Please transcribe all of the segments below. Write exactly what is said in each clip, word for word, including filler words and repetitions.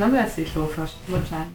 nem lesz itt lófas, bocsánat.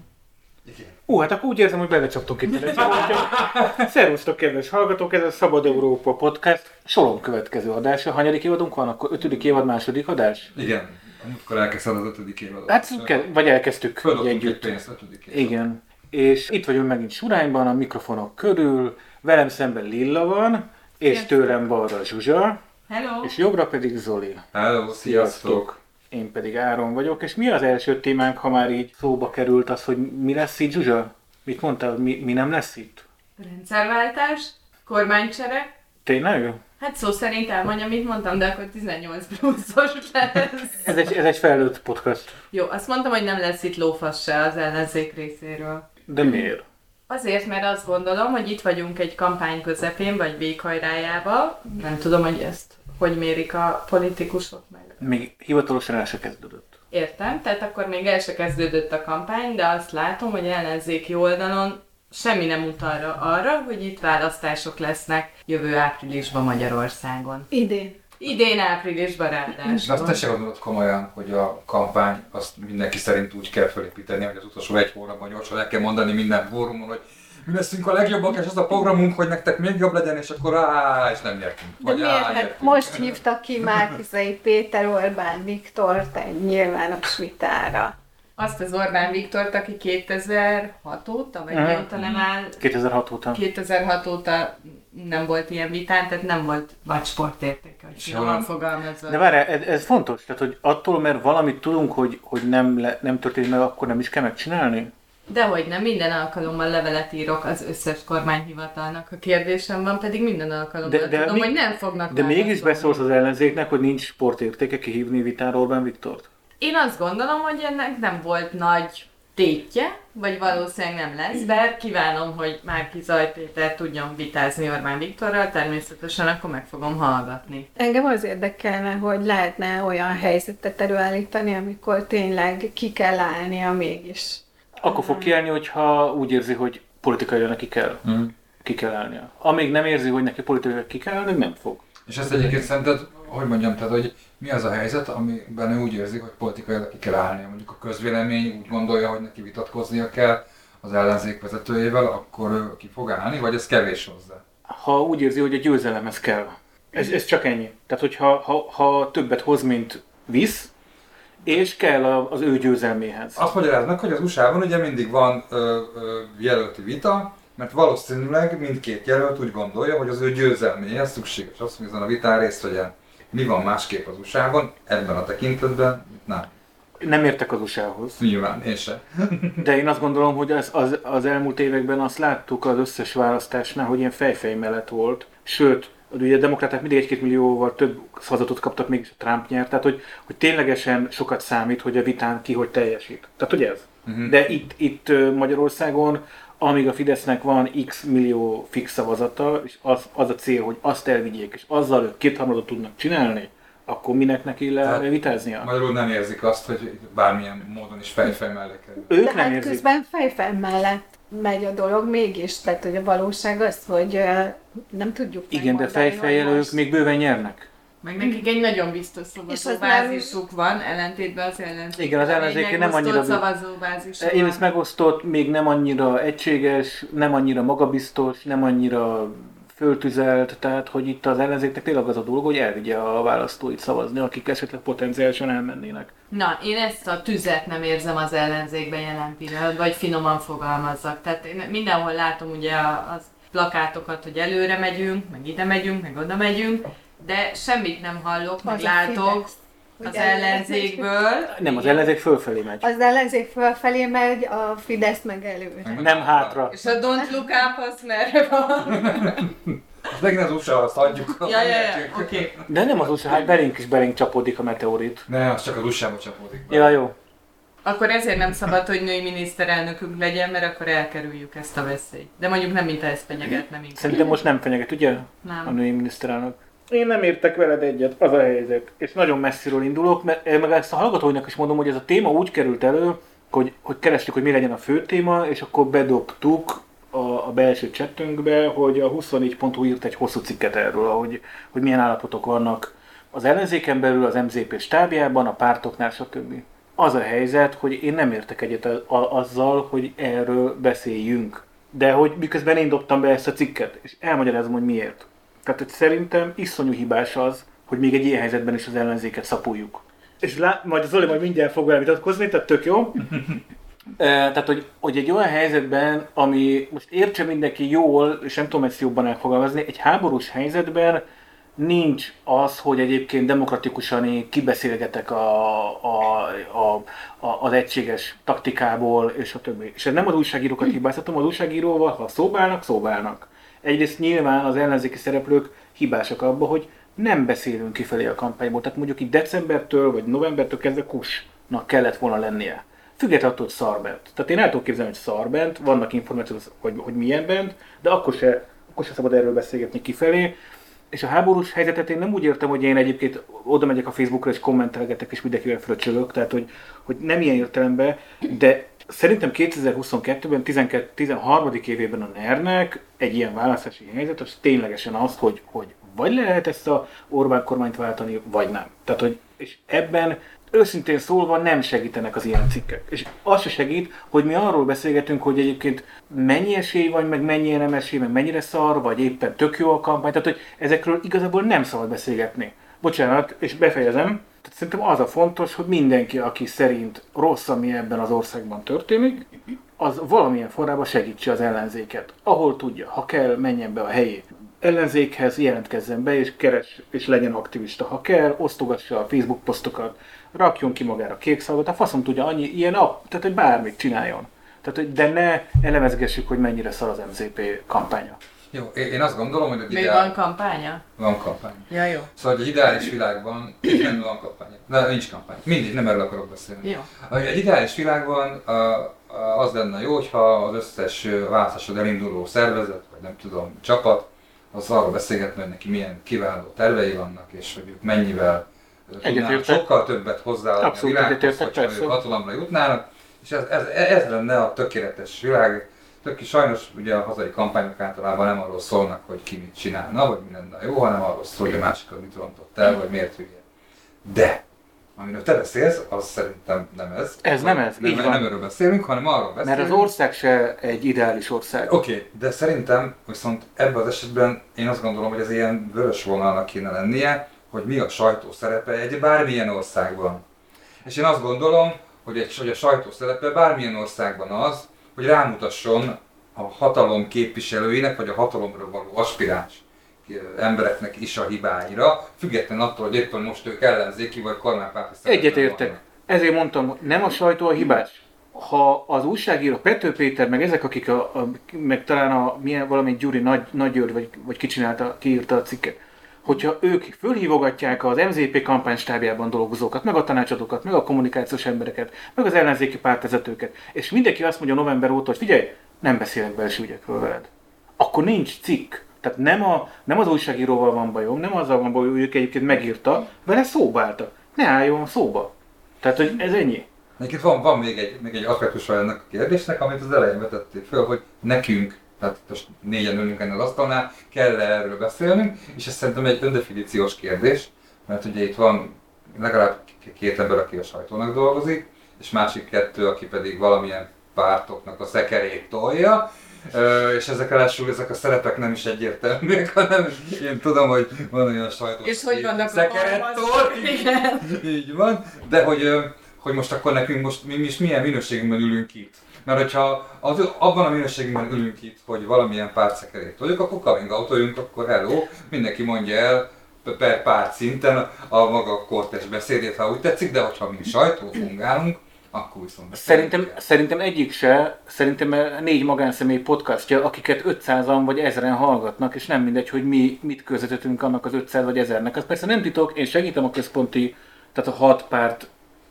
Ó, hát akkor úgy érzem, hogy belecsaptunk itt egy csoportja. Szervusztok, kedves hallgatók, ez a Szabad Európa Podcast soron következő adása. Hanyadik évadunk van? Akkor ötödik évad, második adás? Igen, amikor elkezdted az ötödik évadot. Hát, ke- vagy elkezdtük együtt. Pénzt, ötödik évad. Igen. És itt vagyunk megint Surányban, a mikrofonok körül. Velem szemben Lilla van, és Sziasztok. Tőlem balra Zsuzsa. Hello! És jobbra pedig Zoli. Hello, sziasztok! Én pedig Áron vagyok, és mi az első témánk, ha már így szóba került az, hogy mi lesz itt, Zsuzsa? Mit mondtál, mi, mi nem lesz itt? Rendszerváltás, kormánycsere. Tényleg? Hát szó szerint elmondja, mit mondtam, de akkor tizennyolc pluszos lesz. Ez egy, ez egy felnőtt podcast. Jó, azt mondtam, hogy nem lesz itt lófasz se az ellenzék részéről. De miért? Azért, mert azt gondolom, hogy itt vagyunk egy kampány közepén, vagy véghajrájába. Nem tudom, hogy ezt hogy mérik a politikusok meg. Még hivatalosan el se kezdődött. Értem, tehát akkor még el se kezdődött a kampány, de azt látom, hogy ellenzéki oldalon semmi nem utal arra, hogy itt választások lesznek jövő áprilisban Magyarországon. Idén. Idén áprilisban De ráadásul. azt te se gondolod komolyan, hogy a kampány azt mindenki szerint úgy kell felépíteni, hogy az utolsó egy hónapban gyorsan el kell mondani minden fórumon, hogy mi leszünk a legjobbak, és az a programunk, hogy nektek még jobb legyen, és akkor á, és nem nyertünk. De miért? Hát nyertünk. most hívtak ki Márki-Zay Péter, Orbán Viktort egy nyilvános vitára. Azt az Orbán Viktort, aki kétezer-hat óta, vagy Mhm. mióta nem áll, kétezer-hat óta. kétezer-hat óta nem volt ilyen vitán, tehát nem volt vagy sportértéke, hogy Soha. jól fogalmazol. De várj, ez, ez fontos, tehát hogy attól, mert valamit tudunk, hogy, hogy nem, le, nem történik meg, akkor nem is kell megcsinálni? Dehogy nem, minden alkalommal levelet írok az összes kormányhivatalnak. A kérdésem van, pedig minden alkalommal De- de tudom, mi- hogy nem fognak De mégis válaszolni. beszólsz az ellenzéknek, hogy nincs sportértéke kihívni vitára Orbán Viktort? Én azt gondolom, hogy ennek nem volt nagy tétje, vagy valószínűleg nem lesz, de kívánom, hogy Márki-Zay Péter tudjon vitázni Orbán Viktorral, természetesen akkor meg fogom hallgatni. Engem az érdekelne, hogy lehetne olyan helyzetet előállítani, amikor tényleg ki kell állnia mégis. Akkor fog kiállni, hogyha úgy érzi, hogy politikailag neki kell. Hmm. Ki kell állnia. Amíg nem érzi, hogy neki politikailag ki kell állni, nem fog. És ezt egyébként szerinted, hogy mondjam, tehát, hogy mi az a helyzet, amiben ő úgy érzi, hogy politikailag ki kell állnia? Mondjuk a közvélemény úgy gondolja, hogy neki vitatkoznia kell az ellenzék vezetőjével, akkor ő ki fog állni, vagy ez kevés hozzá? Ha úgy érzi, hogy a győzelemhez kell. Ez, ez csak ennyi. Tehát, hogyha ha, ha többet hoz, mint visz, és kell a- az ő győzelméhez. Azt magyaráz meg, hogy az u es á-ban ugye mindig van ö, ö, jelölti vita, mert valószínűleg mindkét jelölt úgy gondolja, hogy az ő győzelméhez szükséges az, hogy ezen a vitán részt vegyen. Mi van másképp az u es á-ban ebben a tekintetben? Nem. Nem értek az u es á-hoz. Nyilván, én se. De én azt gondolom, hogy az, az, az elmúlt években azt láttuk az összes választásnál, hogy ilyen fejfej mellett volt. Sőt, ugye a demokraták mindig egy-két millióval több szavazatot kaptak, mégis a Trump nyert. Tehát, hogy, hogy ténylegesen sokat számít, hogy a vitán ki hogy teljesít. Tehát, hogy ez? Uh-huh. De itt, itt ö, Magyarországon, amíg a Fidesznek van x millió fix szavazata, és az, az a cél, hogy azt elvigyék, és azzal ők kétharmadot tudnak csinálni, akkor minek neki le Tehát vitáznia? Magyarul nem érzik azt, hogy bármilyen módon is fejfej mellé kerül. Ők De nem hát érzik. közben fejfel mellett megy a dolog mégis, tehát hogy a valóság az, hogy ö, nem tudjuk Igen, de megmondani, hogy fejfejjelők most- még bőven nyernek. Meg nekik egy nagyon biztos És az nem- szavazóbázisuk van, ellentétben az ellenzék. Igen, az ellenzék nem annyira- szavazóbázisuk Én van. ezt megosztott, még nem annyira egységes, nem annyira magabiztos, nem annyira föltüzelt, tehát hogy itt az ellenzéknek tényleg az a dolog, hogy elvigye a választóit szavazni, akik esetleg potenciálisan elmennének. Na, én ezt a tüzet nem érzem az ellenzékben jelen pillanatban, vagy finoman fogalmazzak. Tehát én mindenhol látom ugye a- az plakátokat, hogy előre megyünk, meg ide megyünk, meg oda megyünk, de semmit nem hallok, meg Az a látok Fidesz, hogy az ellenzékből. Nem, az ellenzék fölfelé megy. Az ellenzék fölfelé megy, a Fidesz meg előre. Nem hátra. És a Don't Look Up az merre van? Azt megint az u es á, azt adjuk. ja, ja, ja, oké. Okay. De nem az u es á, hát belénk is belénk csapódik a meteorit. Ne, az csak az u es á-ba csapódik be. Ja, jó. Akkor ezért nem szabad, hogy női miniszterelnökünk legyen, mert akkor elkerüljük ezt a veszélyt. De mondjuk nem, mint ha ezt fenyegetnem inkább. Szerintem most nem fenyeget, ugye? A Nem. női miniszterelnök. Én nem értek veled egyet, az a helyzet. És nagyon messziről indulok, mert eh, meg ezt a hallgatóinak is mondom, hogy ez a téma úgy került elő, hogy, hogy kerestük, hogy mi legyen a fő téma, és akkor bedobtuk a, a belső chatünkbe, hogy a huszonnégy pont hu írt egy hosszú cikket erről, hogy, hogy milyen állapotok vannak az ellenzéken belül, az em zé pé stábjában, a pártoknál, stb. az a helyzet, hogy én nem értek egyet a, a, azzal, hogy erről beszéljünk. De hogy miközben én dobtam be ezt a cikket, és elmagyarázom, hogy miért. Tehát hogy szerintem iszonyú hibás az, hogy még egy ilyen helyzetben is az ellenzéket szapuljuk. És lá- majd Zoli majd mindjárt fog vele vitatkozni, tehát tök jó. e, tehát, hogy, hogy egy olyan helyzetben, ami most értse mindenki jól, és nem tudom ezt jobban elfogalmazni, egy háborús helyzetben nincs az, hogy egyébként demokratikusan én kibeszélgetek a, a, a, a, az egységes taktikából, és a többi. És nem az újságírókat hibáztatom, az újságíróval, ha szóbálnak, szóbálnak. Egyrészt nyilván az ellenzéki szereplők hibásak abba, hogy nem beszélünk kifelé a kampányból. Tehát mondjuk itt decembertől vagy novembertől kezdve kusnak kellett volna lennie. Függetlenül attól, hogy szarbent. Tehát én el tudok képzelni, hogy szarbent, vannak információk, hogy, hogy milyen bent, de akkor se, akkor se szabad erről beszélgetni kifelé. És a háborús helyzetet én nem úgy értem, hogy én egyébként oda megyek a Facebookra és kommentelgetek és mindenkivel fröccsölök, tehát hogy, hogy nem ilyen értelemben, de szerintem kétezer-huszonkettőben, tizenharmadik évében a NER-nek egy ilyen választási helyzet, az ténylegesen az, hogy, hogy vagy le lehet ezt a Orbán kormányt váltani, vagy nem. Tehát, hogy, és ebben őszintén szólva nem segítenek az ilyen cikkek. És az se segít, hogy mi arról beszélgetünk, hogy egyébként mennyi esély van, meg mennyi nem esély, meg mennyire szar, vagy éppen tök jó a kampány. Tehát, hogy ezekről igazából nem szabad beszélgetni. Bocsánat, és befejezem. Tehát szerintem az a fontos, hogy mindenki, aki szerint rossz, ami ebben az országban történik, az valamilyen formában segítse az ellenzéket. Ahol tudja, ha kell, menjen be a helyi ellenzékhez, jelentkezzen be, és keres, és legyen aktivista. Ha kell, osztogassa a Facebook posztokat, rakjon ki magára kékszalagot, a faszom tudja, annyi ilyen, tehát hogy bármit csináljon. Tehát, hogy de ne elemezgessük, hogy mennyire szar az em zé pé kampánya. Jó, én azt gondolom, hogy... Még ideál... van kampánya? Van kampánya. Ja, jó. Szóval egy ideális világban nem van kampánya. De nincs kampány. Mindig, nem erről akarok beszélni. Jó. Egy ideális világban az lenne jó, hogyha az összes választáson elinduló szervezet, vagy nem tudom, csapat, az arról beszélgetne, hogy neki milyen kiváló tervei vannak, és hogy ők mennyivel tudnának sokkal többet hozzáadni a világhoz, hogyha ők hatalomra jutnának. És ez, ez, ez lenne a tökéletes világ. Tök, sajnos ugye a hazai kampányok általában nem arról szólnak, hogy ki mit csinálna, vagy mi lenne jó, hanem arról szól, hogy a másikat mit rontott el, vagy miért hülye. De, amiről te beszélsz, az szerintem nem ez. Ez nem ez, nem, így nem, van. nem erről beszélünk, hanem arról beszélünk. Mert az ország se egy ideális ország. Oké, okay, de szerintem viszont ebben az esetben én azt gondolom, hogy ez ilyen vörös vonalnak kéne lennie, hogy mi a sajtó szerepe egy bármilyen országban. És én azt gondolom, hogy, egy, hogy a sajtó szerepe bármilyen országban az, hogy rámutasson a hatalom képviselőinek, vagy a hatalomra való aspiráns embereknek is a hibáira, független attól, hogy éppen most ők ellenzéki vagy kormánypárti szerepben Egyetértek. vannak. Ezért mondtam, hogy nem a sajtó a hibás. Ha az újságíró, Pető Péter, meg ezek, akik a, a meg talán a milyen valami Gyuri Nagy, Nagy György, vagy, vagy kicsinálta, kiírta a cikket, hogyha ők fölhívogatják az em zé pé kampánystábjában dolgozókat, meg a tanácsadókat, meg a kommunikációs embereket, meg az ellenzéki pártvezetőket, és mindenki azt mondja november óta, hogy figyelj, nem beszélek belső ügyekről veled, akkor nincs cikk. Tehát nem, a, nem az újságíróval van bajom, nem azzal van bajom, hogy ők egyébként megírta, vele szóba álltak. Ne álljon szóba. Tehát, hogy ez ennyi. Egyébként van, van még egy, még egy aspektusa ennek a kérdésnek, amit az elején vetették föl, hogy nekünk, tehát most négyen ülünk ennél az asztalnál, kell erről beszélnünk, és ez szerintem egy öndefiníciós kérdés, mert ugye itt van legalább két ember, aki a sajtónak dolgozik, és másik kettő, aki pedig valamilyen pártoknak a szekerét tolja, Ö, és ezek ráadásul ezek a szerepek nem is egyértelműek, hanem én tudom, hogy van olyan sajtó, és hogy vannak szekerettól, így, így van, de hogy, hogy most akkor nekünk most mi, mi milyen minőségünkben ülünk itt. Mert hogyha az, abban a minőségünkben ülünk itt, hogy valamilyen pártszekerét toljuk, akkor coming out-oljunk, akkor hello, mindenki mondja el per párt szinten a maga kortes beszédét, ha úgy tetszik, de hogyha mi sajtó fungálunk, akkor viszont... Szerintem, szerintem egyik se, szerintem négy magánszemély podcastja, akiket ötszázan vagy ezren hallgatnak, és nem mindegy, hogy mi mit közvetítünk annak az ötszáz vagy ezernek. Az persze nem titok, én segítem a központi, tehát a hat párt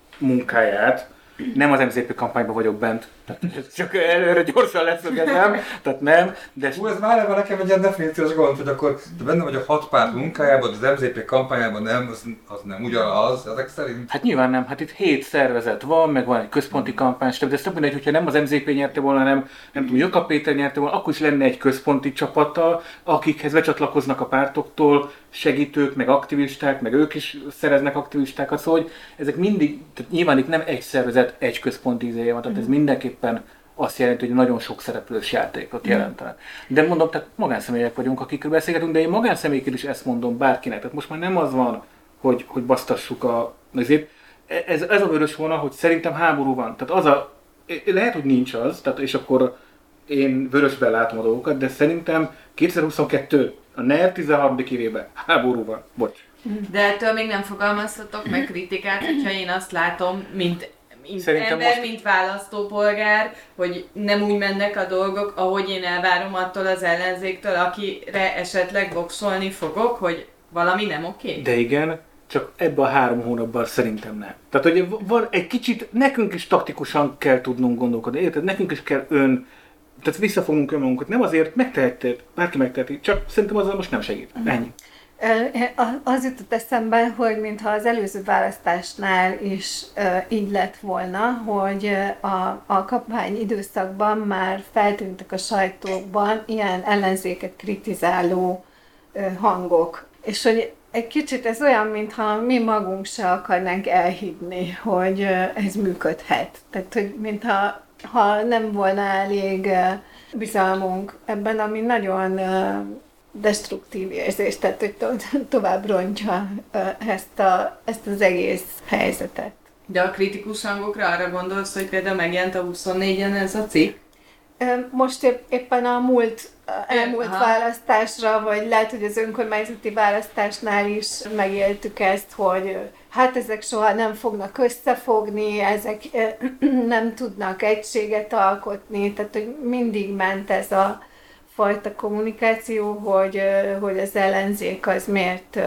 munkáját, nem az em zé pé kampányban vagyok bent, csak előre gyorsan leszögezem, tehát nem, de... Hú, ez már nekem egy ilyen definíciós gond, hogy akkor te benne vagy a hat párt munkájában, az em zé pé kampányában nem, az, az nem ugyanaz, ezek szerint? Hát nyilván nem, hát itt hét szervezet van, meg van egy központi kampánystáb, de ez több mindegy, hogyha nem az em zé pé nyerte volna, nem, nem tudom, Jakab Péter nyerte volna, akkor is lenne egy központi csapata, akikhez becsatlakoznak a pártoktól segítők, meg aktivisták, meg ők is szereznek aktivistákat, szóval hogy ezek mindig, tehát nyilván itt nem egy szervezet, egy központi izéje van, tehát ez mindenképpen azt jelenti, hogy nagyon sok szereplős játékot jelentenek. De mondom, tehát magánszemélyek vagyunk, akikről beszélgetünk, de én magánszemélyként is ezt mondom bárkinek. Tehát most már nem az van, hogy, hogy basztassuk a... Azért, ez, ez a vörös vonal, hogy szerintem háború van. Tehát az a... Lehet, hogy nincs az, tehát és akkor én vörösben látom a dolgokat, de szerintem kétezer-huszonkettő a NER tizenharmadik évében háború van. Bocs. De ettől még nem fogalmazhatok meg kritikát, hogyha én azt látom, mint mint Szerintem ember, most... mint választópolgár, hogy nem úgy mennek a dolgok, ahogy én elvárom attól az ellenzéktől, akire esetleg voksolni fogok, hogy valami nem oké. De igen, csak ebben a három hónapban szerintem nem. Tehát, hogy van egy kicsit, nekünk is taktikusan kell tudnunk gondolkodni, érted? Nekünk is kell ön, tehát visszafogunk önmagunkat. Nem azért megteheted, bárki megteheti, csak szerintem azzal most nem segít. Ennyi. Az jutott eszembe, hogy mintha az előző választásnál is így lett volna, hogy a, a kampány időszakban már feltűntek a sajtóban ilyen ellenzéket kritizáló hangok. És hogy egy kicsit ez olyan, mintha mi magunk se akarnánk elhinni, hogy ez működhet. Tehát, hogy mintha ha nem volna elég bizalmunk ebben, ami nagyon destruktív érzés, tehát hogy to- tovább rontja ezt, a, ezt az egész helyzetet. De a kritikus hangokra arra gondolsz, hogy például megjelent a huszonnégyen ez a cikk? Most épp, éppen a múlt, elmúlt Aha. választásra, vagy lehet, hogy az önkormányzati választásnál is megéltük ezt, hogy hát ezek soha nem fognak összefogni, ezek nem tudnak egységet alkotni, tehát hogy mindig ment ez a fajta kommunikáció, hogy, hogy az ellenzék az miért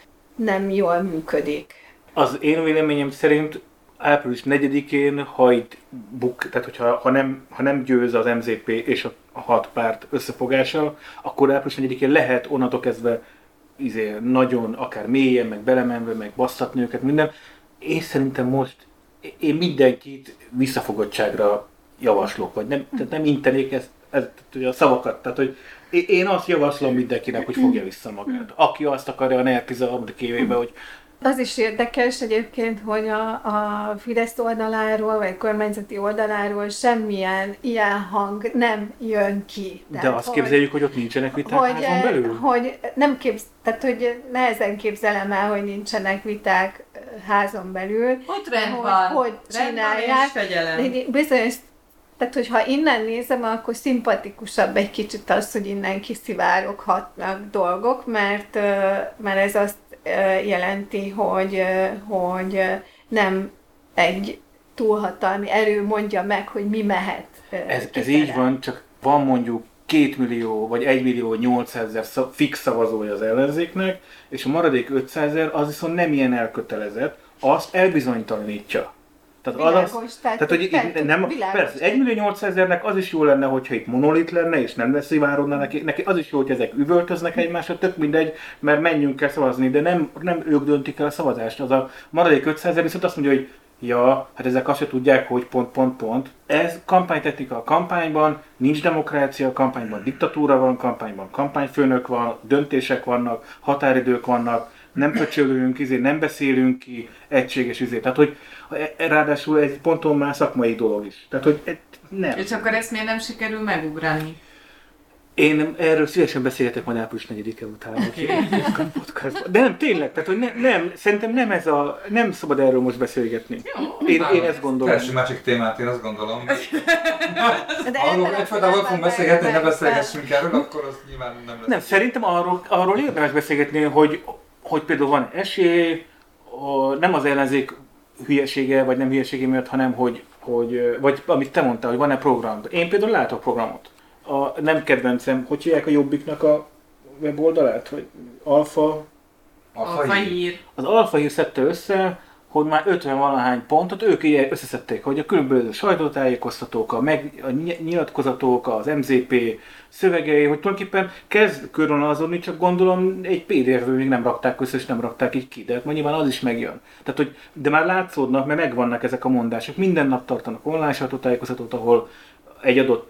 nem jól működik. Az én véleményem szerint április negyedikén, ha itt buk, tehát hogyha ha nem, ha nem győz az em zé pé és a, a hat párt összefogása, akkor április negyedikén lehet onnantól kezdve izé, nagyon akár mélyen, meg belemenve, meg basszatni őket, minden. Én szerintem most én mindenkit visszafogottságra javaslok, vagy nem, tehát nem intenék ezt, ezt, a szavakat. Tehát, hogy én azt javaslom mindenkinek, hogy fogja vissza magát. Aki azt akarja a NER tizenharmadik évében, hogy Az is érdekes egyébként, hogy a, a Fidesz oldaláról, vagy kormányzati oldaláról semmilyen ilyen hang nem jön ki. de Tehát, azt hogy, képzeljük, hogy ott nincsenek viták hogy, házon belül? hogy nem képz, tehát hogy nehezen képzelem el, hogy nincsenek viták házon belül. Ott rend hogy, van. hogy Rend van csinálják. és fegyelem. Bizonyos, tehát hogyha innen nézem, akkor szimpatikusabb egy kicsit az, hogy innen kiszivároghatnak dolgok, mert, mert ez azt jelenti, hogy, hogy nem egy túlhatalmi erő mondja meg, hogy mi mehet. Ez, ez így van, csak van mondjuk két millió vagy egy millió nyolcszázezer fix szavazója az ellenzéknek, és a maradék ötszázezer az viszont nem ilyen elkötelezett, azt elbizonytalanítja. Tehát, Világos, az az, tehát, tehát hogy tehát, nem, világos, persze, egy millió nyolcszázezernek az is jó lenne, hogyha itt monolit lenne, és nem leszivárogna neki, neki az is jó, hogy ezek üvöltöznek egymásra, tök mindegy, mert menjünk kell szavazni, de nem, nem ők döntik el a szavazást. Az a maradék ötszázezer viszont azt mondja, hogy ja, hát ezek azt se tudják, hogy pont, pont, pont. Ez kampánytechnika a kampányban, nincs demokrácia, a kampányban diktatúra van, kampányban kampányfőnök van, döntések vannak, határidők vannak, nem pöcsölünk, izé, nem beszélünk ki, egységes izé. Tehát, hogy ráadásul egy ponton már szakmai dolog is. Tehát, hogy nem. És akkor ezt miért nem sikerül megugrani? Én erről szívesen beszélhetek majd április negyedike után, de nem, tényleg, tehát hogy ne, nem, szerintem nem ez a, nem szabad erről most beszélgetni. Jó, én, én ezt gondolom. Keresünk másik témát, én azt gondolom. De Arról egyfajtában fogunk beszélgetni, hogy ne beszélgessünk erről, nem. akkor az nyilván nem lesz. Nem, szerintem arról, arról érdemes beszélgetni, hogy, hogy például van esély, nem az ellenzék hülyesége, vagy nem hülyesége miatt, hanem hogy, hogy vagy amit te mondtál, hogy van-e program. Én például látok programot. A nem kedvencem, hogy hívják a Jobbiknak a weboldalát, hogy Alfa... Alfa hír. Az Alfa hír szedte össze, hogy már ötven valahány pontot ők így összeszedték, hogy a különböző sajtótájékoztatók, a, meg, a nyilatkozatok, az em zé pé szövegei, hogy tulajdonképpen kezd körvonalazódni, csak gondolom egy pé dé ef-ből még nem rakták össze, és nem rakták így ki, de hát nyilván az is megjön. Tehát, hogy, de már látszódnak, mert megvannak ezek a mondások. Minden nap tartanak online sajtótájékoztatót, ahol egy adott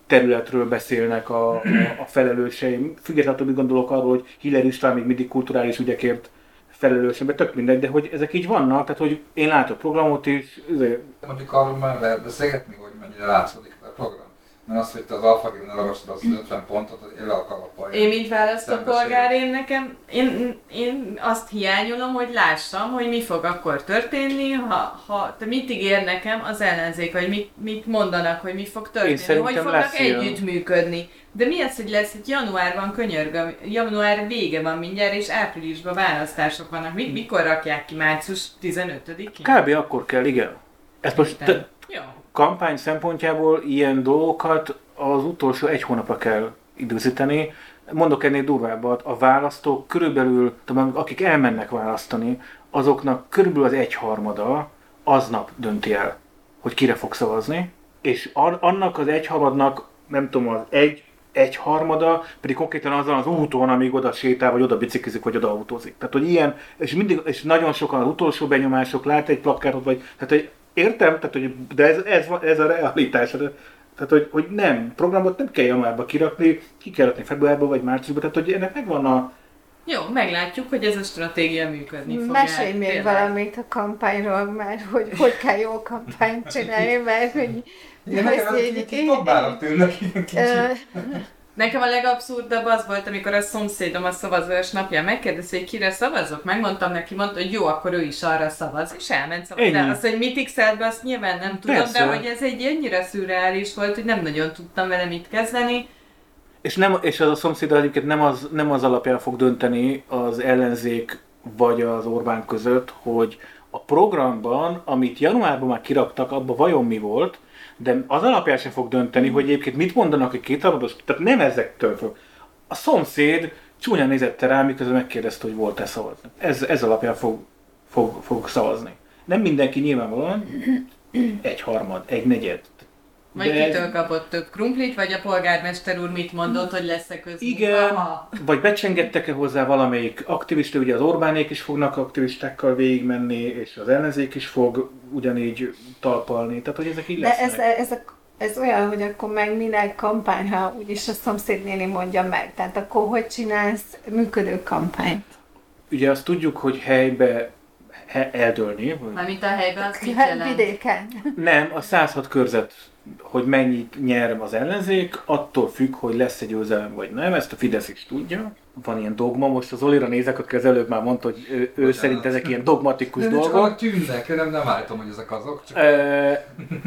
területről beszélnek a, a, a felelőseim. Függetlenül mit gondolok arról, hogy Hiller István még mindig kulturális ügyekért felelősen, de tök mindegy, de hogy ezek így vannak, tehát hogy én látok programot is. Ezért... Mondjuk arról már lehet beszélgetni, hogy mennyire látszódik a program. Mert az, hogy te az alfagémnál ragasztod az ötven pontot, az le a kalappal. Én, mint választópolgár, én nekem, én, én azt hiányolom, hogy lássam, hogy mi fog akkor történni, ha, ha te mit ígér nekem az ellenzék, vagy mit, mit mondanak, hogy mi fog történni, hogy fognak együttműködni. De mi az, hogy lesz, hogy januárban könyörgöm, január vége van mindjárt, és áprilisban választások vannak. Mit, mikor rakják ki? március tizenötödikén? Kb. Akkor kell, igen. Ez most te, kampány szempontjából ilyen dolgokat az utolsó egy hónapra kell időzíteni. Mondok ennél durvábbat, a választók körülbelül, akik elmennek választani, azoknak körülbelül az egyharmada aznap dönti el, hogy kire fog szavazni, és annak az egyharmadnak, nem tudom, az egy egyharmada pedig konkrétan azon az úton, amíg oda sétál, vagy oda biciklizik, vagy oda autózik. Tehát, hogy ilyen, és, mindig, és nagyon sokan az utolsó benyomások, lát egy plakátot, vagy, tehát, hogy értem, tehát, hogy, de ez, ez, ez a realitás. Tehát, hogy, hogy nem, programot nem kell januárba kirakni, ki kell rakni februárba, vagy márciusba, tehát, hogy ennek megvan a... Jó, meglátjuk, hogy ez a stratégia működni fog. Mesélj még tényleg valamit a kampányról, mert hogy hogy kell jó kampányt csinálni, mert hogy... Igen, nekem így tobbának tűnnek kicsit. Nekem a legabszurdabb az volt, amikor a szomszédom a szavazás napján megkérdezte, hogy kire szavazok. Megmondtam neki, mondta, hogy jó, akkor ő is arra szavaz, és elment szavazni. De azt, hogy mit x-elt be, azt nyilván nem tudom, persze. De hogy ez egy annyira szürreális volt, hogy nem nagyon tudtam vele mit kezdeni. És, nem, és az a szomszéd egyébként nem az, nem az alapján fog dönteni az ellenzék vagy az Orbán között, hogy a programban, amit januárban már kiraktak, abban vajon mi volt, de az alapján sem fog dönteni, hogy egyébként mit mondanak egy kétharmados, tehát nem ezektől fog. A szomszéd csúnyán nézette rá, miközben megkérdezte, hogy volt-e szavazni. Ez, ez alapján fog, fog, fog szavazni. Nem mindenki nyilvánvalóan, egy harmad, egy negyed. Vagy de... kitől kapott több krumplit, vagy a polgármester úr mit mondott, hogy lesz-e közmunka? Igen, aha. Vagy becsengettek-e hozzá valamelyik aktivista, ugye az Orbánék is fognak aktivistákkal végigmenni, és az ellenzék is fog ugyanígy talpalni, tehát hogy ezek így lesznek. De ez, ez, a, ez olyan, hogy akkor meg minek kampány, ha úgyis a szomszédnéni mondja meg, tehát akkor hogy csinálsz működő kampányt? Ugye azt tudjuk, hogy helybe he, eldőlni. Mármint a helyben azt mit jelent? Vidéken. Nem, a száz hat körzet, hogy mennyit nyer az ellenzék, attól függ, hogy lesz egy győzelem vagy nem, ezt a Fidesz is tudja. Van ilyen dogma, most az Olira nézek, aki az előbb már mondta, hogy ő, ő szerint ezek ilyen dogmatikus de dolgok. Csak tűnnek, nem, nem állítom, hogy ezek azok. Csak... E,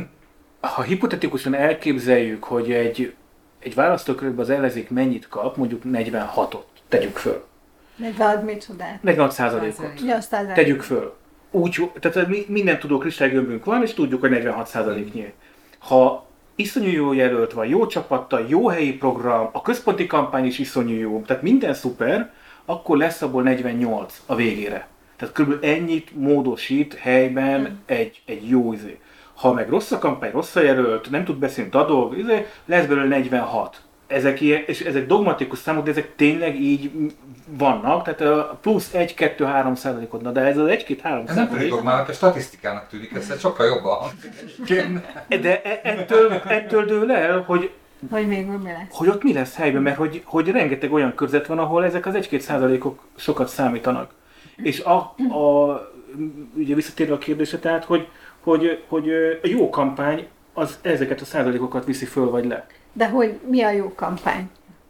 ha hipotetikusan elképzeljük, hogy egy, egy választókörben az ellenzék mennyit kap, mondjuk negyvenhatot tegyük föl. negyvenhat micsodát? negyvenhat százalékot. Tegyük föl. Úgy, tehát minden tudó kristálygömbünk van, és tudjuk, hogy negyvenhat százaléknyi. Ha iszonyú jó jelölt van, jó csapattal, jó helyi program, a központi kampány is iszonyú jó, tehát minden szuper, akkor lesz abból negyvennyolc a végére. Tehát kb. Ennyit módosít helyben egy, egy jó izé. Ha meg rossz a kampány, rossz a jelölt, nem tud beszélni dadog, izé, lesz belőle negyvenhat. Ezek ilyen, és ezek dogmatikus számok, de ezek tényleg így vannak, tehát plusz egy kettő három százalékot, na de ez az egy két három százalék. Ez nem pedig dogmának, ez statisztikának tűnik, ez sokkal jobban hangzik. De ettől, ettől dől el, hogy Hogy még mi lesz? Hogy ott mi lesz helyben, mert hogy, hogy rengeteg olyan körzet van, ahol ezek az egy-két százalékok sokat számítanak. És a, a ugye visszatérve a kérdésre, tehát, hogy, hogy, hogy a jó kampány az ezeket a százalékokat viszi föl vagy le. De hogy mi a jó kampány?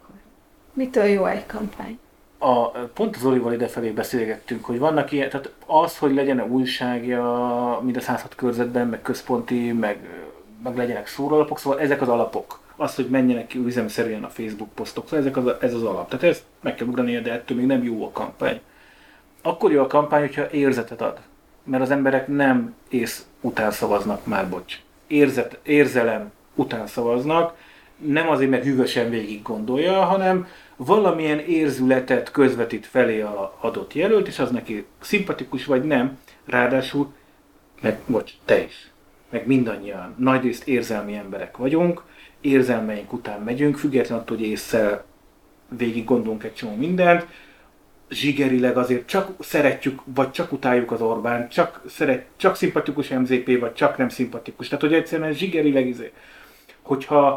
Mitől jó egy kampány? A, pont az Olival idefelé beszélgettünk, hogy vannak ilyen, tehát az, hogy legyen újságja, mind a száz hat körzetben, meg központi, meg, meg legyenek szórólapok, szóval ezek az alapok. Az, hogy menjenek ki üzemszerűen a Facebook posztok, szóval ezek az, ez az alap. Tehát ezt meg kell ugrani, de ettől még nem jó a kampány. Akkor jó a kampány, hogyha érzetet ad. Mert az emberek nem ész után szavaznak, már bocs. Érzet, érzelem után szavaznak, nem azért, mert hűvösen végig gondolja, hanem valamilyen érzületet közvetít felé a adott jelölt, és az neki szimpatikus vagy nem, ráadásul, meg bocs, te is, meg mindannyian nagyrészt érzelmi emberek vagyunk, érzelmeink után megyünk, függetlenül attól, hogy ésszel végig gondolunk egy csomó mindent, zsigerileg azért csak szeretjük, vagy csak utáljuk az Orbán, csak, szeret, csak szimpatikus em zé pé, vagy csak nem szimpatikus. Tehát, hogy egyszerűen zsigerileg izé. Hogyha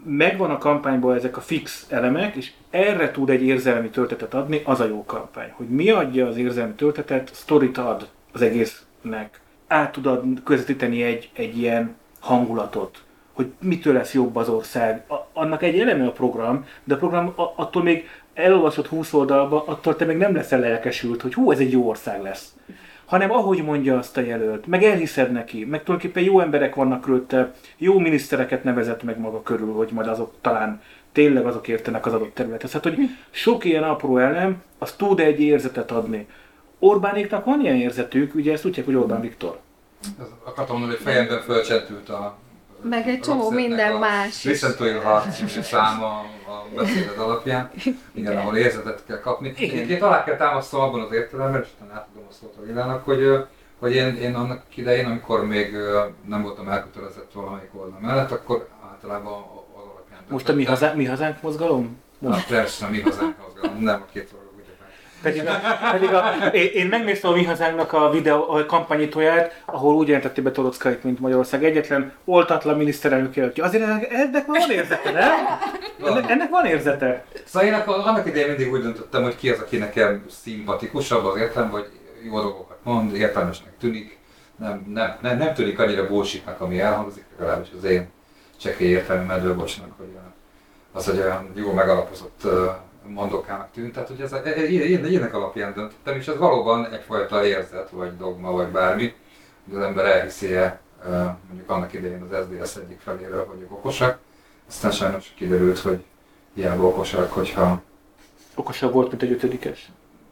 megvan a kampányból ezek a fix elemek, és erre tud egy érzelmi töltetet adni, az a jó kampány. Hogy mi adja az érzelmi töltetet, sztorit ad az egésznek. Át tud adni, közvetíteni egy, egy ilyen hangulatot, hogy mitől lesz jobb az ország. A, annak egy eleme a program, de a program a, attól még elolvasott húsz oldalba, attól te még nem leszel lelkesült, hogy hú, ez egy jó ország lesz. Hanem ahogy mondja azt a jelölt, meg elhiszed neki, meg tulajdonképpen jó emberek vannak körülötte, jó minisztereket nevezett meg maga körül, hogy majd azok talán tényleg azok értenek az adott területhez. Hát, hogy sok ilyen apró elem, az tud egy érzetet adni. Orbánéknak van ilyen érzetük, ugye ezt tudják, hogy Orbán Viktor. Ez akartam mondani, hogy fejemben fölcsentült a... Meg egy csomó minden más. Listen to your heart száma a beszéded alapján. Igen, ahol érzetet kell kapni. Egyébként alá kell támasztom abban az értelemben, és utána átadom a szót a Lilának, hogy, hogy én, én annak idején, amikor még nem voltam elkötelezett valamelyik oldal mellett, akkor általában az alapján... Most a Mi, hazá, mi hazánk mozgalom? Na, persze, a Mi hazánk mozgalom, nem a két dolog. Pedig, a, pedig a, én, én megnéztem a Mi Hazánknak a videó a kampányítóját, ahol úgy jelentették be Torockait, mint Magyarország egyetlen oltatlan miniszterelnök jelöltje. Azért ennek, ennek van érzete, nem? Ennek, ennek van érzete. Szóval én akkor annak idején mindig úgy döntöttem, hogy ki az, aki nekem szimpatikusabb az értelem, vagy jó dolgokat mond, értelmesnek tűnik. Nem, nem, nem, nem tűnik annyira bullshitnak, ami elhangzik, legalábbis az én csekély értelmi medőbocsnak, hogy az, hogy olyan jó megalapozott mondókának tűnt, tehát hogy ez, én ilyenek alapján döntöttem, és ez valóban egyfajta érzet, vagy dogma, vagy bármi, hogy az ember elhiszi-e, mondjuk annak idején az es zé dé es egyik feléről, hogy ők okosak, aztán sajnos kiderült, hogy hiába okosak, hogyha... Okosabb volt, mint egy ötödikes.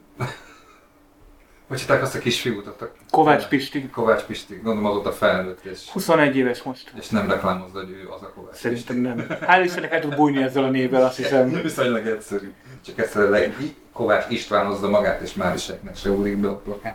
Hogy hitták azt a kisfiút ott a... Kovács Pisti. Kovács Pisti, gondolom azóta felnőtt és... huszonegy éves most. És nem reklámozza, hogy ő az a Kovács Szerintem nem. Hál' Istennek el tud bújni ezzel a névvel, azt hiszem. Viszonylag egyszerű. Csak egyszerűen Kovács István hozza magát, és már is egynek se úrik be a plakát.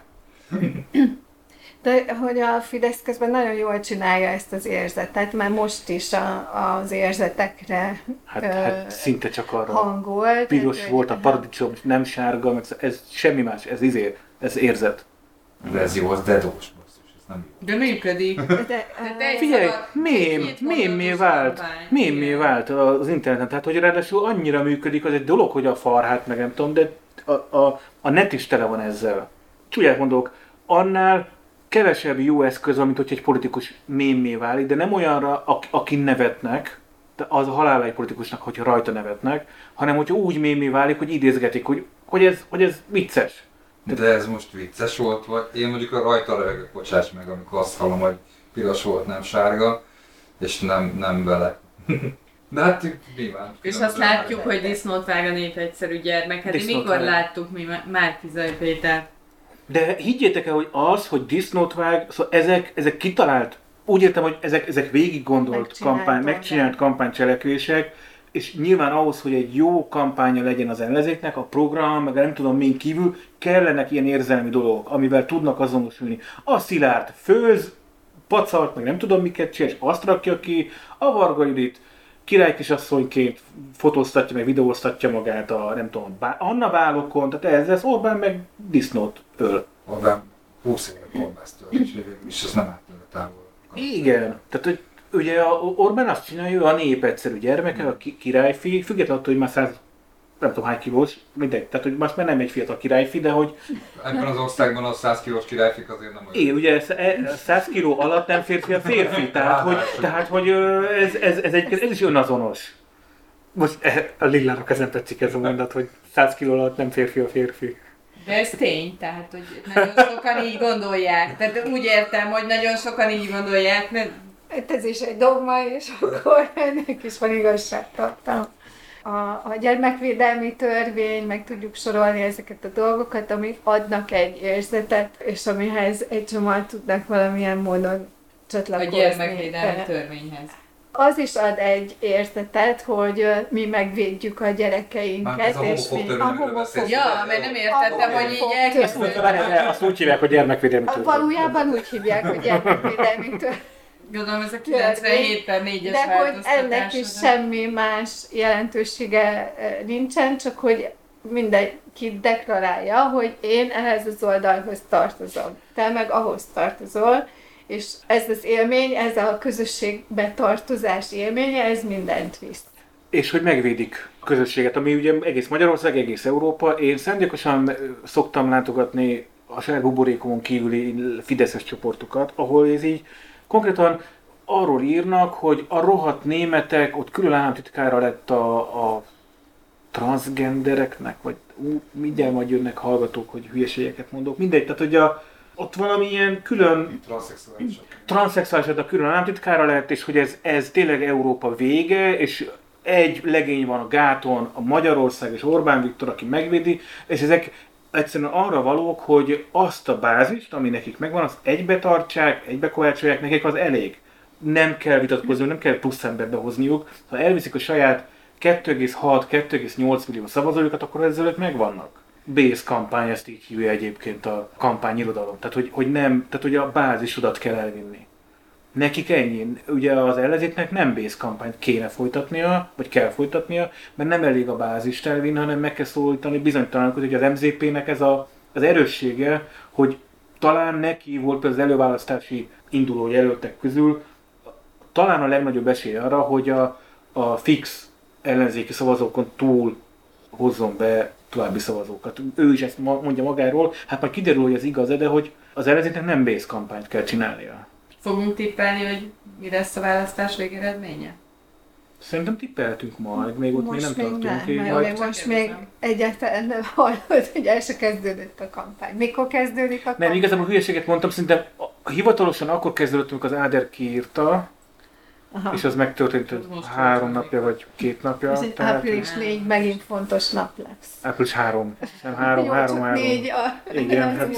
De hogy a Fidesz közben nagyon jól csinálja ezt az érzetet, mert most is a, az érzetekre hát, ö, hát szinte csak arra. Hangolt. Piros tehát, volt a paradicsom, nem sárga, meg ez semmi más, ez izé, ez érzet. De ez jó, az dedós basszus, ez nem jó. De működik. De, de, figyelj, mém, mémé vált, mémé vált az interneten, tehát hogy ráadásul annyira működik, az egy dolog, hogy a farhát meg nem tudom, de a, a, a net is tele van ezzel. Csúlyát mondok, annál kevesebb jó eszköz van, mint hogy egy politikus mémé válik, de nem olyanra, akin nevetnek, de az a halála egy politikusnak, hogyha rajta nevetnek, hanem hogyha úgy mémé válik, hogy idézgetik, hogy, hogy, ez, hogy ez vicces. De ez most vicces volt, vagy én mondjuk a rajta röhögök, bocsáss meg, amikor azt hallom, hogy piros volt, nem sárga, és nem, nem vele. De hát nyilván. És azt látjuk, hogy disznót vág a nép egyszerű gyermek. Hát mikor láttuk mi Márki-Zay Pétert? De higgyétek el, hogy az, hogy disznót vág, szóval ezek, ezek kitalált, úgy értem, hogy ezek, ezek végig gondolt kampány, megcsinált kampánycselekvések, és nyilván ahhoz, hogy egy jó kampánya legyen az ellenzéknek, a program, meg nem tudom min kívül, kellenek ilyen érzelmi dolgok, amivel tudnak azonosulni. A Szilárd főz, pacalt, meg nem tudom miket csinál, és azt rakja ki, a Varga Judit királykisasszonyként fotóztatja, meg videóztatja magát a, nem tudom, bá- Anna bálokon, tehát ez, ez Orbán meg disznót öl. Orbán húsz éve kolbászt öl, és végül is ez nem átmegy a távol. Igen, tehát hogy ugye a Orbán azt csinálja, hogy a nép egyszerű gyermeke, a királyfi, függetlenül attól, hogy már száz, nem tudom hány kilós, mindegy, tehát hogy most már nem egy fiatal királyfi, de hogy... Ebben az országban a száz kilós királyfik azért nem olyan. É, ugye száz kiló alatt nem férfi a férfi, tehát hogy, tehát, hogy ez, ez, ez, egy, ez is önazonos. Most a Lillának ezen tetszik ez a mondat, hogy száz kiló alatt nem férfi a férfi. De ez tény, tehát hogy nagyon sokan így gondolják. Tehát úgy értem, hogy nagyon sokan így gondolják, mert... Hát ez is egy dogma, és akkor ennek is van igazságtartalma. A, a gyermekvédelmi törvény, meg tudjuk sorolni ezeket a dolgokat, amik adnak egy érzetet, és amihez egy csomag tudnak valamilyen módon csatlakozni. A gyermekvédelmi törvényhez. Az is ad egy érzetet, hogy mi megvédjük a gyerekeinket, és mi a homofób. Ja, mert nem értettem, hogy így elkezdődött. Azt úgy hívják, hogy gyermekvédelmi törvény. Valójában úgy hívják, hogy gyermekvédelmi törvény. Gondolom, ez a kilencvenhét per négyes de hogy ennek is semmi más jelentősége nincsen, csak hogy mindenki deklarálja, hogy én ehhez az oldalhoz tartozom. Te meg ahhoz tartozol, és ez az élmény, ez a közösségbe tartozás élménye, ez mindent visz. És hogy megvédik a közösséget, ami ugye egész Magyarország, egész Európa. Én szándékosan szoktam látogatni a saját buborékomon kívüli fideszes csoportokat, ahol ez így konkrétan arról írnak, hogy a rohadt németek, ott külön államtitkára lett a, a transgendereknek, vagy ú, mindjárt majd jönnek hallgatók, hogy hülyeségeket mondok, mindegy, tehát hogy a, ott valamilyen külön Transzexuálisok. transzexuálisoknak külön államtitkára lett, és hogy ez, ez tényleg Európa vége, és egy legény van a gáton, a Magyarország és Orbán Viktor, aki megvédi, és ezek egyszerűen arra valók, hogy azt a bázist, ami nekik megvan, azt egybe tartsák, egybe kovácsolják, nekik az elég. Nem kell vitatkozni, nem kell plusz embert behozniuk. Ha elviszik a saját kettő egész hat - kettő egész nyolc millió szavazójukat, akkor ezzel ők megvannak. Base kampány, ezt így hívja egyébként a kampányirodalom. Tehát, hogy, hogy nem, tehát, hogy a bázisodat kell elvinni. Nekik ennyi. Ugye az ellenzéknek nem base kampányt kéne folytatnia, vagy kell folytatnia, mert nem elég a bázist elvinni, hanem meg kell szólítani bizonytalanokat, hogy az em zé pének ez a, az erőssége, hogy talán neki volt az előválasztási induló jelöltek közül talán a legnagyobb esély arra, hogy a, a fix ellenzéki szavazókon túl hozzon be további szavazókat. Ő is ezt mondja magáról, hát majd kiderül, hogy ez igaz, de hogy az ellenzéknek nem base kampányt kell csinálnia. Fogunk tippelni, hogy mi lesz a választás végeredménye? Szerintem tippeltünk majd, még ott Most még nem még tartunk. nem, így mert majd... még most még egyáltalán nem hallod, hogy el se kezdődött a kampány. Mikor kezdődik a kampány? Nem, igazából hülyeséget mondtam, szerintem hivatalosan akkor kezdődött, amikor az Áder kiírta, aha, és az megtörtént három napja vagy két napja. Ez egy április négy megint fontos nap lesz. Április három. Nem, három, Jó, három, csak három. négy a... Igen, hát,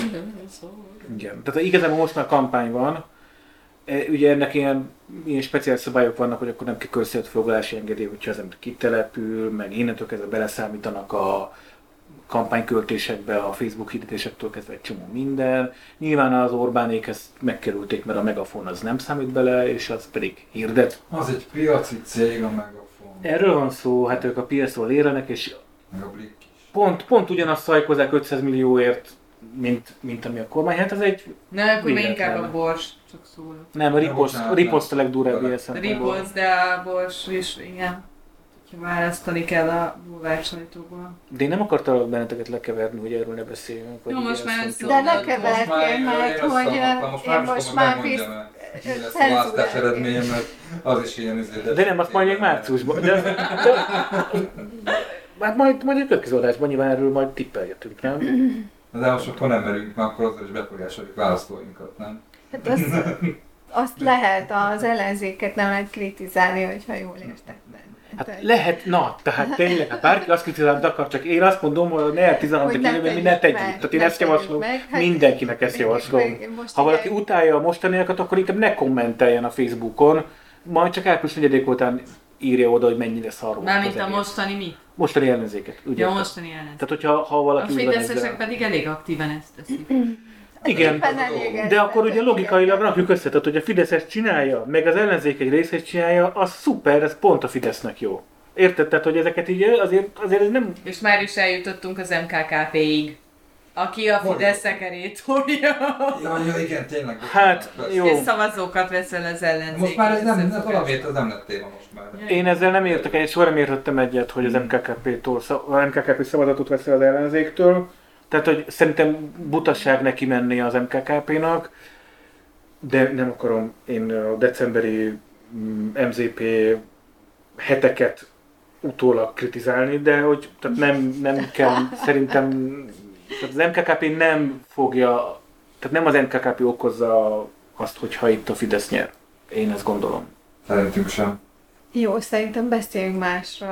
igen. Tehát igazából most már kampány van. Ugye ennek ilyen, ilyen speciális szabályok vannak, hogy akkor nem kell közszedfoglalási engedély, hogyha az ember kitelepül, meg innentől kezdve beleszámítanak a kampányköltésekbe, a Facebook hirdetésektől kezdve egy csomó minden. Nyilván az Orbánék ezt megkerülték, mert a Megafon az nem számít bele, és az pedig hirdet. Az egy piaci cég a Megafon. Erről van szó, hát ők a piacról élnek, és Meg a Blik is. pont, pont ugyanazt szajkozzák ötszáz millióért, mint, mint ami a kormány. Hát ez egy... Ne, akkor még véletlen. inkább a bors, csak szól. Nem, a riposzt, bocsánat, a riposzt a nem. legdurvább ilyen A szempontból. riposzt, de a bors is, igen. Ha választani kell a bulvár sajtóból. De én nem akartam benneteket lekeverni, hogy erről ne beszéljünk. vagy Jó, így most már elszóltunk. szó- De ne keverjél, mert hogy én most már Mi visz... lesz a választás eredménye, mert az is ilyen izé. De nem, azt majd még márciusban. De, de, hát majd, majd a következő adásban nyilván erről majd tippelgetünk, nem? De most akkor nem merünk, mert akkor azzal is befolyásoljuk választóinkat, nem? Hát azt, azt lehet, az ellenzéket nem lehet kritizálni, hogyha jól értek benne. Hát lehet, na, tehát tényleg, hát bárki azt kritizálni akar, csak én azt mondom, hogy ne tizenharmadik Hogy ne évben mi ne tegyük tegyük. meg, Tehát én ne ezt javaslom, tegyük meg. Hát mindenkinek ezt még- javaslom. még most Ha valaki ugye- utálja a mostaniakat, akkor inkább ne kommenteljen a Facebookon, majd csak április negyedike után írja oda, hogy mennyire szar volt Mármint az a egész. mostani mi? Mostani ellenzéket, ugye? Ja, mostani ellen. Tehát, hogyha ha A valaki úgy van fideszesek ezzel- pedig elég aktívan ezt teszik. Igen, Éppen elégedett, de akkor ugye igen. logikailag rakjuk össze, tehát hogy a Fidesz ezt csinálja, meg az ellenzék egy része ezt csinálja, az szuper, ez pont a Fidesznek jó. Érted? Tehát, hogy ezeket így azért, azért ez nem... És már is eljutottunk az em ká ká pé-ig. Aki a Fidesz szekerét tolja. Ja, ja, igen, tényleg. Hát, persze. jó. És szavazókat veszel az ellenzék. Most már ez nem, nem valamiért ez nem lett téma most már. Én ezzel nem értek egyet, soha nem értettem egyet, hogy az em ká ká pé-től, szav- az em ká ká pé szavazatot veszel az ellenzéktől. Tehát, hogy szerintem butaság neki menni az em ká ká pé-nak, de nem akarom én a decemberi mm, em zé pé heteket utólag kritizálni, de hogy tehát nem, nem kell, szerintem tehát az em ká ká pé nem fogja, tehát nem az em ká ká pé okozza azt, hogyha itt a Fidesz nyer. Én ezt gondolom. Szerintünk sem. Jó, szerintem beszéljünk másról.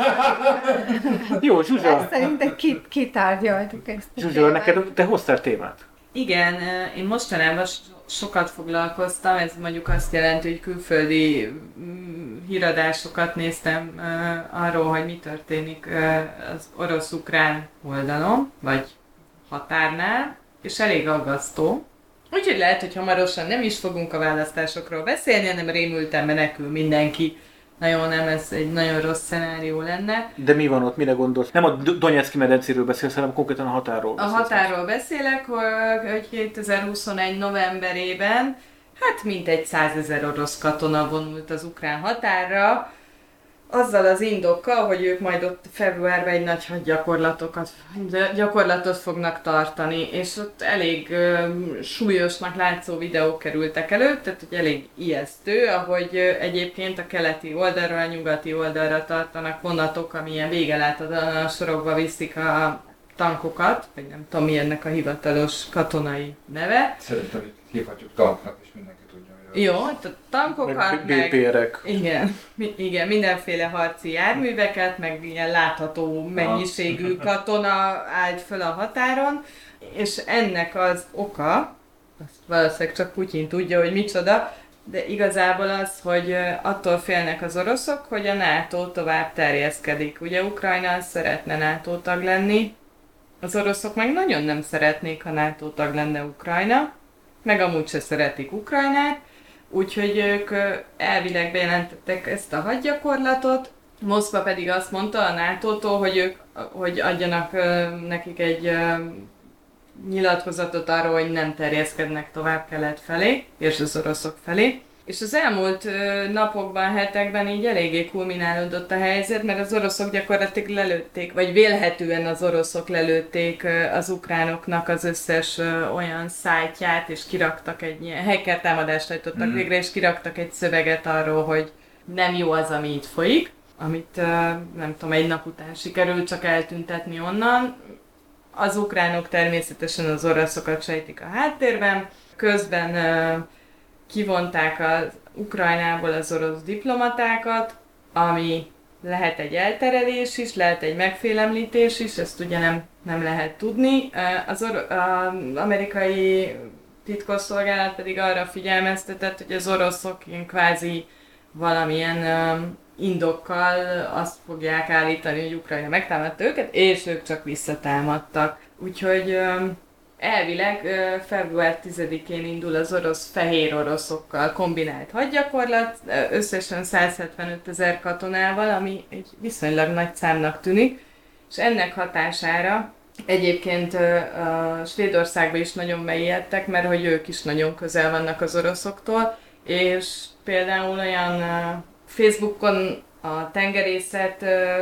Jó, Zsuzsa, Ezt szerintem kit, kitárgyaltuk ezt a Zsuzsa, témát. neked, te hoztál témát. Igen, én mostanában so- sokat foglalkoztam, ez mondjuk azt jelenti, hogy külföldi mm, híradásokat néztem uh, arról, hogy mi történik uh, az orosz-ukrán oldalon, vagy határnál, és elég aggasztó. Úgyhogy lehet, hogy hamarosan nem is fogunk a választásokról beszélni, hanem rémülten menekül mindenki nagyon nem, ez egy nagyon rossz szenárió lenne. De mi van ott, mire gondolsz? Nem a Donetszki medencéről beszélsz, hanem konkrétan a határról beszélsz. A határról beszélek, hogy kétezer-huszonegy novemberében hát mintegy százezer orosz katona vonult az ukrán határra, azzal az indokkal, hogy ők majd ott februárban egy nagy hadgyakorlatokat, gyakorlatot fognak tartani, és ott elég uh, súlyosnak látszó videók kerültek elő, tehát hogy elég ijesztő, ahogy uh, egyébként a keleti oldalról a nyugati oldalra tartanak vonatok, amilyen végeláthatatlan sorokba viszik a tankokat, vagy nem tudom mi ennek a hivatalos katonai neve. Szerintem itt hívhatjuk tanknak, és mindenki tudja. Jó, a tankokat, meg bé pé erek. Igen, igen, mindenféle harci járműveket, meg ilyen látható mennyiségű katona állt föl a határon, és ennek az oka, azt valószínűleg csak Putyin tudja, hogy micsoda, de igazából az, hogy attól félnek az oroszok, hogy a NATO tovább terjeszkedik. Ugye Ukrajna szeretne NATO tag lenni, az oroszok meg nagyon nem szeretnék, ha NATO tag lenne Ukrajna, meg amúgy se szeretik Ukrajnát, úgyhogy ők elvileg bejelentettek ezt a hadgyakorlatot, Moszkva pedig azt mondta a nátótól, hogy ők hogy adjanak nekik egy nyilatkozatot arról, hogy nem terjeszkednek tovább kelet felé, és az oroszok felé. És az elmúlt napokban, hetekben így eléggé kulminálódott a helyzet, mert az oroszok gyakorlatilag lelőtték, vagy vélhetően az oroszok lelőtték az ukránoknak az összes olyan szájtját, és kiraktak egy ilyen hacker támadást hajtottak mm. végre, és kiraktak egy szöveget arról, hogy nem jó az, ami itt folyik, amit nem tudom, egy nap után sikerült csak eltüntetni onnan. Az ukránok természetesen az oroszokat sejtik a háttérben, közben kivonták az Ukrajnából az orosz diplomatákat, ami lehet egy elterelés is, lehet egy megfélemlítés is, ezt ugye nem, nem lehet tudni. Az or- az amerikai titkosszolgálat pedig arra figyelmeztetett, hogy az oroszok ilyen kvázi valamilyen um, indokkal azt fogják állítani, hogy Ukrajna megtámadta őket, és ők csak visszatámadtak. Úgyhogy um, elvileg uh, február tizedikén indul az orosz fehér oroszokkal kombinált hadgyakorlat, uh, összesen száz hetvenöt ezer katonával, ami egy viszonylag nagy számnak tűnik, és ennek hatására egyébként uh, a Svédországban is nagyon megijedtek, mert hogy ők is nagyon közel vannak az oroszoktól, és például olyan uh, Facebookon a tengerészet uh,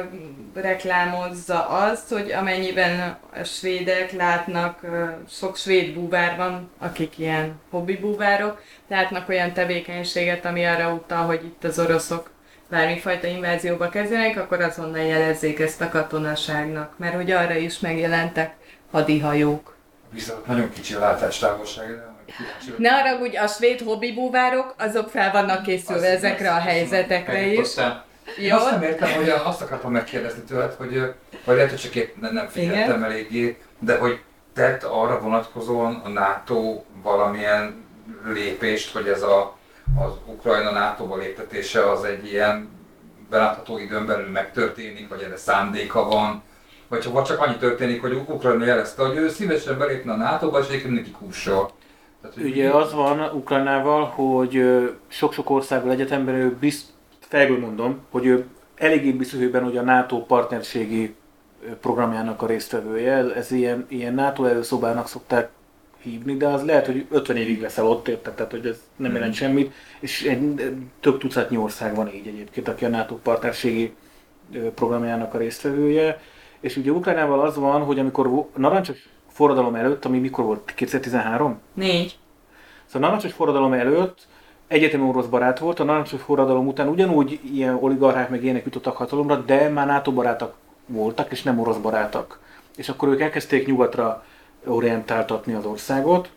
reklámozza azt, hogy amennyiben a svédek látnak, uh, sok svéd búvár van, akik ilyen hobbi búvárok, látnak olyan tevékenységet, ami arra utal, hogy itt az oroszok bármifajta invázióba kezdenek, akkor azonnal jelezzék ezt a katonaságnak, mert hogy arra is megjelentek hadihajók. Viszont nagyon kicsi a látástávolság. Ne haragudj, a svéd hobbibúvárok, azok fel vannak készülve azt ezekre a helyzetekre is. Én azt nem értem, hogy azt akartam megkérdezni tőled, hogy, hogy lehet, hogy csak épp nem figyeltem eléggé, de hogy tett arra vonatkozóan a NATO valamilyen lépést, hogy ez a, az Ukrajna nátóba léptetése az egy ilyen belátható időn belül megtörténik, vagy erre szándéka van, vagy csak, vagy csak annyi történik, hogy Ukrajna jelezte, hogy ő szívesen belépne a nátóba, és egyébként neki kússol. Ugye az van Ukrajnával, hogy sok-sok országgal egyetemben ő bizt, felül mondom, hogy ő eléggé biztos, hogy benne, hogy a NATO partnerségi programjának a résztvevője. Ez ilyen, ilyen NATO előszobának szokták hívni, de az lehet, hogy ötven évig leszel ott, érted, tehát hogy ez nem jelent semmit. És egy, több tucatnyi ország van így egyébként, aki a NATO partnerségi programjának a résztvevője. És ugye Ukrajnával az van, hogy amikor narancsos forradalom előtt, ami mikor volt? kétezer-tizenhárom? Négy. Szóval a narancsos forradalom előtt egyetemi orosz barát volt, a narancsos forradalom után ugyanúgy ilyen oligarchák meg ilyenek jutottak hatalomra, de már NATO barátok voltak, és nem orosz barátok. És akkor ők elkezdték nyugatra orientáltatni az országot,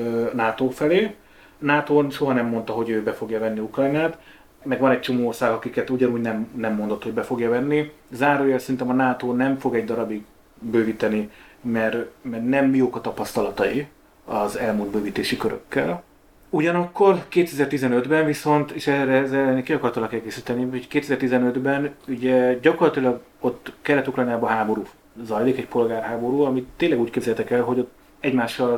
NATO felé. NATO soha nem mondta, hogy ő be fogja venni Ukrajnát, meg van egy csomó ország, akiket ugyanúgy nem, nem mondott, hogy be fogja venni. Zárójel szerintem a NATO nem fog egy darabig bővíteni, mert, mert nem jók a tapasztalatai az elmúlt bővítési körökkel. Ugyanakkor kétezer-tizenötben viszont, és erre, ezzel ki akartalak egészíteni, hogy kétezer-tizenötben ugye gyakorlatilag ott Kelet-Ukrajnában háború zajlik, egy polgárháború, amit tényleg úgy képzeltek el, hogy ott egymással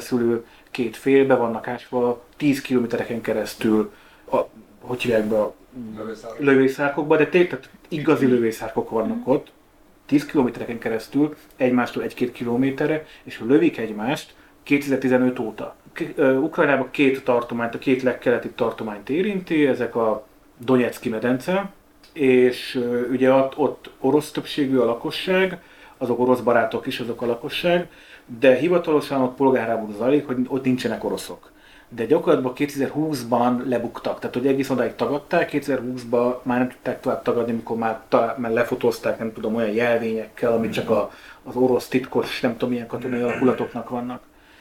szembefeszülő két fél be vannak ásva tíz kilométereken keresztül, a, hogy hívják be, a Lövészárkok. lövészárkokba, de tényleg tehát igazi lövészárkok vannak ott, tíz kilométereken keresztül, egymástól egy-két kilométerre, és lövik egymást kétezer-tizenöt óta. Ukrajnában két tartományt, a két legkeleti tartományt érinti, ezek a Donetszki medence, és ugye ott, ott orosz többségű a lakosság, azok orosz barátok is azok a lakosság, de hivatalosan ott polgárháború zajlik, hogy ott nincsenek oroszok. De gyakorlatban kétezer-húszban lebuktak, tehát hogy egész odáig tagadták, kétezer-húszban már nem tudták tovább tagadni, amikor már, talán, már lefotózták, nem tudom, olyan jelvényekkel, amit csak a, az orosz titkos, nem tudom, milyen katonai alakulatoknak vannak.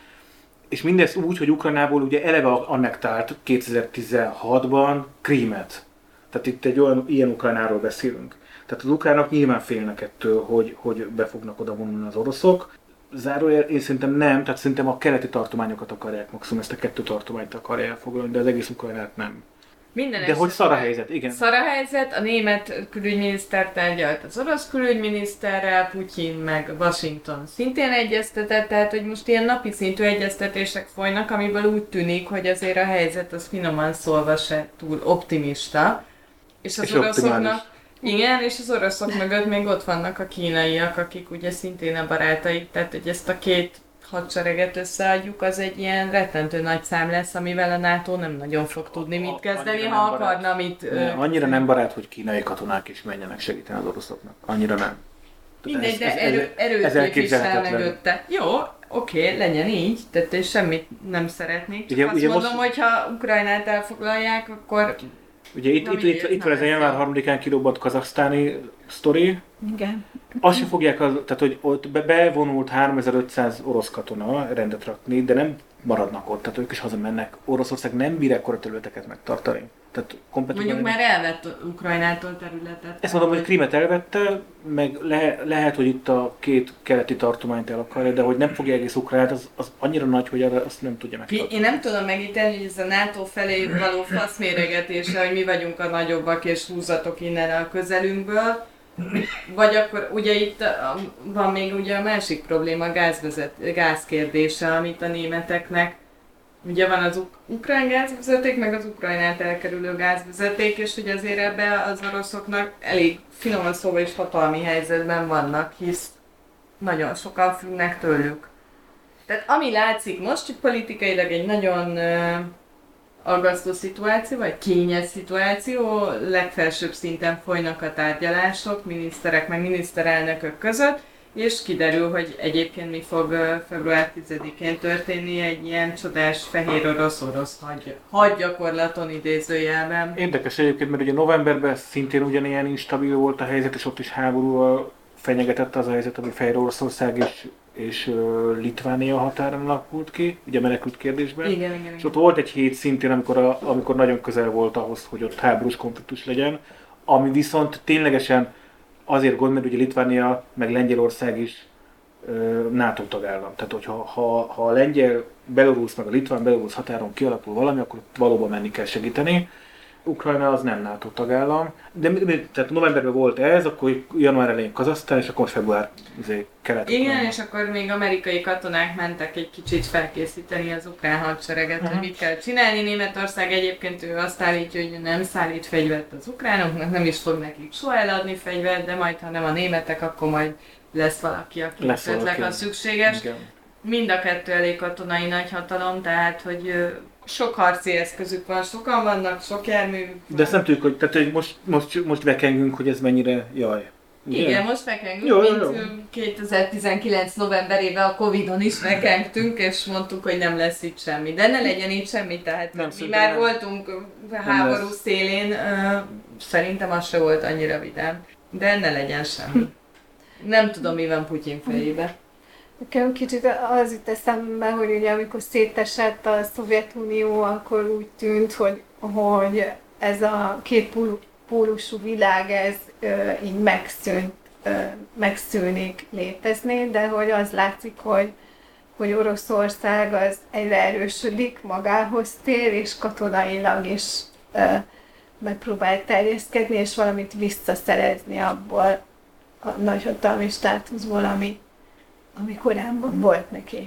És mindez úgy, hogy Ukrajnából ugye eleve annektált kétezer-tizenhatban Krímet. Tehát itt egy olyan, ilyen Ukrajnáról beszélünk. Tehát az ukránok nyilván félnek ettől, hogy, hogy be fognak oda vonulni az oroszok. Zárójel, én szerintem nem, tehát szerintem a keleti tartományokat akarják, maximum ezt a kettő tartományt akarják elfoglalni, de az egész Ukrajnát nem. Minden de hogy szar a helyzet, igen. Szar a helyzet, a német külügyminiszter tárgyalt az orosz külügyminiszterrel, Putyin meg Washington szintén egyeztetett, tehát hogy most ilyen napi szintű egyeztetések folynak, amiből úgy tűnik, hogy azért a helyzet az finoman szólva se túl optimista. És az és oroszoknak... Optimális. Igen, és az oroszok mögött még ott vannak a kínaiak, akik ugye szintén a barátaik, tehát hogy ezt a két hadsereget összeadjuk, az egy ilyen rettentő nagy szám lesz, amivel a NATO nem nagyon fog tudni mit kezdeni, ha akarna mit... Ne, annyira nem barát, hogy kínai katonák is menjenek segíteni az oroszoknak. Annyira nem. Mindegy, de erő, erőképvisel mögötte. Jó, oké, legyen így, tehát én semmit nem szeretnék. Csak ugye, azt ugye mondom, most... hogy ha Ukrajnát elfoglalják, akkor... Ugye itt, itt, itt, itt van ez a január harmadikán kirobbant kazaksztáni sztori. Igen. Azt sem fogják, az, tehát hogy ott be, bevonult háromezer-ötszáz orosz katona rendet rakni, de nem maradnak ott, tehát ők is hazamennek. Oroszország nem bír ekkora területeket megtartani. Tehát mondjuk már elvett Ukrajnától területet. Ezt mondom, hogy Krímet elvette, meg le, lehet, hogy itt a két keleti tartományt el akarja, de hogy nem fogja egész Ukrajnát, az, az annyira nagy, hogy arra azt nem tudja megtartani. Én nem tudom megítélni, hogy ez a NATO felé való faszméregetése, hogy mi vagyunk a nagyobbak és húzatok innen a közelünkből. Vagy akkor ugye itt van még ugye a másik probléma, a gázvezet, gázkérdése, amit a németeknek ugye van az uk- ukrán gázvezeték, meg az Ukrajnát elkerülő gázvezeték, és ugye azért ebbe az oroszoknak elég finoman szóval is hatalmi helyzetben vannak, hisz nagyon sokan függnek tőlük. Tehát ami látszik most, hogy politikailag egy nagyon uh, aggasztó szituáció, vagy kényes szituáció, legfelsőbb szinten folynak a tárgyalások miniszterek meg miniszterelnökök között, és kiderül, hogy egyébként mi fog február tizedikén történni egy ilyen csodás fehér orosz-orosz hagy, hadgyakorlaton idézőjelben. Érdekes egyébként, mert ugye novemberben szintén ugyanilyen instabil volt a helyzet, és ott is háborúval fenyegetett az a helyzet, ami Fehér Oroszország és, és uh, Litvánia határon alakult ki, ugye menekült kérdésben. Igen, igen, igen. És ott volt egy hét szintén, amikor, a, amikor nagyon közel volt ahhoz, hogy ott háborús konfliktus legyen, ami viszont ténylegesen azért gond, mert ugye Litvánia meg Lengyelország is uh, NATO tagállam. Tehát, hogyha ha, ha a lengyel, belorusz meg a litván, belorusz határon kialakul valami, akkor valóban menni kell segíteni. Ukrajna az nem NATO tagállam, de tehát novemberben volt ez, akkor január elején Kazahsztán, és akkor most február kelet. Igen, és akkor még amerikai katonák mentek egy kicsit felkészíteni az ukrán hadsereget, uh-huh. hogy mit kell csinálni. Németország egyébként ő azt állítja, hogy nem szállít fegyvert az ukránoknak, nem is fog nekik soha eladni fegyvert, de majd ha nem a németek, akkor majd lesz valaki, aki esetleg a szükséges. Igen. Mind a kettő elég katonai nagyhatalom, tehát hogy sok harci eszközük van, sokan vannak, sok járművük van. De ezt nem tudjuk, hogy, tehát, hogy most, most, most vekengünk, hogy ez mennyire jaj. Igen, Igen most vekengünk, jó, mint jó. kétezer-tizenkilenc novemberében a Covidon is vekengtünk, és mondtuk, hogy nem lesz itt semmi. De ne legyen itt semmi, tehát nem, mi már nem. voltunk háború szélén, uh, szerintem az se volt annyira vidám. De ne legyen semmi. Nem tudom, mi van Putyin fejében. Nekem kicsit az jut eszembe, hogy ugye amikor szétesett a Szovjetunió, akkor úgy tűnt, hogy, hogy ez a két pólusú világ, ez ö, így megszűnt, ö, megszűnik létezni, de hogy az látszik, hogy, hogy Oroszország az egyre erősödik, magához tér, és katonailag is ö, megpróbál terjeszkedni, és valamit visszaszerezni abból a nagyhatalmi státuszból, ami ami korábban volt neki.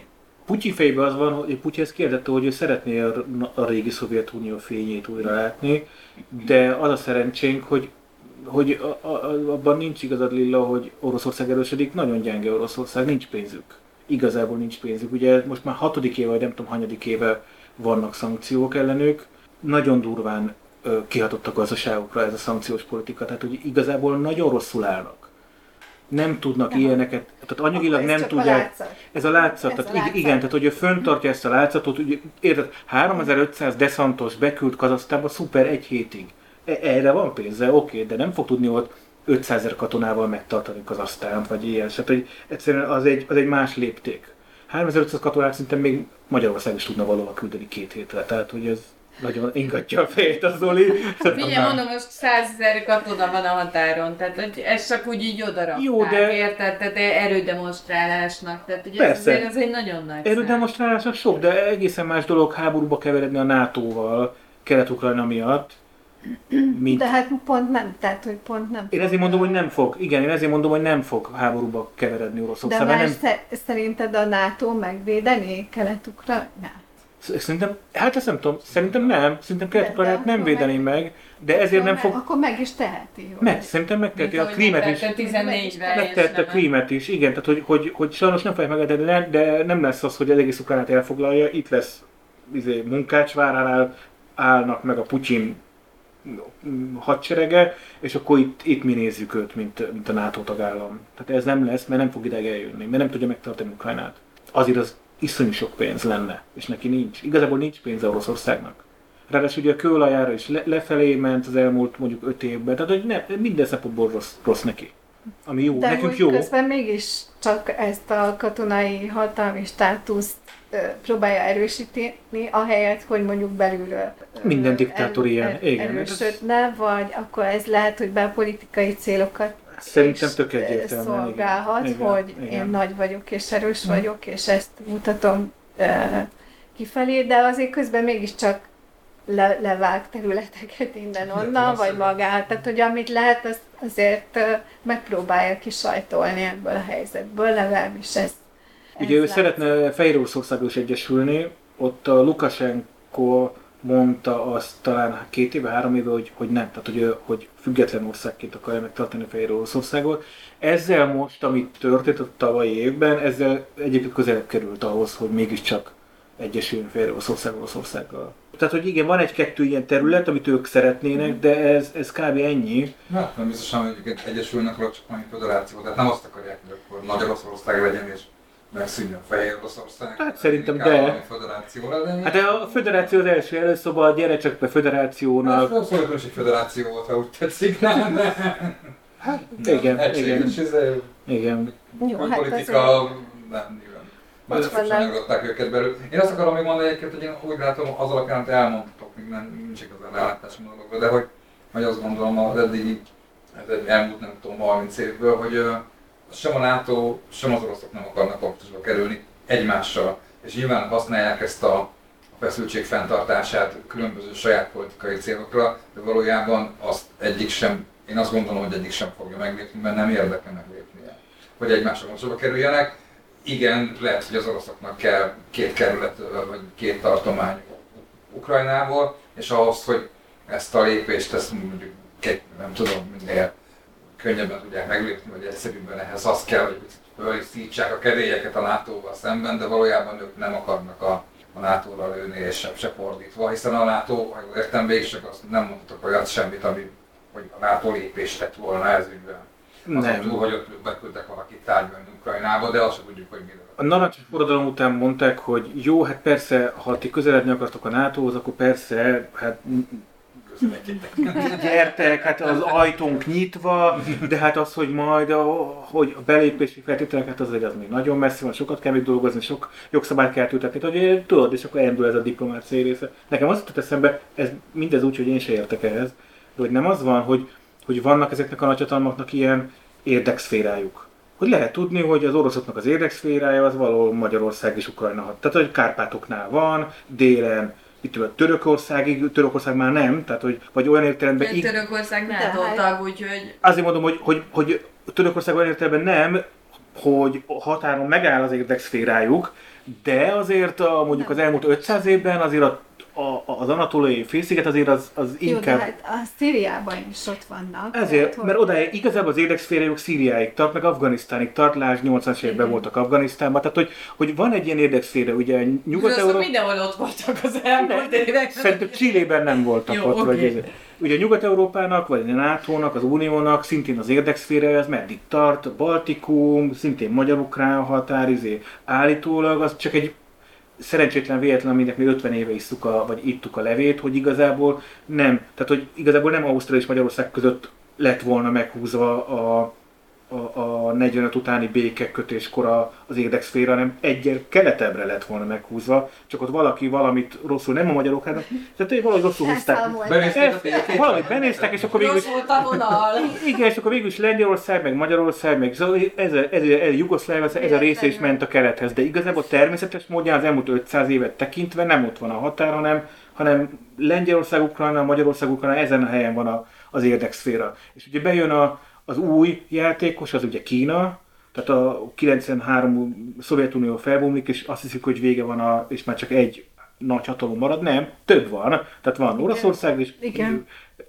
Putyi fejben az van, hogy Putyi ezt kérdette, hogy ő szeretné a, a régi Szovjetunió fényét újra látni, de az a szerencsénk, hogy, hogy a, a, abban nincs igazad, Lilla, hogy Oroszország erősödik, nagyon gyenge Oroszország, nincs pénzük. Igazából nincs pénzük. Ugye most már hatodik éve, vagy nem tudom, hanyadik éve vannak szankciók ellenük, nagyon durván ö, kihatott a gazdaságokra ez a szankciós politika, tehát hogy igazából nagyon rosszul állnak. Nem tudnak nem. ilyeneket, tehát anyagilag nem ez tudják. A ez a látszat, ez tehát a látszat. igen, tehát hogy ő föntartja ezt a látszatot, ugye, érted, háromezer-ötszáz deszantos beküld Kazahsztánba, szuper, egy hétig. E- erre van pénze, oké, de nem fog tudni ott ötszázezer katonával megtartani Kazahsztánt, vagy ilyen. Tehát, hogy egyszerűen az egy, az egy más lépték. háromezer-ötszáz katonát szinte még Magyarország is tudna valahol küldeni két hétre, tehát hogy ez nagyon ingatja a fejét a Zoli. Figyelj, mondom, most százezer katona van a határon, tehát hogy ez csak úgy így odarakták, jó, de... érted? Tehát erődemonstrálásnak, tehát ugye Persze. ez, ez egy nagyon nagy szám. Erődemonstrálásnak sok, de egészen más dolog háborúba keveredni a nátóval Kelet-Ukrajna miatt. Mint... De hát pont nem, tehát hogy pont nem. Én ezért mondom, hogy nem fog, igen, én ezért mondom, hogy nem fog háborúba keveredni Oroszország. De már nem... szerinted a NATO megvédeni Kelet-Ukrajnát? Szerintem, hát ezt nem tudom, szerintem nem, szerintem Kelet-Ukrajnát nem védeni meg, meg, de ezért nem fog... Akkor meg is teheti. Meg, szerintem megteheti a Krímet is. Megtehette a Krímet is, igen, tehát hogy, hogy, hogy sajnos nem fogják megadni, de nem lesz az, hogy az egész Ukrajnát elfoglalja, itt lesz izé, Munkácsváránál állnak meg a Putyin hadserege, és akkor itt, itt mi nézzük őt, mint, mint a NATO tagállam. Tehát ez nem lesz, mert nem fog ideig eljönni, mert nem tudja megtartani Ukrajnát. Azért az iszonyú sok pénz lenne, és neki nincs. Igazából nincs pénze Oroszországnak. Ráadásul ugye a kőolajára is le, lefelé ment az elmúlt mondjuk öt évben, tehát hogy ne, minden szempontból rossz, rossz neki. Ami jó, de nekünk jó. De közben mégis csak ezt a katonai hatalmi státuszt ö, próbálja erősíteni, ahelyett, hogy mondjuk belülről minden diktátor erő, ilyen, igen. erősödne, vagy akkor ez lehet, hogy belpolitikai célokat szerintem tök egyértelmű. Szolgálhat, igen, hogy igen. én nagy vagyok és erős mm. vagyok, és ezt mutatom e, kifelé, de azért közben mégiscsak le, levág területeket innen onnan, vagy magát. Tehát, hogy amit lehet, azt azért megpróbálja kisajtolni ebből a helyzetből, legalábbis ezt. Ugye ő szeretne Fehéroroszországgal is egyesülni, ott a Lukasenko mondta azt talán két éve, három éve, hogy, hogy nem, tehát hogy, hogy független országként akarja megtartani Fehéroroszországot. Ezzel most, amit történt a tavalyi évben, ezzel egyébként közelebb került ahhoz, hogy mégiscsak egyesüljön Fehéroroszország Oroszországgal. Tehát, hogy igen, van egy-kettő ilyen terület, amit ők szeretnének, de ez, ez kb. Ennyi. Hát nem biztosan, hogy egyesülnek rá, csak valami föderáció, tehát nem azt akarják, hogy akkor Nagy Oroszország legyen és megszűnjön Fehér Oroszország. Hát szerintem de. Hát a föderáció az első előszóban, gyere csak be föderációnak. Hát szóval egy föderáció volt, ha úgy tetszik, nem, de... Hát igen, igen. Igen. Jó, hát politika, nem, nyilván. Mások sem megadták őket belül. Én azt akarom még mondani egyébként, hogy én úgy látom, az alapján, amit elmondtok, még nem, nincs igazán rálátásom a dologba, de hogy, hogy azt gondolom az eddigi, ez elmúlt nem tudom, harminc évből, hogy sem a NATO, sem az oroszok nem akarnak konfliktusba kerülni egymással, és nyilván használják ezt a feszültség fenntartását különböző saját politikai célokra, de valójában azt egyik sem, én azt gondolom, hogy egyik sem fogja meglépni, mert nem érdekel meglépnie, hogy egymással konfliktusba kerüljenek. Igen, lehet, hogy az oroszoknak kell két kerület vagy két tartomány Ukrajnából, és ahhoz, hogy ezt a lépést, ezt mondjuk nem tudom, minél könnyebben tudják meglépni, vagy egyszerűbben ehhez az kell, hogy fölszítsák a kedélyeket a nátóval szemben, de valójában ők nem akarnak a, a nátóra lőni, és se, se fordítva, hiszen a NATO, ha jól értem, végig csak azt nem mondtak olyat semmit, ami, hogy a NATO lépést tett volna ez ügyben. Azon túl, hogy ott beküldtek valakit tárgyalni Ukrajnába, de azt sem tudjuk, hogy miről. A narancsos forradalom után mondták, hogy jó, hát persze, ha ti közeledni akartok a nátóhoz, akkor persze, hát gyertek, hát az ajtónk nyitva, de hát az, hogy majd a, hogy a belépési feltételek, hát az, az még nagyon messzi van, sokat kell még dolgozni, sok jogszabályt kell ültetni, hogy tudod, és akkor elindul ez a diplomáciai része. Nekem az jutott eszembe, ez mindez úgy, hogy én se értek ehhez, de hogy nem az van, hogy, hogy vannak ezeknek a nagyhatalmaknak ilyen érdekszférájuk. Hogy lehet tudni, hogy az oroszoknak az érdekszférája az valahol Magyarország és Ukrajna. Tehát, hogy Kárpátoknál van, délen, itt a Törökországig, Törökország már nem, tehát hogy vagy olyan értelemben... Ig... Törökország NATO tag, úgyhogy... Azért mondom, hogy, hogy, hogy Törökország olyan értelemben nem, hogy határon megáll az érdekszférájuk, de azért a, mondjuk az elmúlt ötszáz évben azért a, a, az anatóliai félsziget azért az, az inkább... Jó, de hát a Szíriában is ott vannak. Ezért, tehát, mert odáig igazából az érdekszférájuk Szíriáig tart, meg Afganisztánig tart, lásd nyolcvanas években voltak Afganisztánban, tehát hogy, hogy van egy ilyen érdekszféra, ugye Nyugat-Európa... Mindenhol ott voltak az elmúlt években. Szerintem Chilében nem voltak Jó, ott, okay. vagy ez. Ugye Nyugat-Európának, vagy a nátónak, az Uniónak szintén az érdekszférája, az meddig tart, a Baltikum, szintén magyar-ukrán határ, izé, állítólag, az csak egy szerencsétlen véletlen, aminek mi ötven éve isszuk a, vagy ittuk a levét, hogy igazából nem, tehát hogy igazából nem Ausztria és Magyarország között lett volna meghúzva a, a, a negyvenöt utáni békekötéskor az érdekszféra, hanem egyel keletebbre lett volna meghúzva, csak ott valaki valamit rosszul, nem a magyaroknak, tehát valahogy rosszul húzták. Valamit benéztek, és akkor végül is... Rossz volt a vonal. Igen, és akkor végül is Lengyelország, meg Magyarország, meg ez a, ez a, ez a Jugoszláv, ez a része is ment a kelethez, de igazából természetes módján az elmúlt ötszáz évet tekintve nem ott van a határ, hanem, hanem Lengyelország, Ukrajna, Magyarország, Ukrajna, ezen a helyen van a, az érdekszféra. És ugye bejön a az új játékos, az ugye Kína, tehát a kilencvenhárom Szovjetunió felbomlik, és azt hiszik, hogy vége van, a, és már csak egy nagy hatalom marad. Nem, több van. Tehát van Oroszország és Igen.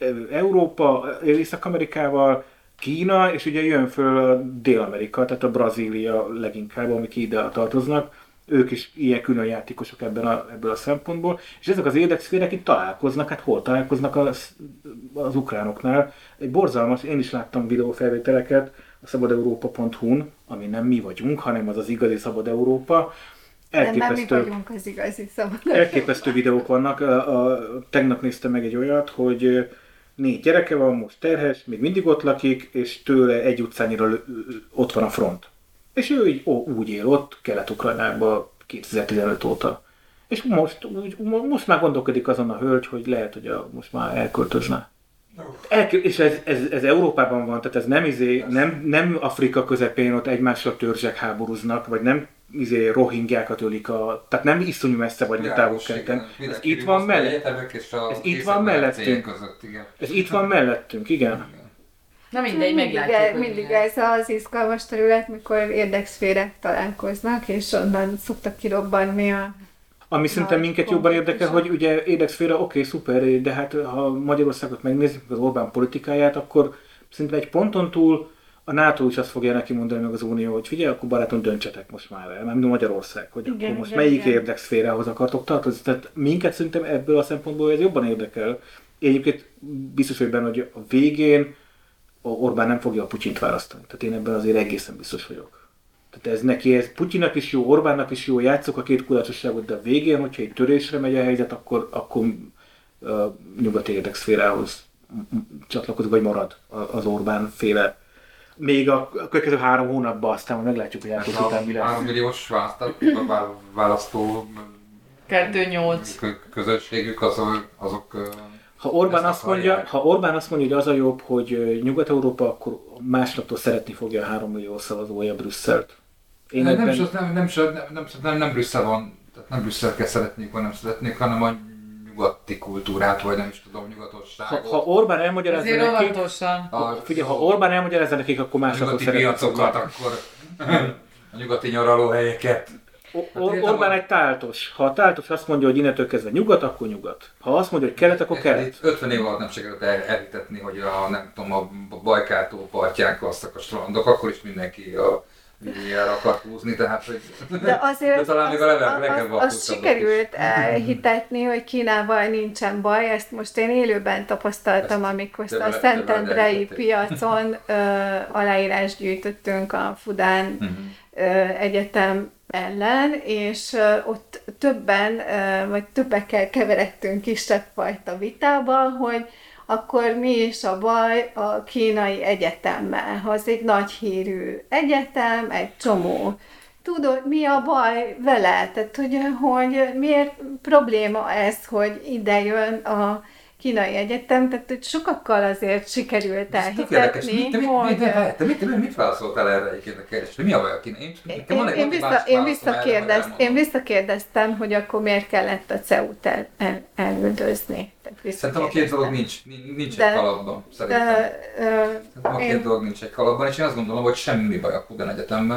Európa, Észak-Amerikával, Kína, és ugye jön föl a Dél-Amerika, tehát a Brazília leginkább, amik ide tartoznak. Ők is ilyen külön játékosok ebben a, ebből a szempontból, és ezek az érdekszférek itt találkoznak, hát hol találkoznak az, az ukránoknál. Egy borzalmas, én is láttam videófelvételeket a szabad európa pont hu-n, ami nem mi vagyunk, hanem az az igazi Szabad Európa. Elképesztő, nem mi vagyunk az igazi Szabad Európa. Elképesztő videók vannak. A, a, tegnap néztem meg egy olyat, hogy négy gyereke van, most terhes, még mindig ott lakik, és tőle egy utcányira ott van a front. És ő így ó, úgy él ott, Kelet-Ukrajnában kétezer-tizenöt óta. És most, úgy, most már gondolkodik azon a hölgy, hogy lehet, hogy a, most már elköltözne. Elkö- és ez, ez, ez Európában van, tehát ez nem, izé, nem, nem Afrika közepén ott egymással törzsek háborúznak, vagy nem izé, rohingyákat ölik, a, tehát nem iszonyú messze vagy a távol-keleten. Ez itt van mellett. Ez itt van mellettünk. Között, igen. Ez itt van mellettünk, igen. Na mindegy, mindig, meglátjuk. mindig, mindig ez az izgalmas terület, mikor érdekszférek találkoznak, és onnan szoktak kirobbanni a... Ami szerintem minket jobban érdekel, hogy ugye érdekszféra, oké, okay, szuper, de hát ha Magyarországot megnézzük, az Orbán politikáját, akkor szerintem egy ponton túl a NATO is azt fogja neki mondani meg az Unió, hogy figyelj, akkor barátom, döntsetek most már el, mert Magyarország, hogy igen, akkor most igen, melyik igen. érdekszférához akartok tartozni. Tehát minket szerintem ebből a szempontból ez jobban érdekel. Én egyébként biztos vagy benne, hogy a végén Orbán nem fogja a Putyint választani. Tehát én ebben azért egészen biztos vagyok. Tehát ez neki, ez Putyinnak is jó, Orbánnak is jó, játszok a két kudarcosságot, de a végén, hogyha egy törésre megy a helyzet, akkor, akkor uh, nyugati érdekszférához csatlakozik, vagy marad az Orbán féle. Még a, a következő három hónapban, aztán meglátjuk, hogy elközött után mi lesz. három milliós választó kettő nyolc közösségük azok, azok Ha Orbán, azt mondja, ha Orbán azt mondja, hogy az a jobb, hogy Nyugat-Európa, akkor másnaptól szeretni fogja a három millió szavazója Brüsszelt. Én nem, ebben... nem, nem, nem, nem, nem, nem Brüsszel van, tehát nem Brüsszel kell szeretnék, vagy nem szeretnék, hanem a nyugati kultúrát, vagy nem is tudom, nyugatosságot. Ha, ha Orbán elmagyarázza nekik, a, figyelj, ha Orbán elmagyarázza nekik, akkor másnaptól szeretni piacokat, akkor a nyugati nyaralóhelyeket. Or- Orbán egy táltos. Ha a táltos azt mondja, hogy innentől kezdve nyugat, akkor nyugat. Ha azt mondja, hogy kelet, akkor kelet. ötven év alatt nem sikerült el- elhitetni, hogy a, nem tudom, a Bajkál-tó partján kasztak a strandok, akkor is mindenki a Viviára akart húzni, tehát hogy... De azért de talán még a level, az, az, az sikerült elhitetni, hogy Kínával nincsen baj, ezt most én élőben tapasztaltam, amikor a Szentendrei piacon ö, aláírást gyűjtöttünk a Fudán uh-huh. ö, Egyetem ellen, és uh, ott többen, uh, vagy többekkel keveredtünk kisebb fajta vitába, hogy akkor mi is a baj a kínai egyetemmel. Ha az egy nagy hírű egyetem, egy csomó. Tudod, mi a baj vele? Tehát, hogy, hogy miért probléma ez, hogy ide jön a kínai egyetem, tehát hogy sokakkal azért sikerült elhitetni, mit, hogy... Mit, mit, mit, mit, mit válaszoltál erre egyébként a kérdésre? Mi a baj a kínai? Én, én, én, vissza, én, visszakérdeztem, én visszakérdeztem, hogy akkor miért kellett a cé é u-t el, el, elüldözni. Szerintem a két dolog nincs, nincs de, egy kalapban, szerintem. De, uh, Szerintem a két én... dolog nincs egy kalapban, és én azt gondolom, hogy semmi baj a Fudán Egyetemmel.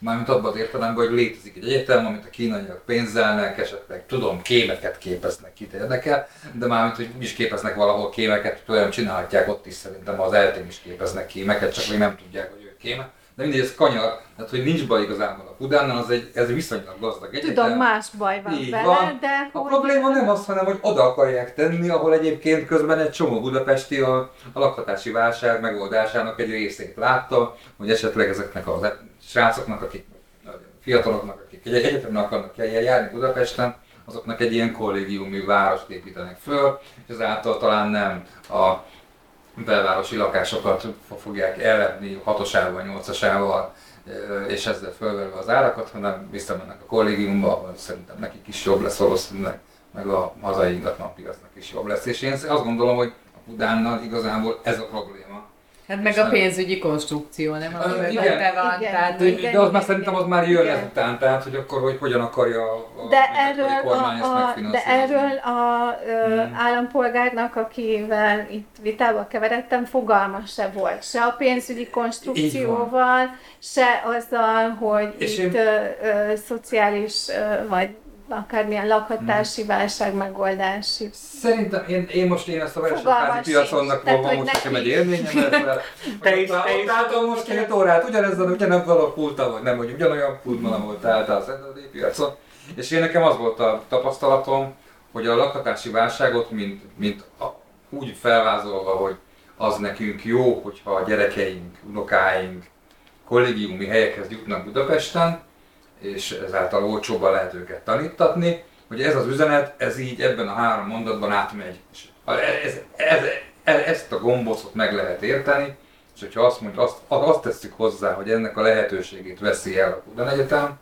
Mármint abban az értelemben, hogy létezik egy egyetem, amit a kínaiak pénzelnek, esetleg tudom, kémeket képeznek, kit érdekel, de mármint, hogy is képeznek valahol kémeket, olyan csinálhatják ott is, szerintem az eltén is képeznek kémeket, csak még nem tudják, hogy ők kémek. De mindegy, ez kanyar, tehát hogy nincs baj igazából a Pudánnal, az egy, ez egy viszonylag gazdag egyetem. Tudom, más baj van így vele, van. de... A hogy... probléma nem az, hanem hogy oda akarják tenni, ahol egyébként közben egy csomó budapesti a, a lakhatási válság megoldásának egy részét látta, hogy esetleg ezeknek a srácoknak, akik fiataloknak, akik egy egyetemnek akarnak járni Budapesten, azoknak egy ilyen kollégiumi várost építenek föl, és ezáltal talán nem a belvárosi lakásokat fogják ellepni hatosával, nyolcasával, és ezzel fölverve az árakat, hanem visszamennek a kollégiumba, ahol szerintem nekik is jobb lesz valószínűleg, meg a hazai ingatlanpiacnak is jobb lesz. És én azt gondolom, hogy a Pudánnal igazából ez a probléma. Hát meg a pénzügyi konstrukció, nem? Ami Uh, mögötte igen, van, igen, tehát... De, igen, de az igen, már szerintem az már jön ezután, tehát hogy akkor hogy hogyan akarja a, a De erről kormány ezt a, a, de megfinanszírozni. erről a ö, Hmm. állampolgárnak, akivel itt vitába keveredtem, fogalma se volt. Se a pénzügyi konstrukcióval, se azzal, hogy És itt én- ö, ö, szociális ö, vagy akármilyen lakhatási Hmm. válság megoldási. Szerintem én, én most én ezt a Fogalmam versenyházi piaconnak sincs. Tehát, van hogy most nekem egy neki- élményem, mert Te is- ott, te is- ott álltam most két órát, ugyanezzel, ugyanebben a pulttal, vagy nem, hogy ugyanolyan pultban, ahol te álltál az eredeti piacon. És én nekem az volt a tapasztalatom, hogy a lakhatási válságot, mint, mint a, úgy felvázolva, hogy az nekünk jó, hogyha a gyerekeink, unokáink kollégiumi helyekhez jutnak Budapesten, és ezáltal olcsóbban lehet őket tanítatni, hogy ez az üzenet, ez így ebben a három mondatban átmegy. És ez, ez, ez, ezt a gombócot meg lehet érteni, és hogyha azt mondjuk, azt, azt tesszük hozzá, hogy ennek a lehetőségét veszi el a Pudan Egyetem,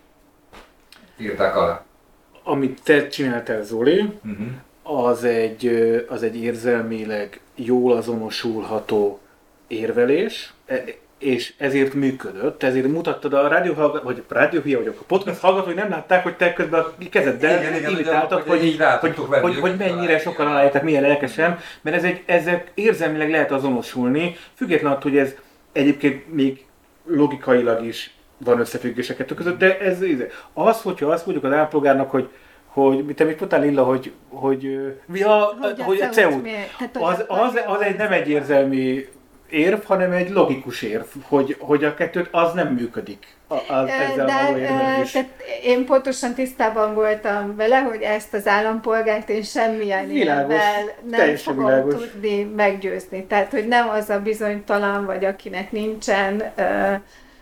írták alá. Amit te csináltál, Zoli, Uh-huh. az egy, ö, az egy érzelmileg jól azonosulható érvelés, e- és ezért működött, ezért mutattad a rádió hallgató, vagy a rádióhia, vagy a podcast hallgatói nem látták, hogy te közben a kezeddel Igen, igen, imitáltad, hogy így hogy, rá hogy, tudtuk venni hogy, őket hogy mennyire talán, sokan igen. aláírták, milyen lelkesen, mert ez egy, ezek érzelmileg lehet azonosulni, függetlenül attól, hogy ez egyébként még logikailag is van összefüggés a kettő között, de ez, ez az, hogyha azt mondjuk az állampolgárnak, hogy hogy mit te mit mondtál, Lilla, hogy, hogy, hogy, ja, hogy, hogy a cé e u-t, az, az, az egy, nem egy érzelmi érv, hanem egy logikus érv, hogy, hogy a kettőt az nem működik. A, az, ezzel De, való ö, érvelés. tehát én pontosan tisztában voltam vele, hogy ezt az állampolgárt én semmilyen Világos, érvel nem teljesen fogom világos. tudni meggyőzni. Tehát, hogy nem az a bizonytalan, vagy akinek nincsen ö,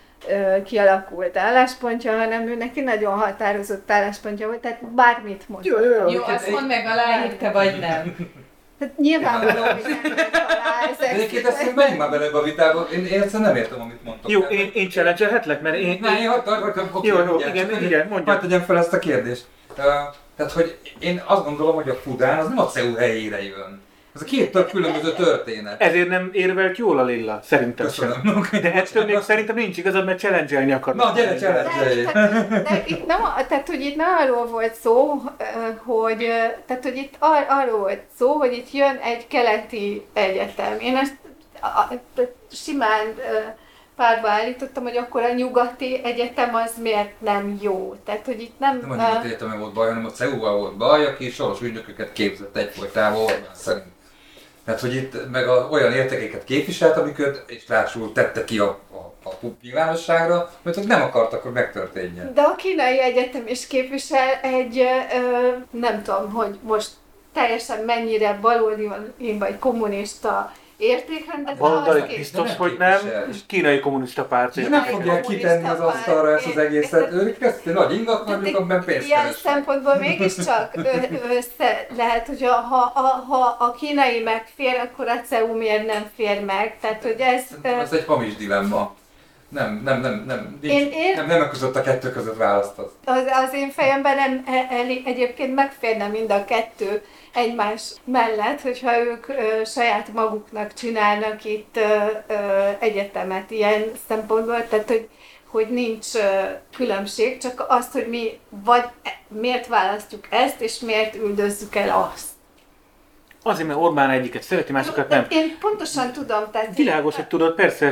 ö, kialakult álláspontja, hanem ő neki nagyon határozott álláspontja volt, tehát bármit mond. Jó, jó, jó. Jó, azt mondd meg, aláírta vagy nem. Tehát nyilvánvaló, hogy nem lett alá De egyébként ezt ezek. menjünk már bele ebbe a vitába, én, én egyszerűen nem értem, amit mondtok. Jó, Tehát, én, én challenge-elhetlek, mert én... Na, én hagytam, hagytam, oké, Jó, jó, mondjál, igen, csak igen, hogy- mondjad. Hadd tegyem fel ezt a kérdést. Uh, tehát, hogy én azt gondolom, hogy a Pudán az nem a cé e u helyére jön. Ez a két tök különböző történet. Ezért nem érvelt jól a Lilla, szerintem sem. Köszönöm. De ettől még szerintem nincs igazad, mert challenge-elni akarnak. Na, gyere, challenge. De, tehát, de itt nem, a- tehát, hogy itt nem arról volt szó, ö, hogy, ö, tehát, hogy itt ar, arról volt szó, hogy itt jön egy keleti egyetem. Én ezt a, a, simán ö, párba állítottam, hogy akkor a nyugati egyetem az miért nem jó. Tehát, hogy itt nem... Nem a ö, nyugati egyetemen volt baj, hanem a cé e u-val volt baj, aki soros ügynököket képzett egyfolytában Orbán szerint. Tehát, hogy itt meg a, olyan értékeket képviselt, amiket, és társul tette ki a, a, a nyilvánosságra, mert hogy nem akartak, hogy megtörténjen. De a kínai egyetem is képvisel egy, ö, nem tudom, hogy most teljesen mennyire baloldali vagy kommunista értékrendet. Baloldali azt biztos, nem hogy nem, képvisel. és kínai kommunista párt. De nem fogják kitenni az asztalra ezt az egészet, ők ezt egy nagy ingatlanjuk, amiben pénzt Ilyen keresnek. szempontból mégiscsak ö- össze lehet, hogy a, ha, a, ha a kínai megfér, akkor a cé e u miért nem fér meg. Tehát, hogy ez... ö, Ez egy hamis dilemma. Nem, nem, nem, nem, nincs, Én- én- nem, nem között a kettő között választasz. Az, az én fejemben nem, e- el, egyébként megférne mind a kettő egymás mellett, hogyha ők ö, saját maguknak csinálnak itt ö, ö, egyetemet ilyen szempontból, tehát hogy, hogy nincs ö, különbség, csak azt, hogy mi vagy e- miért választjuk ezt, és miért üldözzük el azt. Azért, mert Orbán egyiket szereti, másokat nem. Én pontosan tudom, tehát... Világos, hogy tudod, persze,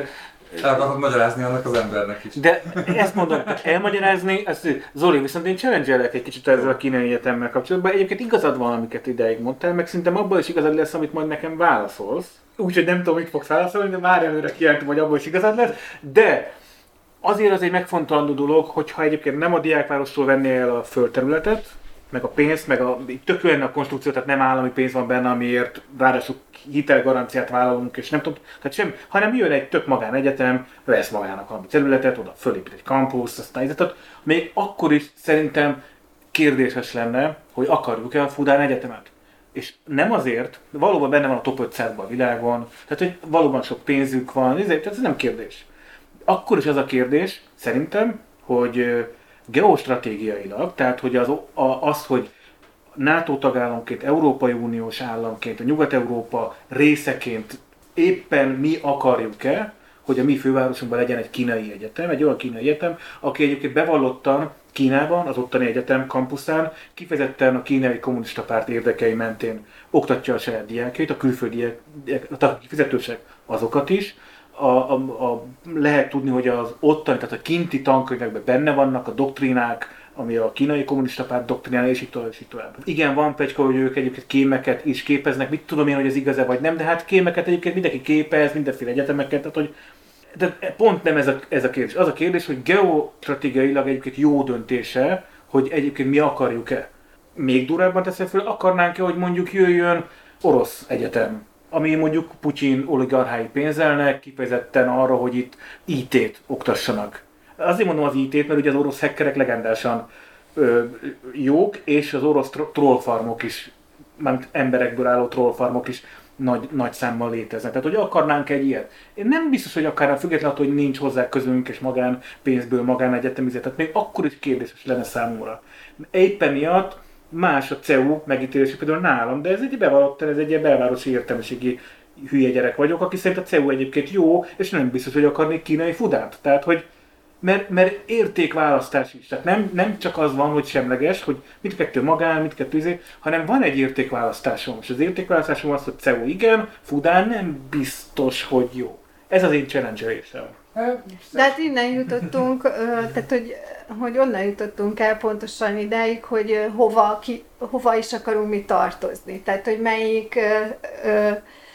El akarod magyarázni annak az embernek is. De ezt mondom, elmagyarázni, ezt, Zoli, viszont én challenge-elek egy kicsit ezzel a kínai egyetemmel kapcsolatban. Egyébként igazad van, amiket ideig mondtál, meg szerintem abban is igazad lesz, amit majd nekem válaszolsz. Úgyhogy nem tudom, mit fogsz válaszolni, de már előre kijelentem, hogy abban is igazad lesz. De azért az egy megfontolandó dolog, hogyha egyébként nem a diákvárostól vennél el a földterületet, meg a pénzt, meg a, tök jó lenne a konstrukció, tehát nem állami pénz van benne, amiért ráadásul hitelgaranciát vállalunk, és nem tudom, tehát sem, hanem jön egy tök magánegyetem, vesz magának valami területet, oda fölépít egy kampusz, aztán tehát még akkor is szerintem kérdéses lenne, hogy akarjuk-e a Fudán Egyetemet. És nem azért, valóban benne van a top ötszázban a világon, tehát hogy valóban sok pénzük van, ezért ez nem kérdés. Akkor is az a kérdés, szerintem, hogy geostratégiailag, tehát hogy az, az, hogy NATO tagállamként, Európai Uniós államként, a Nyugat-Európa részeként éppen mi akarjuk-e, hogy a mi fővárosunkban legyen egy kínai egyetem, egy olyan kínai egyetem, aki egyébként bevallottan Kínában, az ottani egyetem kampuszán kifejezetten a kínai kommunista párt érdekei mentén oktatja a saját diákjait, a külföldiek, a fizetősek azokat is. A, a, a, lehet tudni, hogy az ottani, tehát a kinti tankönyvekben benne vannak a doktrínák, ami a kínai kommunista párt doktrinája, és így tovább, és így tovább. Igen, van pletyka, hogy ők egyébként kémeket is képeznek, mit tudom én, hogy ez igaz-e vagy nem, de hát kémeket egyébként mindenki képez, mindenféle egyetemeket, tehát hogy de pont nem ez a, ez a kérdés. Az a kérdés, hogy geostratégiailag egyébként jó döntése, hogy egyébként mi akarjuk-e. Még durvábban teszem fel, akarnánk-e, hogy mondjuk jöjjön orosz egyetem, ami mondjuk Putyin oligarchái pénzelnek, kifejezetten arra, hogy itt í tét oktassanak. Azért mondom az í tét, mert ugye az orosz hackerek legendásan ö, jók, és az orosz trollfarmok is, mármint emberekből álló trollfarmok is nagy, nagy számmal léteznek. Tehát, hogy akarnánk egy ilyet. Én nem biztos, hogy akár függetlenül, hogy nincs hozzá közünk és magán pénzből magánegyetemizet. Tehát még akkor is kérdéses lenne számomra. Éppen miatt más a cé e u megítélése például nálam, de ez egy bevallott, ez egy belvárosi értelmiségi hülye gyerek vagyok, aki szerint a cé e u egyébként jó, és nem biztos, hogy akarnék kínai Fudát. Tehát, hogy mert, mert értékválasztás is. Tehát nem, nem csak az van, hogy semleges, hogy mindkettő magán, mindkettő izé, hanem van egy értékválasztásom. És az értékválasztásom az, hogy cé e u igen, Fudán nem biztos, hogy jó. Ez az én challenge-elésem. De hát innen jutottunk, tehát hogy, hogy onnan jutottunk el pontosan idáig, hogy hova, ki, hova is akarunk mi tartozni. Tehát, hogy melyik ö,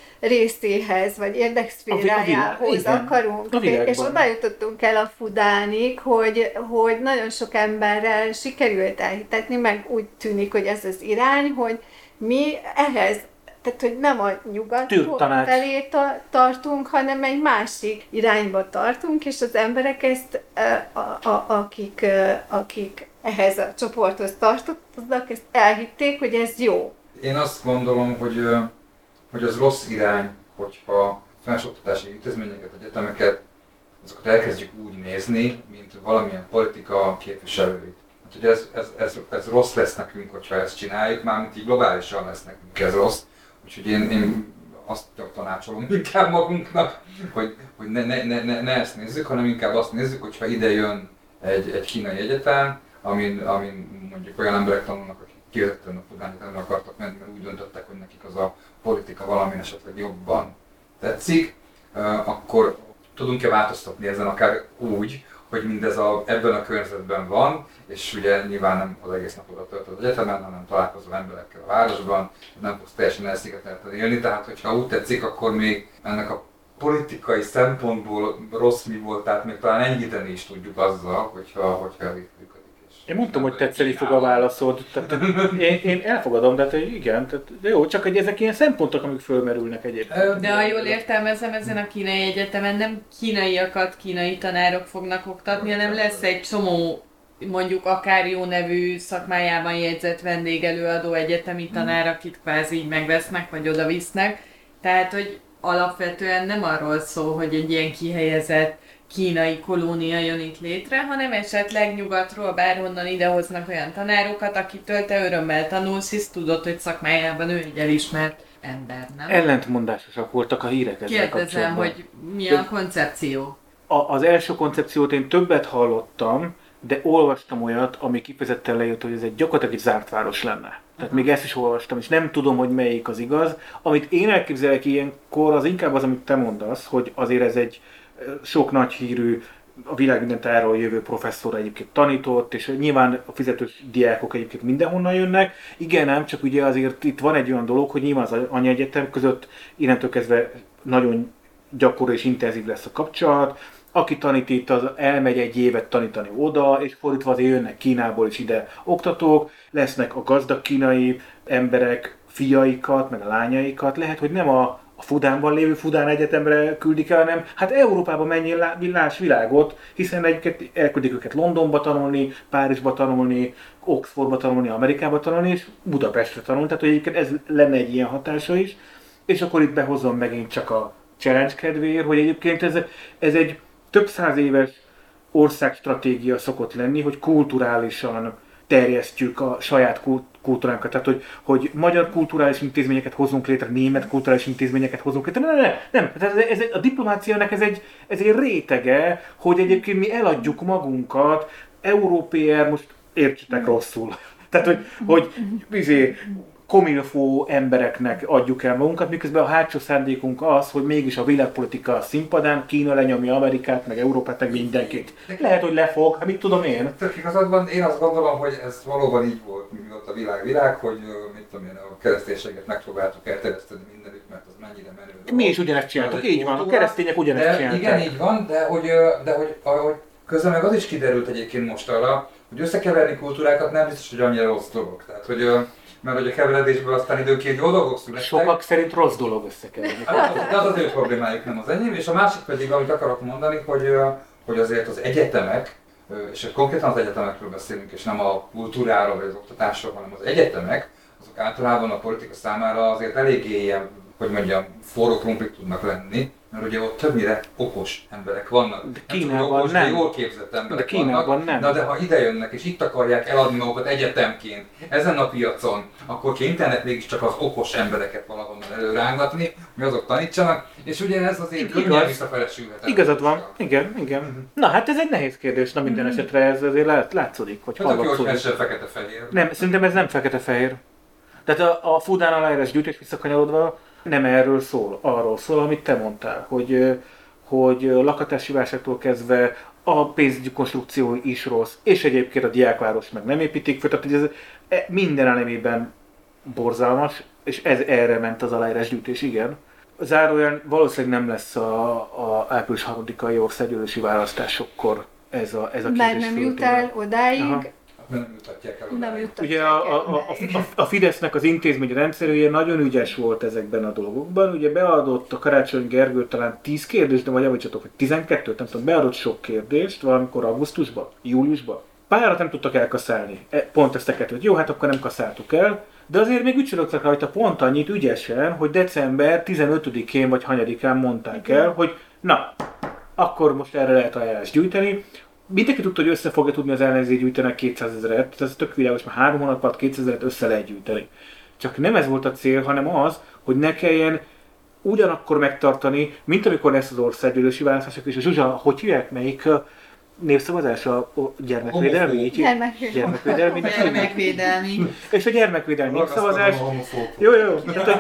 részéhez, vagy érdekszférájához akarunk. És oda jutottunk el a Fudánig, hogy, hogy nagyon sok emberrel sikerült elhitetni, meg úgy tűnik, hogy ez az irány, hogy mi ehhez, tehát, hogy nem a nyugat felé ta- tartunk, hanem egy másik irányba tartunk, és az emberek ezt, a, a, akik, akik ehhez a csoporthoz tartoznak, ezt elhitték, hogy ez jó. Én azt gondolom, hogy, hogy az rossz irány, hogyha felsőoktatási intézményeket, egyetemeket, azokat elkezdjük úgy nézni, mint valamilyen politika képviselőit. Hát, hogy ez, ez, ez, ez rossz lesz nekünk, hogyha ezt csináljuk, mármint így globálisan lesz nekünk ez rossz. Úgyhogy én, én azt tanácsolom inkább magunknak, hogy, hogy ne, ne, ne, ne ezt nézzük, hanem inkább azt nézzük, hogyha ide jön egy, egy kínai egyetem, amin, amin mondjuk olyan emberek tanulnak, akik kifejezetten a Fudán Egyetemre akartak menni, mert úgy döntöttek, hogy nekik az a politika valami esetleg jobban tetszik, akkor tudunk-e változtatni ezen akár úgy, hogy mindez a, ebben a környezetben van, és ugye nyilván nem az egész napot a töltöd az egyetemen, hanem találkozol emberekkel a városban, nem fogsz teljesen elszigetelten élni, tehát hogyha úgy tetszik, akkor még ennek a politikai szempontból rossz mi volt, tehát még talán enyhíteni is tudjuk azzal, hogyha, hogyha ez így működik. Én mondtam, hogy tetszeni fog a válaszod, tehát én, én elfogadom, de hát igen, tehát, de jó, csak hogy ezek ilyen szempontok, amik fölmerülnek egyébként. De ha jól értelmezem, ezen a kínai egyetemen nem kínaiakat kínai tanárok fognak oktatni, hanem lesz egy csomó, mondjuk akár jó nevű szakmájában jegyzett vendégelőadó egyetemi tanár, akit kvázi így megvesznek, vagy oda visznek. Tehát, hogy alapvetően nem arról szól, hogy egy ilyen kihelyezett kínai kolónia jön itt létre, hanem esetleg nyugatról bárhonnan idehoznak olyan tanárokat, akitől te örömmel tanulsz, hisz tudod, hogy szakmájában ő egy elismert ember, nem? Ellentmondásosak voltak a hírek ezzel Kérdezem, hogy mi a koncepció? A, az első koncepciót én többet hallottam, de olvastam olyat, ami kifejezetten lejött, hogy ez egy gyakorlatilag egy zárt város lenne. Tehát még ezt is olvastam, és nem tudom, hogy melyik az igaz. Amit én elképzelek ilyenkor, az inkább az, amit te mondasz, hogy azért ez egy sok nagy hírű, a világ minden tájáról jövő professzor egyébként tanított, és nyilván a fizetős diákok egyébként mindenhonnan jönnek. Igen, ám csak ugye azért itt van egy olyan dolog, hogy nyilván az anyaegyetem között innentől kezdve nagyon gyakori és intenzív lesz a kapcsolat. Aki tanít itt, az elmegy egy évet tanítani oda, és fordítva azért jönnek Kínából is ide oktatók, lesznek a gazdag kínai emberek, fiaikat, meg a lányaikat. Lehet, hogy nem a a Fudánban lévő Fudán Egyetemre küldik el, hanem hát Európába menjél, láss világot, hiszen egyébként elküldik őket Londonba tanulni, Párizsba tanulni, Oxfordba tanulni, Amerikába tanulni, és Budapestre tanulni, tehát hogy egyébként ez lenne egy ilyen hatása is. És akkor itt behozom megint csak a challenge kedvéért, hogy egyébként ez, ez egy több száz éves országstratégia szokott lenni, hogy kulturálisan terjesztjük a saját kultúránkat, tehát hogy, hogy magyar kulturális intézményeket hozunk létre, német kulturális intézményeket hozunk létre. Nem, nem, nem. Tehát ez, ez, a diplomáciának ez egy, ez egy rétege, hogy egyébként mi eladjuk magunkat, európér, most értsetek rosszul. Tehát, hogy, hogy izé, komilfó embereknek adjuk el magunkat, miközben a hátsó szándékunk az, hogy mégis a világpolitika színpadán Kína lenyomja Amerikát, meg Európát, meg mindenkit. Lehet, hogy lefog, hát mit tudom én. Tök igazadban, én azt gondolom, hogy ez valóban így volt, mint ott a világ világ, hogy mit tudom én, a kereszténységet megpróbáltuk elterjeszteni mindenütt, mert az mennyire menő. Mi is ugyanezt csináltuk, így van, a keresztények ugyanezt csináltak. Igen, így van, de hogy, de hogy ahogy közben meg az is kiderült egyébként most arra, hogy összekeverni kultúrákat nem biztos, hogy annyira rossz dolog. Tehát, hogy mert hogy a keveredésből aztán időnként jó dolgok születtek. Sokak szerint rossz dolog összekeverni. De az az ő problémájuk, nem az enyém. És a másik pedig, amit akarok mondani, hogy, hogy azért az egyetemek, és konkrétan az egyetemekről beszélünk, és nem a kultúráról vagy az oktatásról, hanem az egyetemek, azok általában a politika számára azért eléggé ilyen, hogy mondjam, forró krumplik tudnak lenni, mert ugye ott többnyire okos emberek vannak. De Kínában okos, nem. De jól képzett emberek de Kínában vannak. Nem. Na de ha ide jönnek és itt akarják eladni magukat egyetemként ezen a piacon, akkor kénytelenek mégiscsak az okos embereket valahonnan előrángatni, hogy azok tanítsanak, és ugye ez azért könnyen visszafelesülhet. Igazad van, igen, igen. Uh-huh. Na hát ez egy nehéz kérdés, na minden esetre ez azért látszódik, hogy hallatszódik. Ez a fekete-fehér. Nem, szerintem ez nem fekete-fehér. Tehát a, a Fudán aláírás gyűjtés visszakanyarodva nem erről szól, arról szól, amit te mondtál, hogy, hogy lakhatási válságtól kezdve a pénzügyi konstrukció is rossz, és egyébként a diákváros meg nem építik föl, tehát ez minden elemében borzalmas, és ez erre ment az aláírás gyűjtés, igen. Zárójel valószínűleg nem lesz a, a április harmadikai országgyűlési választásokkor ez a, ez a kérdés. Már nem jut el odáig. Aha. Nem jutatják el. Nem jutatják ugye a, a, a, a, a Fidesznek az intézmény rendszerűje nagyon ügyes volt ezekben a dolgokban. Ugye beadott a Karácsony Gergő talán tíz kérdést, de vagy javítsatok, hogy tizenkettőt, nem tudom, beadott sok kérdést valamikor augusztusban, júliusban. Pályárat nem tudtak elkaszálni, pont ezt a kettőt. Jó, hát akkor nem kaszáltuk el, de azért még ücsörögtek rajta pont annyit ügyesen, hogy december tizenötödikén vagy hanyadikán mondták el, hogy na, akkor most erre lehet ajánlást gyűjteni. Mindenki tudta, hogy össze fogja tudni az ellenzék gyűjteni kétszázezret, tehát ez tök világos, már három hónap alatt kétszázezret össze lehet gyűjteni. Csak nem ez volt a cél, hanem az, hogy ne kelljen ugyanakkor megtartani, mint amikor lesz az országgyűlési választások, és a Zsuzsa, hogy hívják, melyik népszavazás a gyermekvédelmi? Gyermekvédelmi. Gyermekvédelmi. És a gyermekvédelmi népszavazás. Jó, jó.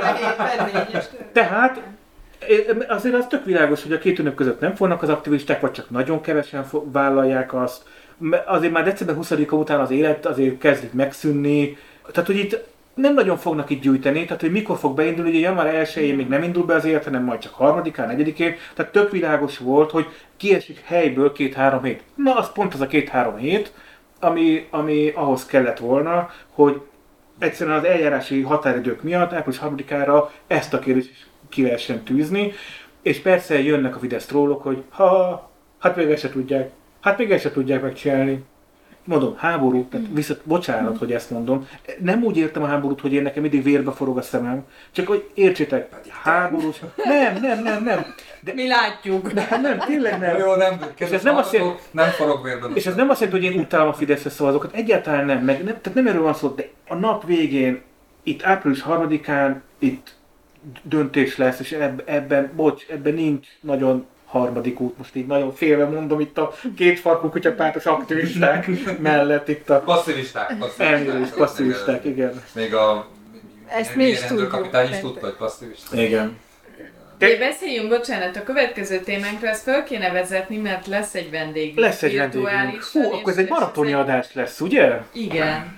Tehát azért az tök világos, hogy a két ünnep között nem fognak az aktivisták, vagy csak nagyon kevesen vállalják azt. Azért már december huszadika után az élet azért kezdik megszűnni. Tehát, hogy itt nem nagyon fognak itt gyűjteni, tehát, hogy mikor fog beindulni, ugye január elsején még nem indul be az élet, hanem majd csak harmadikán, negyedikén. Tehát tök világos volt, hogy kiesik helyből két-három hét. Na, az pont az a két-három hét, ami, ami ahhoz kellett volna, hogy egyszerűen az eljárási határidők miatt április harmadikára ezt a kérdést is ki lehessen tűzni, és persze jönnek a Fidesz trollok, hogy ha, hát még ezt se tudják, hát még ezt se tudják megcsinálni. Mondom, háború, tehát vissza, bocsánat, hogy ezt mondom. Nem úgy értem a háborút, hogy én nekem mindig vérbe forog a szemem, csak hogy értsétek, háborús, nem, nem, nem, nem. De mi látjuk. De nem, tényleg nem. Jó, nem, és ez nem azt jelenti, nem forog vérbe. És ez nem azt jelenti, hogy én utálom a Fideszre szavazókat, egyáltalán nem, meg nem, tehát nem erről van szó, de a nap végén, itt április harmadikán, itt döntés lesz, és ebben, ebben, bocs, ebben nincs nagyon harmadik út, most így nagyon félve mondom itt a két farkú kutyapártos aktivisták mellett itt a... Passzivisták, passzivisták. Passzivisták, igen. Még a... Ezt mi is tudjuk. Kapitány is tudta, hogy passzivista. Igen. Te... Beszéljünk, bocsánat, a következő témánkra, ezt föl kéne vezetni, mert lesz egy vendégünk. Lesz egy vendégünk. Hú, akkor ez egy maratoni adás lesz, ugye? Igen.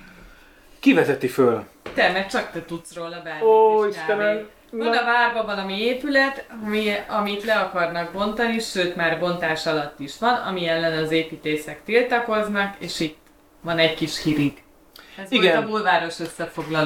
Ki vezeti föl? Te, mert csak te tudsz róla bármit. Ó, Istenem! Van a várban valami épület, ami, amit le akarnak bontani, sőt már bontás alatt is van, ami ellen az építészek tiltakoznak, és itt van egy kis hírig. Ez Igen. volt a bulváros összefoglaló.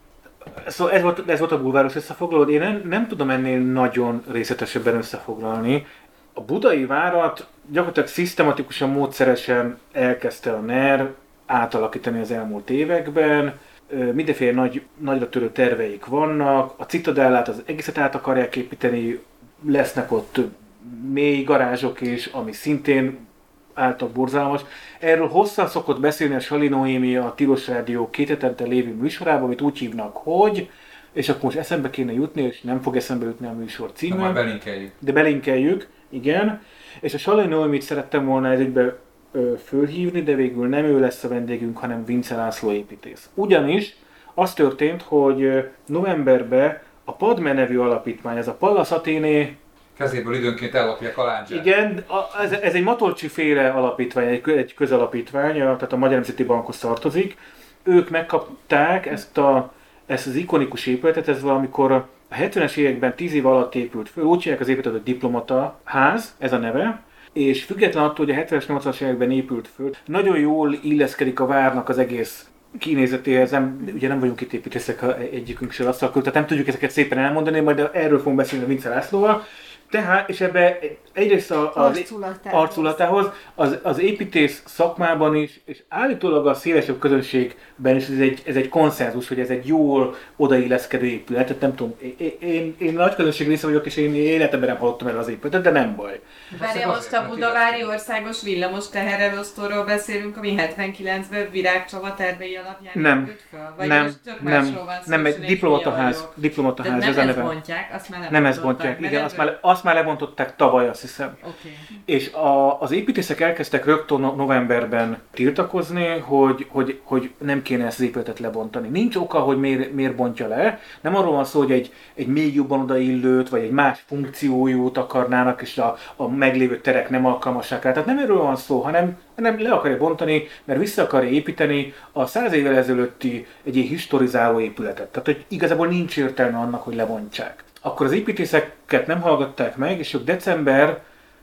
Szóval ez volt, ez volt a bulváros összefoglaló, én nem, nem tudom ennél nagyon részletesebben összefoglalni. A budai várat gyakorlatilag szisztematikusan, módszeresen elkezdte a en e er átalakítani az elmúlt években. Mindenféle nagy, nagyra törő terveik vannak, a Citadellát az egészet át akarják építeni, lesznek ott mély garázsok is, ami szintén által borzalmas. Erről hosszan szokott beszélni a Sali Noémi a Tilos Rádió két hetente lévő műsorában, amit úgy hívnak, hogy, és akkor most eszembe kéne jutni, és nem fog eszembe jutni a műsor címe. De majd belinkeljük. De belinkeljük, igen. És a Sali Noémit szerettem volna ezügybe fölhívni, de végül nem ő lesz a vendégünk, hanem Vince László építész. Ugyanis az történt, hogy novemberben a Padme nevű alapítvány, ez a Pallas Athéné kezéből időnként ellopják a láncsát. Igen, a, ez, ez egy Matolcsi féle alapítvány, egy, egy közalapítvány, tehát a Magyar Nemzeti Bankhoz tartozik. Ők megkapták ezt, a, ezt az ikonikus épületet, ez valamikor a hetvenes években tíz év alatt épült föl, úgy hívják az épületet, hogy Diplomata ház, ez a neve. És független attól, hogy a hetvenes nyolcvanas években épült föl, nagyon jól illeszkedik a várnak az egész kinézetéhez. Nem, ugye nem vagyunk itt építészek egyikünk sem asztalkül, tehát nem tudjuk ezeket szépen elmondani, majd erről fogunk beszélni a Vince Lászlóval. Tehát, és ebbe egyrészt a, az arculatához, arculatához az, az építész szakmában is, és állítólag a szélesebb közönségben is ez egy, ez egy konszenzus, hogy ez egy jól odailleszkedő épület. Tehát nem tudom, én, én, én nagy közönség része vagyok, és én életemben nem hallottam el az épületet, de nem baj. Várja, most a Budavári Országos Villamos Teherelosztóról beszélünk, ami hetvenkilencben Virág Csaba tervei alapján nem, épült fel? Vagy nem, most csak nem, másról van szó, nem, egy diplomataház, diplomataház, ez a neve. Nem ezt bontják, azt már nem ezt bontják, igen, azt már, azt már lebontották tavaly, azt hiszem. Okay. És a, az építészek elkezdtek rögtön novemberben tiltakozni, hogy, hogy, hogy nem kéne ezt az épületet lebontani. Nincs oka, hogy miért, miért bontja le. Nem arról van szó, hogy egy, egy még jobban odaillőt, vagy egy más funkciójút akarnának, és a, a meglévő terek nem alkalmasak rá. Tehát nem erről van szó, hanem, hanem le akarja bontani, mert vissza akarja építeni a száz évvel ezelőtti egy ilyen historizáló épületet. Tehát hogy igazából nincs értelme annak, hogy lebontsák. Akkor az építészeket nem hallgatták meg, és ők december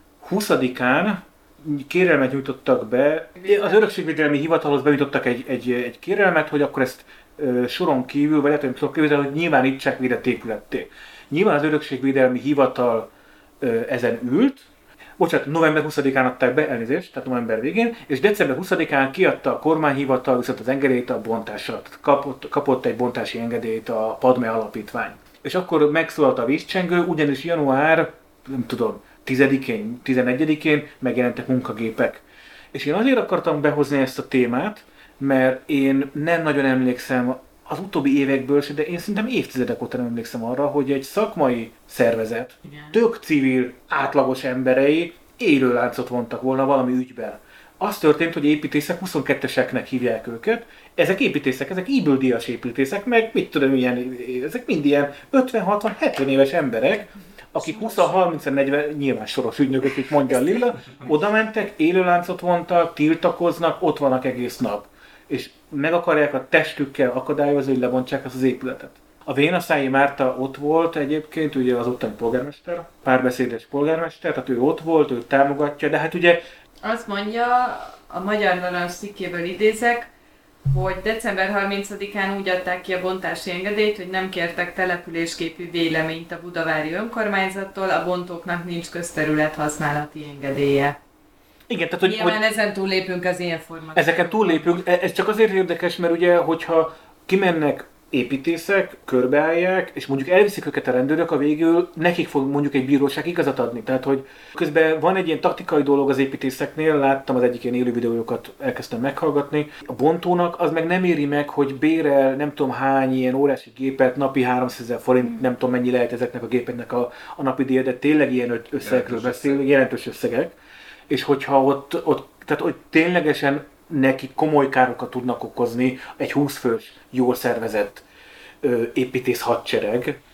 huszadikán kérelmet nyújtottak be. Az Örökségvédelmi Hivatalhoz benyújtottak egy, egy, egy kérelmet, hogy akkor ezt ö, soron kívül, vagy lehet, hogy soron kívül, hogy nyilvánítsák védett épületté. Nyilván az Örökségvédelmi Hivatal ö, ezen ült, bocsánat, november huszadikán adták be, elnézést, tehát november végén, és december huszadikán kiadta a kormányhivatal viszont az engedélyt a bontásra. Kapott, kapott egy bontási engedélyt a Padme alapítvány. És akkor megszólalt a vízcsengő, ugyanis január, nem tudom, tizedikén, tizenegyedikén megjelentek munkagépek. És én azért akartam behozni ezt a témát, mert én nem nagyon emlékszem az utóbbi évekből se, de én szerintem évtizedek óta nem emlékszem arra, hogy egy szakmai szervezet, igen, tök civil, átlagos emberei élőláncot vontak volna valami ügyben. Az történt, hogy építészek, huszonkettőseknek hívják őket, ezek építészek, ezek íbüldíjas építészek, meg mit tudom, ilyen, ezek mind ilyen ötven, hatvan, hetven éves emberek, akik húsz, harminc, negyven, nyilván soros ügynökök, itt mondja a Lilla, oda mentek, élőláncot vontak, tiltakoznak, ott vannak egész nap. És meg akarják a testükkel akadályozni, hogy lebontsák ezt az épületet. A Vénaszályi Márta ott volt egyébként, ugye az ottani polgármester, párbeszédes polgármester, tehát ő ott volt, ő támogatja, de hát ugye... Azt mondja, a Magyar Narancs cikkéből idézek, hogy december harmincadikán úgy adták ki a bontási engedélyt, hogy nem kértek településképű véleményt a budavári önkormányzattól, a bontóknak nincs közterület használati engedélye. Igen, tehát hogy... Nyilván hogy ezen túllépünk az ilyen formát. Ezeken túllépünk, ez csak azért érdekes, mert ugye, hogyha kimennek építészek, körbeállják, és mondjuk elviszik őket a rendőrök, a végül nekik fog mondjuk egy bíróság igazat adni. Tehát, hogy közben van egy ilyen taktikai dolog az építészeknél, láttam az egyik ilyen élő videójukat, elkezdtem meghallgatni. A bontónak az meg nem éri meg, hogy bérel nem tudom hány ilyen órási gépet, napi háromszázezer forint, nem tudom mennyi lehet ezeknek a gépeknek a, a napi díja, de tényleg ilyen összegekről beszél, jelentős összegek. És hogyha ott, ott tehát hogy ténylegesen neki komoly károkat tudnak okozni egy húsz fős, jól szervezett ö, építész hadsereg,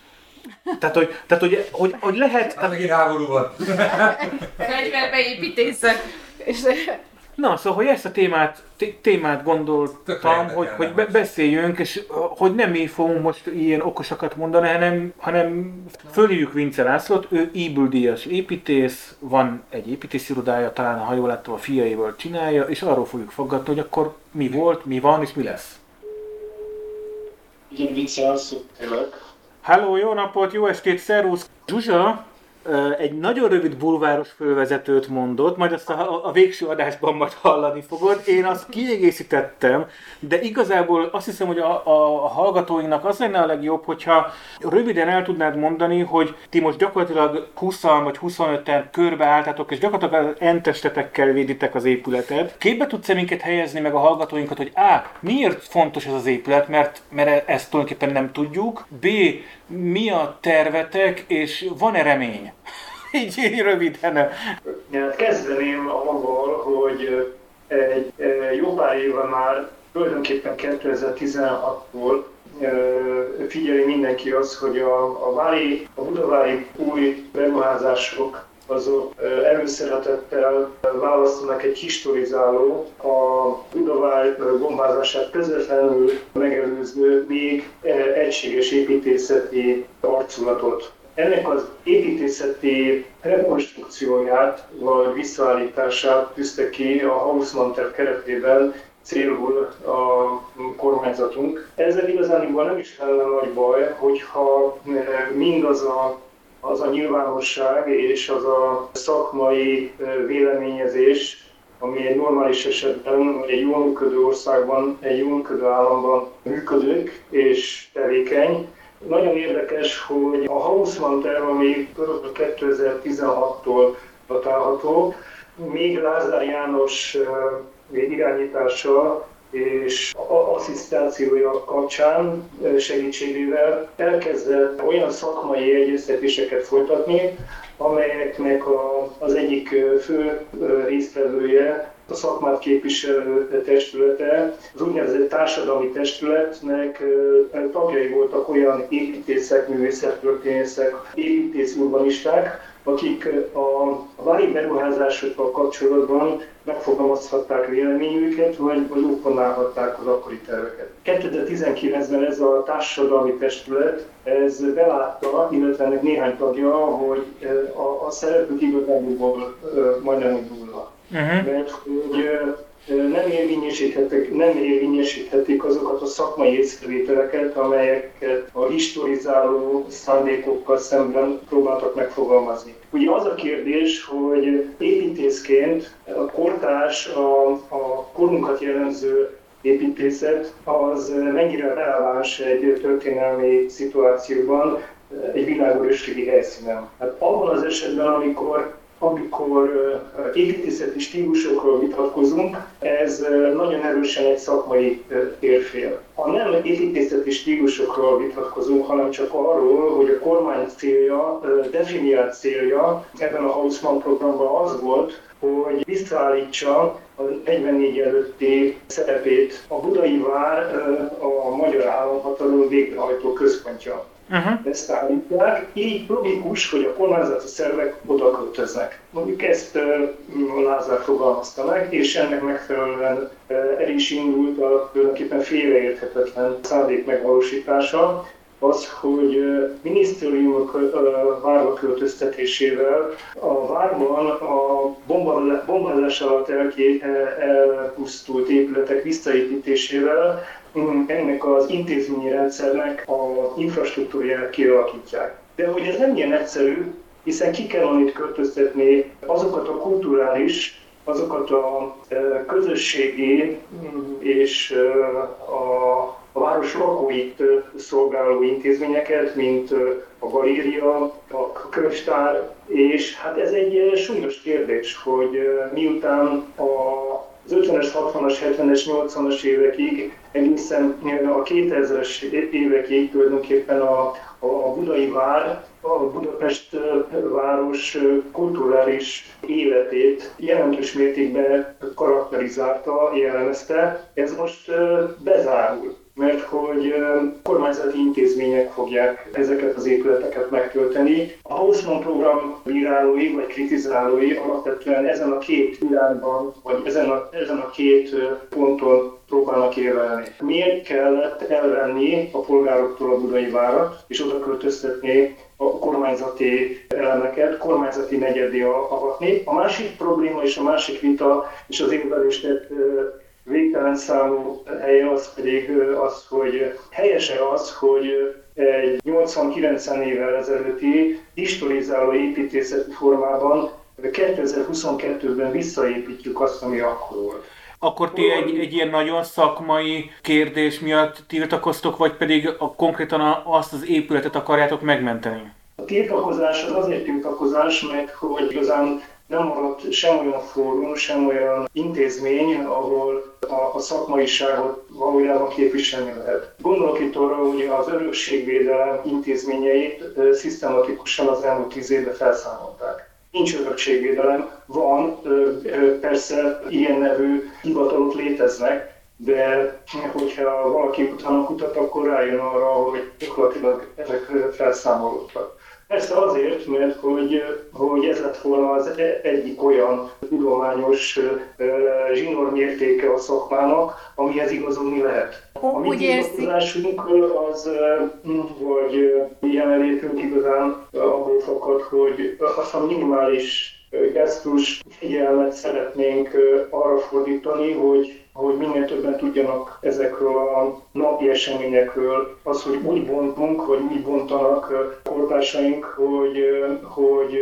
Tehát, hogy, tehát, hogy, hogy, hogy lehet... Hát megint háború van. Fegyverbeépítészek. És Na, szóval, hogy ezt a témát, té- témát gondoltam, hogy, hogy be- beszéljünk, és uh, hogy nem mi fogunk most ilyen okosakat mondani, hanem, hanem fölhívjuk Vince Lászlót, ő Ybl-díjas építész, van egy építészirodája, talán ha jól láttam, a fiaival csinálja, és arról fogjuk foggatni, hogy akkor mi volt, mi van, és mi lesz. Igen, Vince László, tényleg. Halló, jó napot, jó estét, szervusz! Zsuzsa egy nagyon rövid bulváros fölvezetőt mondott, majd azt a, a végső adásban majd hallani fogod. Én azt kiegészítettem, de igazából azt hiszem, hogy a, a hallgatóinknak az lenne a legjobb, hogyha röviden el tudnád mondani, hogy ti most gyakorlatilag húsz vagy huszonöten körbeálltatok, és gyakorlatilag az entestetekkel véditek az épületet. Képbe tudsz minket helyezni meg a hallgatóinkat, hogy A. miért fontos ez az épület, mert, mert ezt tulajdonképpen nem tudjuk, B. mi a tervetek, és van-e remény? Így, így röviden. Ja, kezdeném avval, hogy egy jó pár éve már, tulajdonképpen kétezer-tizenhattól figyeli mindenki azt, hogy a, a, vári, a budavári új beruházások azok előszeretettel választanak egy historizáló, a Budavár bombázását közvetlenül megelőző még egységes építészeti arculatot. Ennek az építészeti rekonstrukcióját vagy visszaállítását tűzte ki a Haussmann terv keretében célul a kormányzatunk. Ezzel igazániból nem is lenne nagy baj, hogyha mindaz a az a nyilvánosság és az a szakmai véleményezés, ami egy normális esetben, egy jól működő országban, egy jól működő államban működik és tevékeny. Nagyon érdekes, hogy a Haussmann terv, ami kétezer-tizenhattól datálható, még Lázár János irányítása és asszisztációja kapcsán segítségével elkezdett olyan szakmai egyeztetéseket folytatni, amelyeknek a, az egyik fő résztvevője, a szakmát képviselő testülete, az úgynevezett társadalmi testületnek tagjai voltak olyan építészek, művészettörténészek, építészurbanisták, akik a vári beruházásokkal kapcsolatban megfogalmazhatták véleményüket, vagy, vagy opponálhatták az akkori terveket. kétezer-tizenkilencben ez a társadalmi testület ez belátta, illetve ennek néhány tagja, hogy a, a szerepük igazából majdnem nulla. Uh-huh. Mert hogy nem érvényesíthetik, nem érvényesíthetik azokat a szakmai észrevételeket, amelyeket a historizáló szándékokkal szemben próbáltak megfogalmazni. Ugye az a kérdés, hogy építészként a kortárs, a, a korunkat jellemző építészet az mennyire releváns egy történelmi szituációban, egy világörösségi helyszínen. Hát abban az esetben, amikor amikor építészeti stílusokról vitatkozunk, ez nagyon erősen egy szakmai térfél. Ha nem építészeti stílusokról vitatkozunk, hanem csak arról, hogy a kormány célja, definiált célja ebben a Haussmann programban az volt, hogy visszaállítsa a negyvennégy előtti szerepét a budai vár a magyar államhatalom végrehajtó központja. Uh-huh. Ezt állítják, így logikus, hogy a kormányzati szervek oda költöznek. Mondjuk ezt uh, Lázár fogalmazta meg, és ennek megfelelően uh, el is indult a tulajdonképpen félreérthetetlen szándék megvalósítása, az, hogy uh, minisztériumok uh, várba költöztetésével a várban a bombázás alatt elpusztult épületek visszaépítésével ennek az intézményi rendszernek a infrastruktúráját kialakítják. De hogy ez nem ilyen egyszerű, hiszen ki kell onnét költöztetni azokat a kulturális, azokat a közösségi és a, a város lakóit szolgáló intézményeket, mint a galéria, a könyvtár, és hát ez egy súlyos kérdés, hogy miután a az ötvenes, hatvanas, hetvenes, nyolcvanas évekig, egészen a kétezres évekig tulajdonképpen a, a budai vár, a Budapest város kulturális életét jelentős mértékben karakterizálta, jellemezte. Ez most bezárul. mert hogy kormányzati intézmények fogják ezeket az épületeket megtölteni. A Haussmann program bírálói vagy kritizálói alapvetően ezen a két irányban, vagy ezen a, ezen a két ponton próbálnak érvelni. Miért kellett elvenni a polgároktól a budai várat, és oda költöztetni a kormányzati elemeket, kormányzati negyedé avatni? A másik probléma és a másik vita, és az érvelést végtelen számú helye az pedig az, hogy helyese az, hogy egy nyolcvan-kilencven évvel ezelőtti historizáló építészeti formában kétezer-huszonkettőben visszaépítjük azt, ami akkor volt. Akkor ti egy, egy ilyen nagyon szakmai kérdés miatt tiltakoztok, vagy pedig a, konkrétan azt az épületet akarjátok megmenteni? A tiltakozás az azért tiltakozás, mert hogy igazán nem maradt sem olyan fórum, sem olyan intézmény, ahol a, a szakmaiságot valójában képviselni lehet. Gondolok itt arra, hogy az örökségvédelem intézményeit szisztematikusan az elmúlt tíz évben felszámolták. Nincs örökségvédelem, van, persze ilyen nevű hivatalok léteznek, de hogyha valaki utána kutat, akkor rájön arra, hogy gyakorlatilag ezek felszámolódtak. Persze azért, mert hogy, hogy ez lett volna az egyik olyan tudományos zsinórmértéke a szakmának, amihez igazolni lehet. A mi tiltakozásunk az, vagy jelenlétünk igazán abból fakad, hogy azt a minimális gesztus figyelmet szeretnénk arra fordítani, hogy hogy minél többen tudjanak ezekről a napi eseményekről, az, hogy úgy bontunk, vagy úgy bontanak kortársaink, hogy, hogy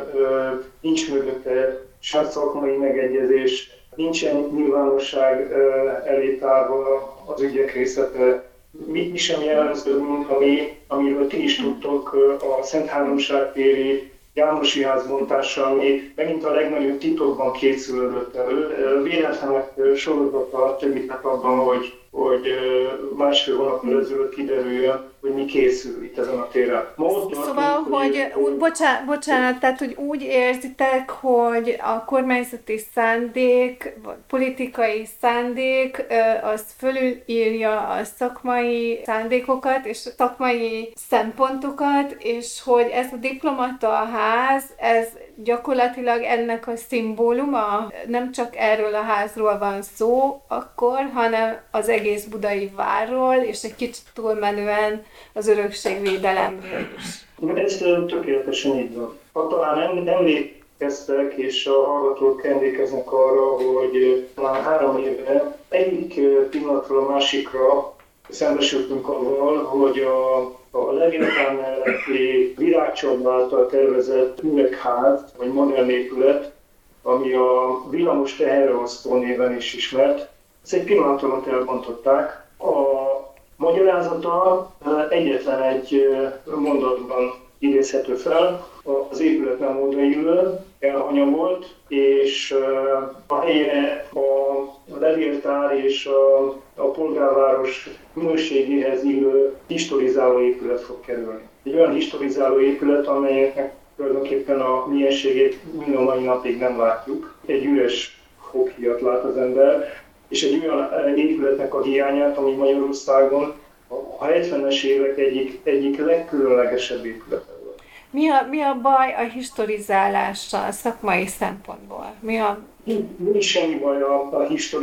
nincs mögötte sem szakmai megegyezés, nincsen nyilvánosság elé tárva az ügyek részlete. Mi, mi sem jellemző, mint ami, amiről ti is tudtok, a Szent Háromság téri Jánosi ház bontása, ami megint a legnagyobb titokban készülődött elő. Véletlenek sorozata segített abban, hogy, hogy másfél hónappal ezelőtt kiderüljön, hogy mi készül itt ezen a téren. Most szóval, hogy, hogy bocsánat, bocsánat, tehát hogy úgy érzitek, hogy a kormányzati szándék, vagy politikai szándék, az fölülírja a szakmai szándékokat és szakmai szempontokat, és hogy ez a diplomataház, ez gyakorlatilag ennek a szimbóluma, nem csak erről a házról van szó akkor, hanem az egész budai várról, és egy kicsit túlmenően az örökségvédelemről is. Ez tökéletesen így van. Ha talán emlékeztek, és a hallgatók emlékeznek arra, hogy már három éve egyik pillanatról a másikra szembesültünk avval, hogy a, a Leviatán melletti Virágcsaba által tervezett üvegház, vagy modern épület, ami a villamos teherreosztó néven is ismert, ezt egy pillanat alatt elbontották. A magyarázata egyetlen egy mondatban idézhető fel, az épület nem odaillő, elhanyagolt, és a helyére a levéltár és a, a polgárváros minőségéhez illő historizáló épület fog kerülni. Egy olyan historizáló épület, amelynek tulajdonképpen a mienségét mind a mai napig nem látjuk. Egy üres foghíjat lát az ember, és egy olyan épületnek a hiányát, ami Magyarországon a hetvenes évek egyik, egyik legkülönlegesebb épülete volt. Mi a, mi a baj a historizálással, a szakmai szempontból? Mi a... Nincs semmi baj a, a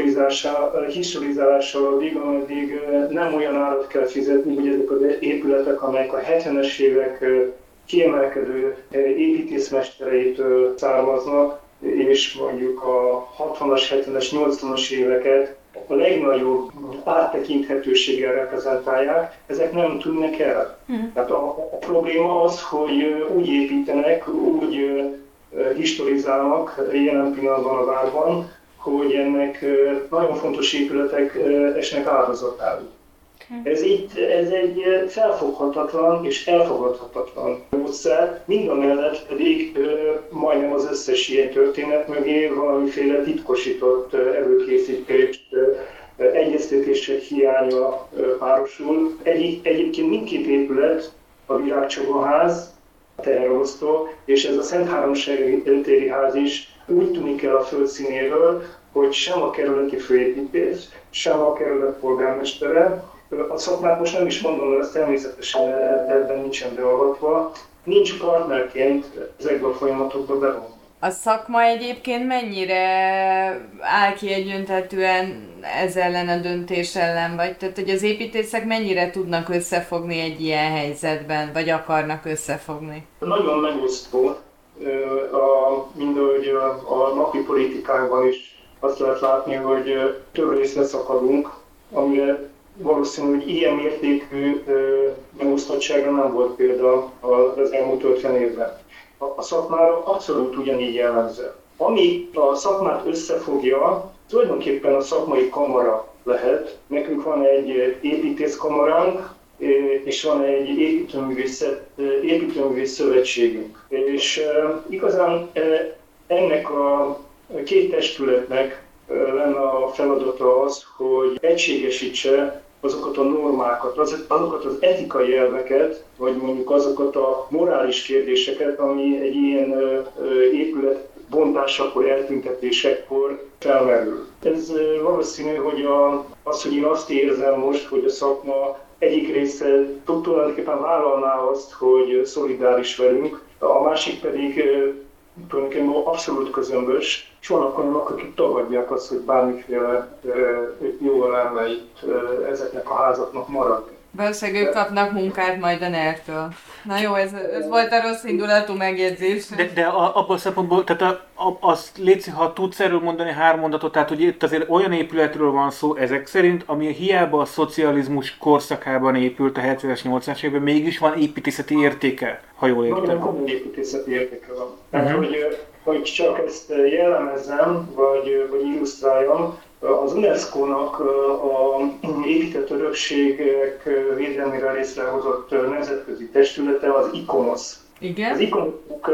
historizálással addig, ameddig nem olyan árat kell fizetni, hogy ezek az épületek, amelyek a hetvenes évek kiemelkedő építészmestereitől származnak, és mondjuk a hatvanas, hetvenes, nyolcvanas éveket a legnagyobb áttekinthetőséggel reprezentálják, ezek nem tűnnek el. Mm. Tehát a, a probléma az, hogy úgy építenek, úgy historizálnak jelen pillanatban a várban, hogy ennek nagyon fontos épületek esnek áldozatául. Ez, itt, ez egy felfoghatatlan és elfogadhatatlan módszer, mindamellett pedig majdnem az összes ilyen történet mögé valamiféle titkosított előkészítést, egyeztetések hiánya párosul. Egy, egyébként mindkét épület, a Virágcsaba ház, a teherrosztó, és ez a Szent Háromság téri ház is úgy tűnik el a földszínéről, hogy sem a kerületi főépítész, sem a kerület polgármestere, A szakmát most nem is mondom, mert ez természetesen ebben nincsen beavatva, nincs partnerként ezekben a folyamatokban bevonva. A szakma egyébként mennyire áll ki egyöntetűen ez ellen a döntés ellen, vagy tehát, hogy az építészek mennyire tudnak összefogni egy ilyen helyzetben, vagy akarnak összefogni? Nagyon megosztó, a, mindahogy a, a napi politikánkban is azt lehet látni, hogy több részre szakadunk, amire valószínű, hogy ilyen mértékű megosztottságra nem volt példa az elmúlt ötven évben. A szakmára abszolút ugyanígy jellemző. Ami a szakmát összefogja, tulajdonképpen a szakmai kamara lehet. Nekünk van egy építészkamaránk, és van egy építőművész, építőművész szövetségünk. És igazán ennek a két testületnek lenne a feladata az, hogy egységesítse azokat a normákat, azokat az etikai elveket, vagy mondjuk azokat a morális kérdéseket, ami egy ilyen épület bontásakor, eltüntetésekor felmerül. Ez valószínű, hogy a, az, hogy én azt érzem most, hogy a szakma egyik része tulajdonképpen vállalná azt, hogy szolidáris velünk, a másik pedig tulajdonképpen abszolút közömbös, és vannak olyanok, akik tagadják azt, hogy bármiféle jó lenne itt ezeknek a házaknak maradni. Valószínűleg ők kapnak munkát majd a nertől. Na jó, ez, ez volt a rossz indulatú megjegyzés. De, de a, abban a szempontból, tehát a, a, azt létszik, ha tudsz erről mondani három mondatot, tehát hogy itt azért olyan épületről van szó ezek szerint, ami hiába a szocializmus korszakában épült a hetvenes, nyolcvanas években, mégis van építészeti értéke, ha jól értem. Nagyon komoly építészeti értéke van. Tehát, uh-huh. hogy, hogy csak ezt jellemezzem, vagy, vagy illusztráljam, az UNESCO-nak a épített örökségek védelmére létrehozott nemzetközi testülete az ICOMOS. Igen? Az ICOMOS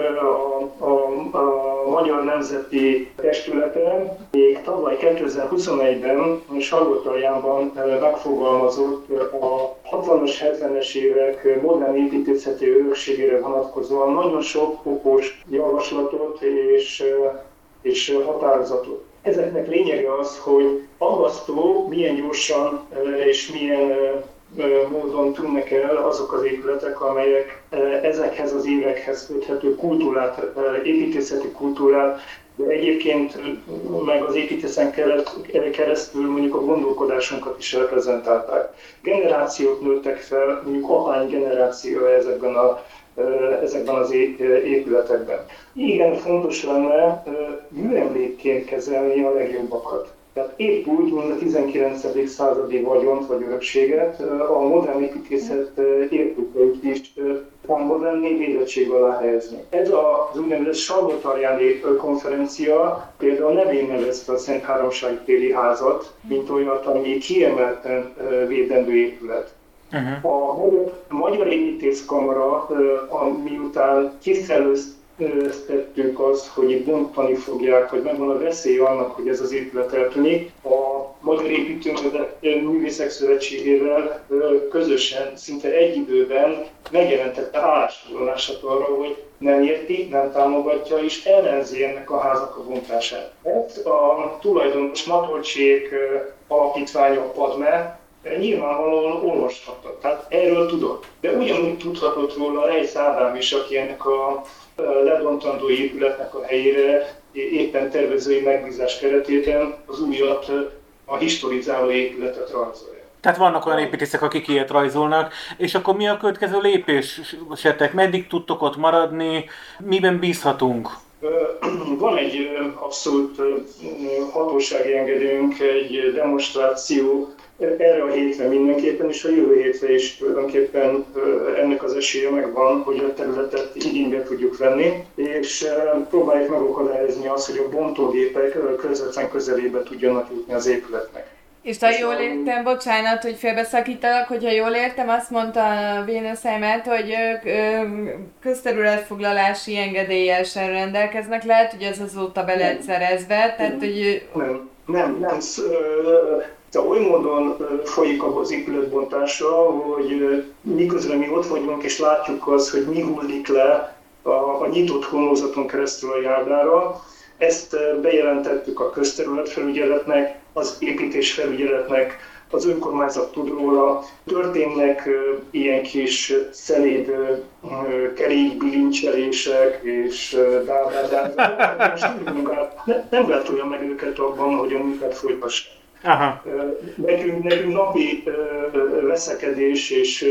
a, a, a Magyar Nemzeti Testülete még tavaly kétezer-huszonegyben Salgótarjánban megfogalmazott a hatvanas, hetvenes évek modern építészeti örökségére vonatkozóan nagyon sok okos javaslatot és, és határozatot. Ezeknek lényege az, hogy aggasztó, milyen gyorsan és milyen módon tűnnek el azok az épületek, amelyek ezekhez az évekhez köthető kultúrát, építészeti kultúrát, de egyébként meg az építészen keresztül mondjuk a gondolkodásunkat is reprezentálták. Generációk nőttek fel, mondjuk ahány generáció ezekben a ezekben az épületekben. Igen, fontos lenne műemlékként kezelni a legjobbakat. Tehát épp úgy, mint a tizenkilencedik századi vagyont vagy örökséget, a modern építészet értékeit is modernné védettség alá helyezni. Ez az úgynevezett Salgótarjáni konferencia például nevén nevezte a Szent Háromság téli házat, mint olyat, ami kiemelten védendő épület. Uh-huh. A Magyar Építészkamara, miután kiszellőztettük azt, hogy itt bontani fogják, hogy megvan a veszély annak, hogy ez az épület eltűnik, a Magyar Építőművészek Szövetségével közösen, szinte egy időben megjelentette állásfoglalását arra, hogy nem érti, nem támogatja és ellenzi ennek a házak a bontását. Ezt a tulajdonos Matolcsék alapítványa Padme nyilvánvalóan olvashatta, tehát erről tudott. De ugyanúgy tudhatott róla Reisz Ádám is, aki ennek a lebontandó épületnek a helyére éppen tervezői megbízás keretében az újat, a historizáló épületet rajzolja. Tehát vannak olyan építészek, akik ilyet rajzolnak, és akkor mi a következő lépésetek? Meddig tudtok ott maradni? Miben bízhatunk? Van egy abszolút hatósági engedélyünk, egy demonstráció erre a hétre mindenképpen, és a jövő hétre is tulajdonképpen ennek az esélye megvan, hogy a területet igénybe tudjuk venni, és próbáljuk megakadályozni azt, hogy a bontógépek közvetlen közelébe tudjanak jutni az épületnek. És ha jól értem, bocsánat, hogy félbeszakítalak, hogyha jól értem, azt mondta a Véneszheimet, hogy ők közterületfoglalási engedéllyel sem rendelkeznek, lehet, hogy ez azóta be lehet szerezve, tehát hogy... Nem, nem, nem. De oly módon folyik az épületbontása, hogy miközben mi ott vagyunk és látjuk azt, hogy mi hullik le a, a nyitott homlokzaton keresztül a járdára, ezt bejelentettük a közterületfelügyeletnek, az építésfelügyeletnek, az önkormányzat tud róla. Történnek ilyen kis szeléd kerékbilincselések és dábádázások. Nem gátolja meg őket abban, hogy a munkát folytassák. Aha. Nekünk, nekünk napi veszekedés és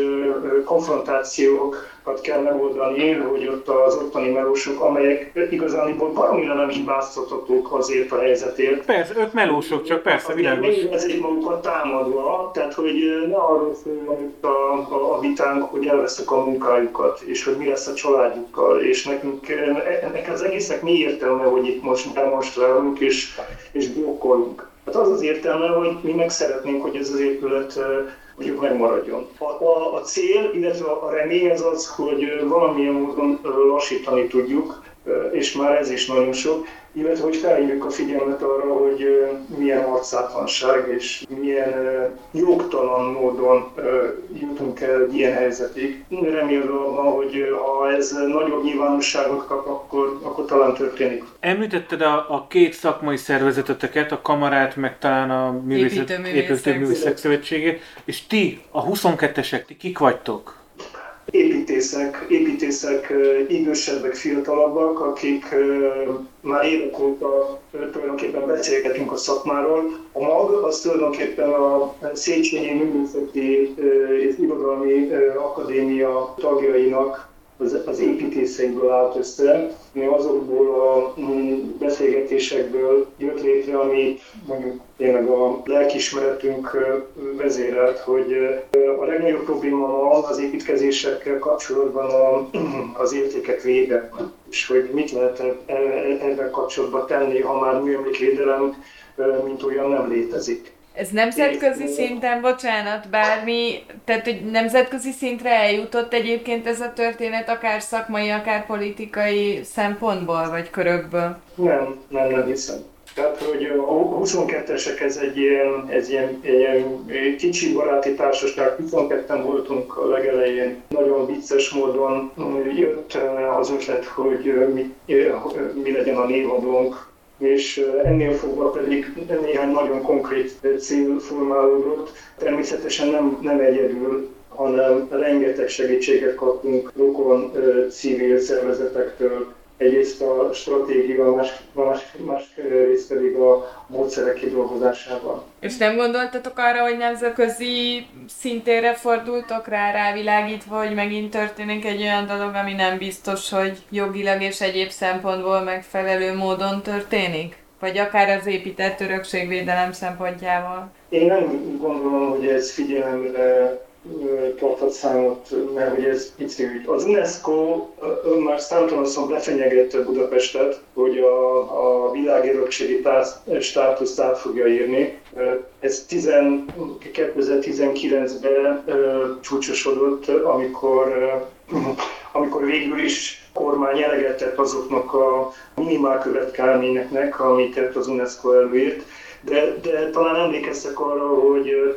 konfrontációkat kell megoldani, hogy ott az ottani melósok, amelyek igazániból baromira nem hibáztathatók azért a helyzetért. Persze, ők melósok, csak persze, világos. Ezért magukat támadva, tehát hogy ne arról szóljon a, a, a vitánk, hogy elveszek a munkájukat, és hogy mi lesz a családjukkal, és nekünk ennek az egésznek mi értelme, hogy itt most demonstrálunk és, és blokkolunk. Hát az az értelme, hogy mi meg szeretnénk, hogy ez az épület mondjuk megmaradjon. A, a, a cél, illetve a remény az az, hogy valamilyen módon lassítani tudjuk, és már ez is nagyon sok, illetve hogy felhívjuk a figyelmet arra, hogy milyen arcátlanság és milyen jogtalan módon jutunk el ilyen helyzetig. Remélem abban, hogy ha ez nagyobb nyilvánosságot kap, akkor, akkor talán történik. Említetted a, a két szakmai szervezeteteket, a Kamarát, meg talán a Építőművészek Szövetségét, és ti, a huszonkettesek, ti kik vagytok? Építészek, építészek idősebbek, fiatalabbak, akik már évek óta tulajdonképpen beszélgetünk a szakmáról. A mag az tulajdonképpen a Széchenyi Művészeti és Irodalmi Akadémia tagjainak az, az építészeiből állt össze. Mi azokból a beszélgetésekből jött létre, ami mondjuk tényleg a lelkiismeretünk vezérelt, hogy a legnagyobb probléma ma az építkezésekkel kapcsolatban a, az értékek védelme, és hogy mit lehet ebben kapcsolatban tenni, ha már műemlékvédelem mint olyan nem létezik. Ez nemzetközi szinten, bocsánat, bármi, tehát hogy nemzetközi szintre eljutott egyébként ez a történet, akár szakmai, akár politikai szempontból, vagy körökből? Nem, nem, nem hiszem. Tehát, hogy a huszonkettesek ez egy ilyen, ez ilyen, ilyen kicsi baráti társaság, huszonketten voltunk a legelején. Nagyon vicces módon jött az ötlet, hogy mi, mi legyen a névadónk, és ennél fogva pedig néhány nagyon konkrét cél formálódott. Természetesen nem, nem egyedül, hanem rengeteg segítséget kaptunk rokon civil szervezetektől. Egyrészt a stratégia, más, más, más részt pedig a módszerek kidolgozásában. És nem gondoltatok arra, hogy nemzetközi szintére fordultok rá, rávilágítva, hogy megint történik egy olyan dolog, ami nem biztos, hogy jogilag és egyéb szempontból megfelelő módon történik? Vagy akár az épített örökségvédelem szempontjából? Én nem gondolom, hogy ez figyelemre tartott számot, mert hogy ez pici ügy. Az UNESCO már számtalanszor befenyegette Budapestet, hogy a, a világörökségi státuszt át fogja írni. Ez kétezer-tizenkilencben csúcsosodott, amikor, amikor végül is a kormány eleget tett azoknak a minimál követelményeknek, amiket az UNESCO előírt. De, de talán emlékeztek arra, hogy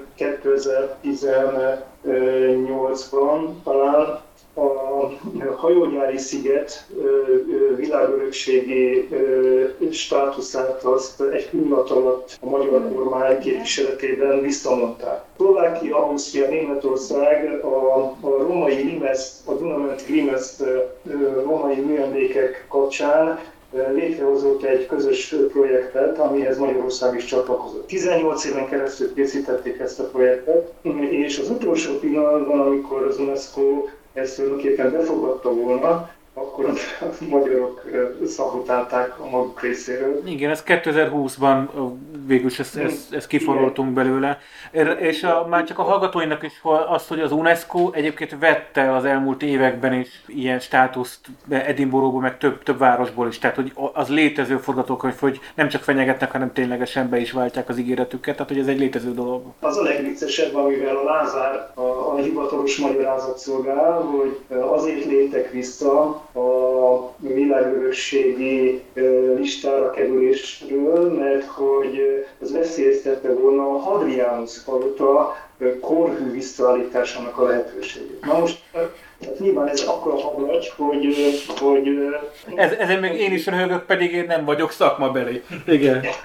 kétezer-tizennyolcban talán a hajógyári sziget világörökségi státuszát azt egy pillanat alatt a magyar kormány képviseletében visszamondták. Szlovákia, Ausztria, Németország a, a római limeszt, a Dunamenti limeszt római műemlékek kapcsán létrehozott egy közös projektet, amihez Magyarország is csatlakozott. tizennyolc éven keresztül készítették ezt a projektet, és az utolsó pillanatban, amikor az UNESCO ezt tulajdonképpen befogadta volna, akkor a magyarok szabotálták a maguk részéről. Igen, ez kétezer-húszban végül is ezt, ezt, ezt kiforoltunk belőle. És a, már csak a hallgatóinak is az, hogy az UNESCO egyébként vette az elmúlt években is ilyen státuszt Edinburghból, meg több, több városból is. Tehát, hogy az létező forgatókönyv, hogy nem csak fenyegetnek, hanem ténylegesen be is váltják az ígéretüket. Tehát, hogy ez egy létező dolog. Az a legviccesebb, amivel a Lázár a, a hivatalos magyarázat szolgál, hogy azért léptek vissza a világörökségi listára kerülésről, mert hogy ez veszélyeztette volna a Hadrianus palota korhű visszaállításának a lehetőségét. Na most, tehát nyilván ez akkora hablagy, hogy... hogy ez, ezen még én is röhögök, pedig én nem vagyok szakmabeli. Igen.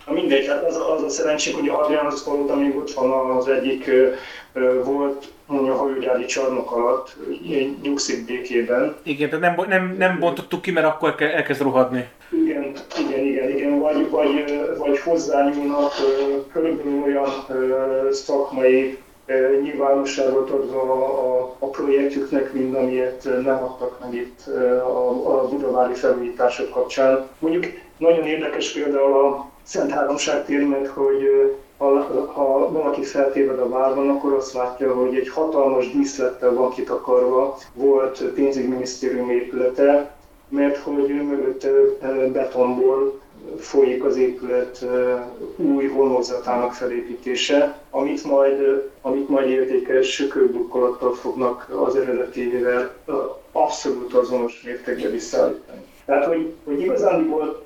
Na mindegy, hát az, az a szerencsénk, hogy a Hadrianus palota még ott van az egyik volt a hajógyári csarnok alatt, nyugszik békében. Igen, tehát nem, nem, nem bontottuk ki, mert akkor elkezd rohadni. Igen, igen, igen, igen. Vagy, vagy, vagy hozzányúlnak körülbelül olyan szakmai nyilvánosságot adva a, a projektjüknek, mint amilyet nem adtak meg itt a, a budavári felújítások kapcsán. Mondjuk nagyon érdekes például a Szent Háromság tér, mert hogy ha, ha valaki feltéved a várban, akkor azt látja, hogy egy hatalmas díszlettel van kitakarva volt pénzügyminisztérium épülete, mert hogy mögötte betonból folyik az épület új homlokzatának felépítése, amit majd, amit majd értékes kőburkolattal fognak az eredetivel abszolút azonos mértékbe visszaállítani. Tehát, hogy, hogy igazándiból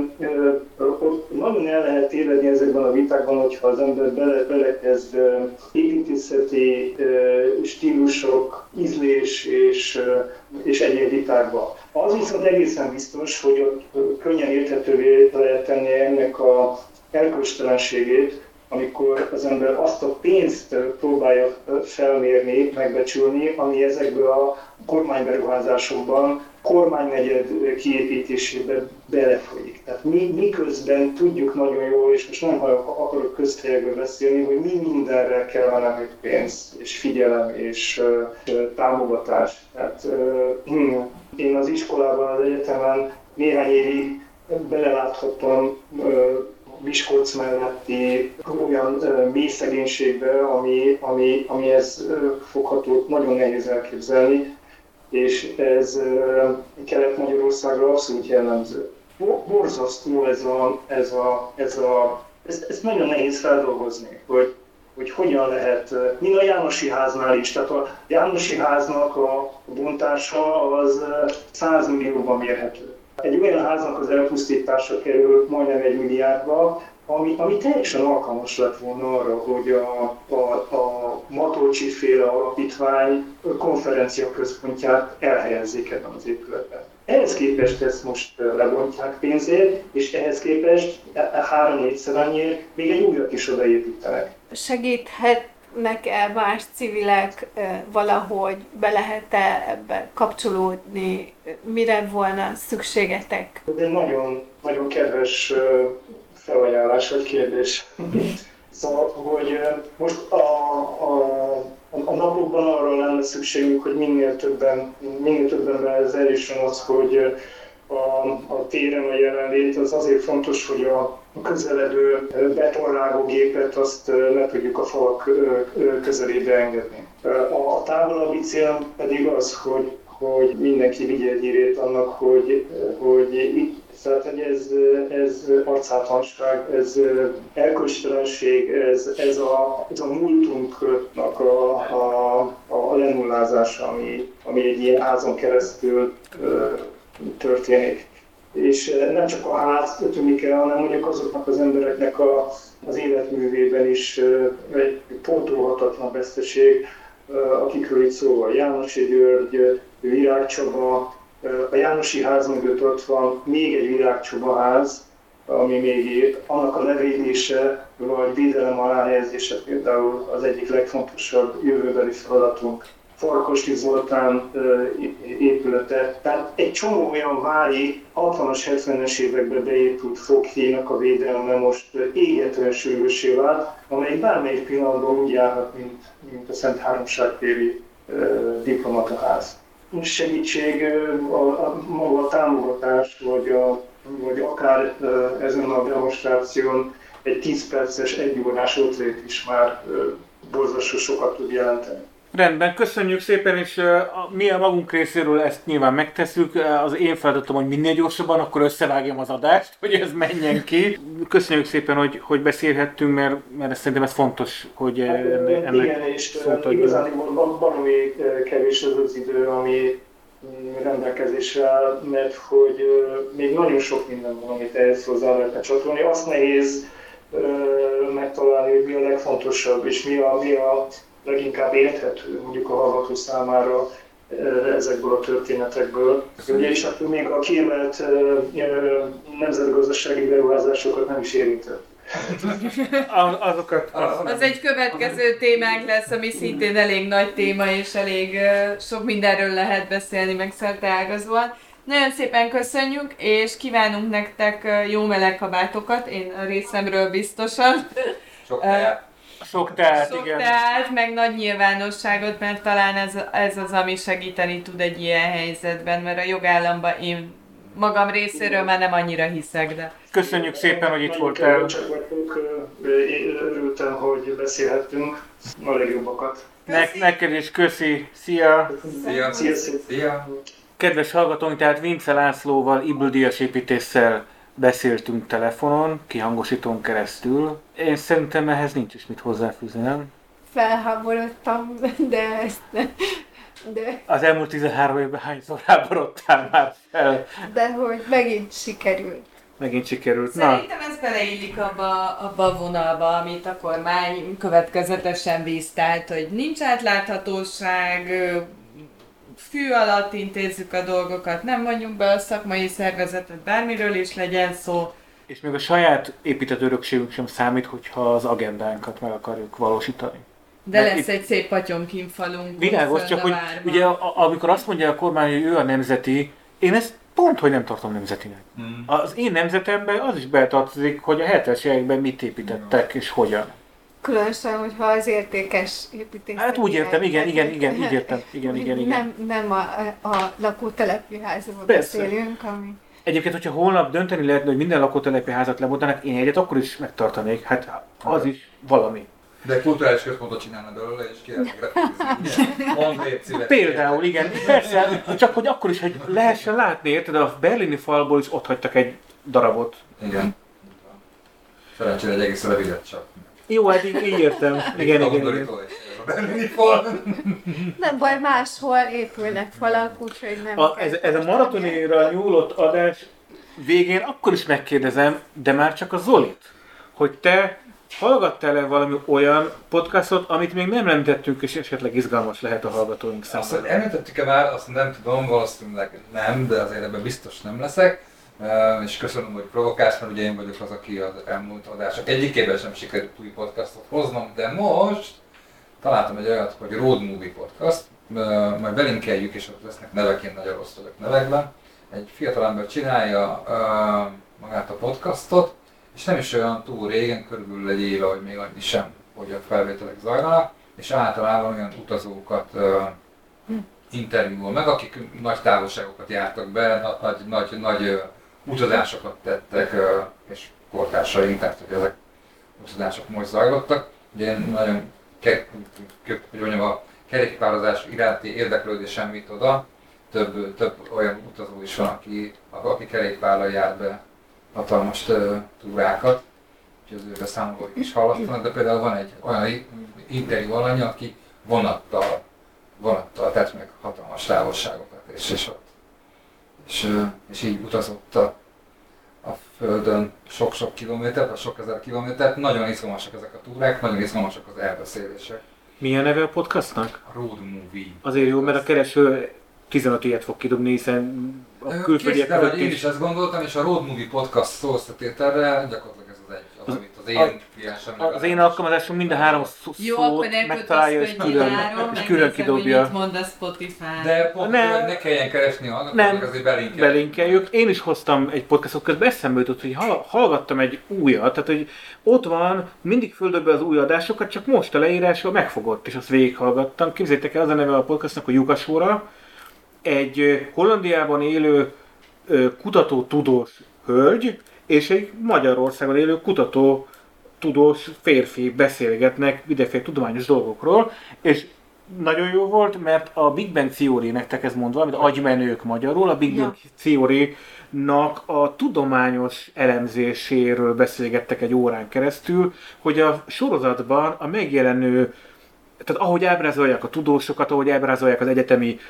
nagyon el lehet tévedni ezekben a vitákban, hogyha az ember bele, belekezd építészeti stílusok, ízlés és, és egyéb vitákba. Az viszont egészen biztos, hogy ott könnyen érthetővé lehet tenni ennek a erkölcstelenségét, amikor az ember azt a pénzt próbálja felmérni, megbecsülni, ami ezekből a kormányberuházásokban, kormánynegyed kiépítésébe belefolyik. Tehát mi, miközben tudjuk nagyon jól, és most nem akarok közhelyekből beszélni, hogy mi mindenre kellene még pénz, és figyelem, és uh, támogatás. Tehát, uh, én az iskolában, az egyetemen néhány évig beleláthattam uh, Miskolc melletti olyan uh, mély szegénységbe, ami, ami, amihez uh, fogható, nagyon nehéz elképzelni, és ez uh, Kelet-Magyarországra abszolút jellemző. Borzasztó ez a, ez a, ez a, ez, ez nagyon nehéz feldolgozni, hogy, hogy hogyan lehet, mint a Jánosi háznál is, tehát a Jánosi háznak a bontása az száz millióban mérhető. Egy olyan háznak az elpusztítása kerül majdnem egy milliárdba, ami, ami teljesen alkalmas lett volna arra, hogy a, a, a Matolcsi-féle alapítvány konferenciaközpontját elhelyezzék ebben az épületben. Ehhez képest ezt most lebontják pénzért, és ehhez képest három-négyszer annyiért még egy újat is odaépítenek. Segíthetnek-e más civilek valahogy, be lehet-e ebbe kapcsolódni, mire volna szükségetek? Ez egy nagyon, nagyon kedves felajánlás vagy kérdés. Szóval, hogy most a, a, a napokban arra lenne szükségünk, hogy minél többen, minél többen ez eljusson az, hogy a, a téren a jelenlét az azért fontos, hogy a közeledő betonrágó gépet azt ne tudjuk a falak közelébe engedni. A távolabbi cél pedig az, hogy, hogy mindenki vigye egy hírét annak, hogy, hogy itt tehát, hogy ez, ez arcátlanság, ez erkölcstelenség, ez, ez, a, ez a múltunknak a, a, a lenullázása, ami, ami egy ilyen házon keresztül ö, történik. És nem csak a ház tűnik el, hanem mondjuk azoknak az embereknek a, az életművében is egy pótolhatatlan veszteség, akikről itt szó van. Jánosi György, Virág Csaba. A Jánosi ház mögött ott van még egy Virág Csaba ház, ami még épp. Annak a levédése vagy védelem alá helyezése például az egyik legfontosabb jövőbeli feladatunk. Farkasdi Zoltán épülete. Tehát egy csomó olyan vári hatvanas, hetvenes években beépült foghíjnak a védelme most égetően sürgőssé vált, amely bármelyik pillanatban úgy járhat, mint, mint a Szent Háromság téri diplomataház. Segítség, a, a, maga a támogatás, vagy, a, vagy akár ezen a demonstráción egy tíz perces, egy órás ottét is már borzasztó sokat tud jelenteni. Rendben, köszönjük szépen, és uh, mi a magunk részéről ezt nyilván megtesszük. Az én feladatom, hogy minél gyorsabban, akkor összevágjam az adást, hogy ez menjen ki. Köszönjük szépen, hogy, hogy beszélhettünk, mert, mert szerintem ez fontos, hogy hát, ennek igen, és igazán valami kevés az az idő, ami rendelkezésre áll, mert hogy még nagyon sok minden van, amit ehhez hozzá lehetne csatolni. Azt nehéz megtalálni, hogy mi a legfontosabb, és mi a, mi a leginkább érthető mondjuk a hallgató számára ezekből a történetekből. Ugye, és akkor még a kiemelt nemzetgazdasági beruházásokat nem is érintett. Azokat... Az, az egy következő témánk lesz, ami szintén elég nagy téma, és elég uh, sok mindenről lehet beszélni, meg szerteágazóan. Nagyon szépen köszönjük, és kívánunk nektek uh, jó meleg kabátokat, én a részemről biztosan. Sok teát. Sok teát, Sok igen. teát, meg nagy nyilvánosságot, mert talán ez, ez az, ami segíteni tud egy ilyen helyzetben, mert a jogállamban én magam részéről már nem annyira hiszek, de... Köszönjük szépen, hogy itt voltál. Csak vagyok, örültem, hogy beszélhettünk a legjobbakat. Ne- neked is köszi, szia! Szia! Szia! Szia! Kedves hallgatóink, tehát Vince Lászlóval, Ibl Díjas építéssel beszéltünk telefonon, kihangosítón keresztül. Én szerintem ehhez nincs is mit hozzáfűzni, nem? Felháborodtam, de ezt ne, de, Az elmúlt tizenhárom évben hányszor háborodtál már fel? de hogy megint sikerült. Megint sikerült. Na, Szerintem ez beleillik abba, abba a vonalba, amit a kormány következetesen víz, tehát, hogy nincs átláthatóság, fű alatt intézzük a dolgokat, nem vonjunk be a szakmai szervezetet, bármiről is legyen szó. és még a saját épített örökségünk sem számít, hogyha az agendánkat meg akarjuk valósítani. De Mert lesz itt- egy szép patyomkinfalunk. Világos, csak hogy ugye a, amikor azt mondja a kormány, hogy ő a nemzeti, én ezt pont, hogy nem tartom nemzetinek. Hmm. Az én nemzetemben az is beletartozik, hogy a hetvenes években mit építettek és hogyan. Különösen, hogyha az értékes építészet. Hát úgy értem, igen, igen, igen, így értem. Igen, igen, igen. Nem, nem a, a lakótelepi házról Persze. beszélünk, ami... Egyébként, hogyha holnap dönteni lehetne, hogy minden lakótelepi házat lebontanak, én egyet akkor is megtartanék. Hát az is valami. De kulturális központot csinálna belőle, és kérlek repülni. Mondd légy szíves. Például, igen, persze, csak hogy akkor is, hogy lehessen látni, érted, a berlini falból is ott hagytak egy darabot. Igen. Szerencsére egy egész rövidet csak. Jó, hát így, így értem. Igen, igen, igen. A berlini fal. Nem baj, máshol épülnek falak, úgyhogy nem... A, kell ez, ez a tartani. maratonira nyúlott adás végén akkor is megkérdezem, de már csak a Zolit, hogy te hallgattál-e valami olyan podcastot, amit még nem említettünk, és esetleg izgalmas lehet a hallgatóink Azt, hogy számára. említettük-e már, azt nem tudom, valószínűleg nem, de azért ebben biztos nem leszek. Uh, és köszönöm, hogy provokálsz, mert ugye én vagyok az, aki az elmúlt adások egyikében sem sikerült új podcastot hoznom, de most találtam egy olyat, hogy Road Movie Podcast, uh, majd belinkeljük, és ott lesznek neveként, nagyon rossz vagyok nevekben. Egy fiatalember csinálja uh, magát a podcastot, és nem is olyan túl régen, körülbelül egy éve, vagy még annyi sem, hogy a felvételek zajlanak, és általában olyan utazókat uh, interjúol meg, akik nagy távolságokat jártak be, nagy, nagy, nagy uh, utazásokat tettek, uh, és kortársaink, tehát hogy ezek utazások most zajlottak. Ugye én nagyon ke- ke- hogy mondjam, a kerékpározás iránti érdeklődésem vitt oda. Több, több olyan utazó is van, aki, aki kerékpárral jár be hatalmas uh, túrákat, úgyhogy az ő beszámolóik is hallattanak, de például van egy olyan interjú alany, aki vonattal, vonattal tett meg hatalmas távolságokat, és, és, ott, és, és így utazott a, a Földön sok-sok kilométert, vagy sok ezer kilométert. Nagyon izgalmasak ezek a túrák, nagyon izgalmasak az elbeszélések. Milyen neve a podcastnak? A Road Movie. Azért jó, mert a kereső tizenöt ilyet fog kidobni, hiszen a külföldiek Kész, de vagy között én is ezt gondoltam, és a Road Movie Podcast szó összetételre gyakorlatilag ez az egy, az, amit az én kliensemnek. Az én alkalmazásom mind a három szó- Jó, akkor szót ne megtalálja és kötözködj külön, nyáron, és külön megnézem, kidobja. hogy mit mond a Spotify. De pont, Nem. hogy ne kelljen keresni a hallgatóknak, azért belinkeljük. Belinkeljük. Én is hoztam egy podcastot, közben eszembe jutott, hogy hall- hallgattam egy újat, tehát hogy ott van, mindig földöbbe az új adásokat, csak most a leírásról megfogott, és azt végighallgattam. Képzeljétek el, az a neve a podcastnak, hogy Lyukas óra. Egy ö, Hollandiában élő ö, kutató-tudós hölgy, és egy Magyarországon élő kutató-tudós férfi beszélgetnek mindenféle tudományos dolgokról, és nagyon jó volt, mert a Big Bang Theory, nektek ez mondva, amit agymenők magyarul, a Big Bang Theory-nak a tudományos elemzéséről beszélgettek egy órán keresztül, hogy a sorozatban a megjelenő, tehát ahogy ábrázolják a tudósokat, ahogy ábrázolják az egyetemi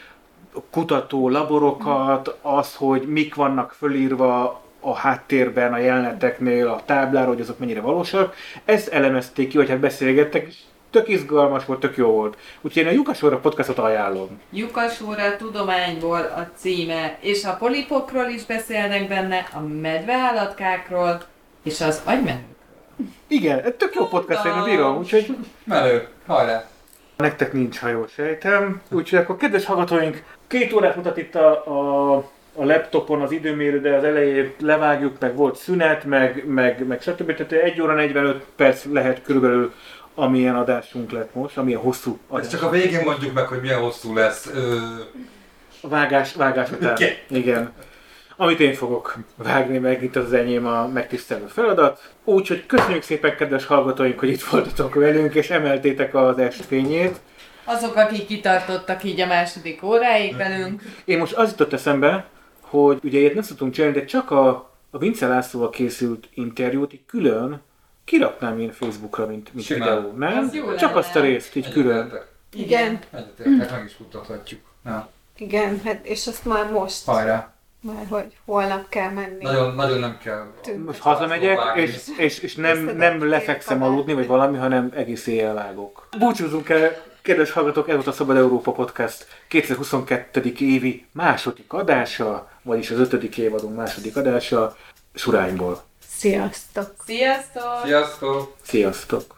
kutató laborokat, az, hogy mik vannak fölírva a háttérben, a jeleneteknél, a táblára, hogy azok mennyire valósak, ezt elemezték ki, hogy hát beszélgettek, és tök izgalmas volt, tök jó volt. Úgyhogy én a Lyukas óra podcastot ajánlom. Lyukas óra tudományból a címe, és a polipokról is beszélnek benne, a medveállatkákról, és az agymenőkről. Igen, tök jó podcast, én bírom, úgyhogy... Menő, hajrá! Nektek nincs, ha jól sejtem. Úgyhogy akkor kedves hallgatóink, két órát mutat itt a, a, a laptopon az időmérő, de az elején levágjuk, meg volt szünet, meg, meg, meg stb. Tehát egy óra negyvenöt perc lehet körülbelül, amilyen adásunk lett most, amilyen hosszú adás. Ez csak a végén mondjuk meg, hogy milyen hosszú lesz. Ö... A vágás, vágás után. Okay. Igen. Amit én fogok vágni, meg itt az enyém a megtisztelő feladat. Úgyhogy köszönjük szépen, kedves hallgatóink, hogy itt voltatok velünk, és emeltétek az estfényét. Azok, akik kitartottak így a második óráig velünk. Én most az jutott eszembe, hogy ugye ilyet nem szoktunk csinálni, de csak a, a Vince Lászlóval készült interjút így külön kiraknám én Facebookra, mint, mint videó, nem? Az Csak azt a részt, így külön. Igen. Egyetértek, meg is mutathatjuk. Ja. Igen, hát és azt már most, Hajrá! már hogy holnap kell menni. Nagyon, nagyon nem kell. Most hazamegyek, és, és, és nem, nem lefekszem aludni, vagy valami, hanem egész éjjel vágok. Búcsúzzunk el, kedves hallgatók, ez volt a Szabad Európa Podcast kétezer-huszonkettő. évi második adása, vagyis az ötödik évadunk második adása, Surányból. Sziasztok! Sziasztok! Sziasztok! Sziasztok!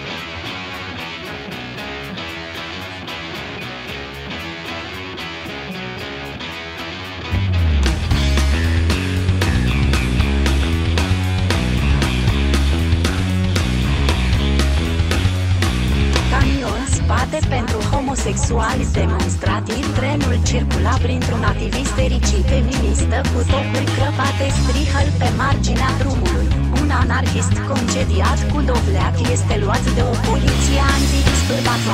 Pentru homosexuali demonstrativ, trenul circula printr-un activist fericit feministă cu topuri crăpate strihăl pe marginea drumului. Un anarhist concediat cu dovleac este luat de o poliție antidisturbat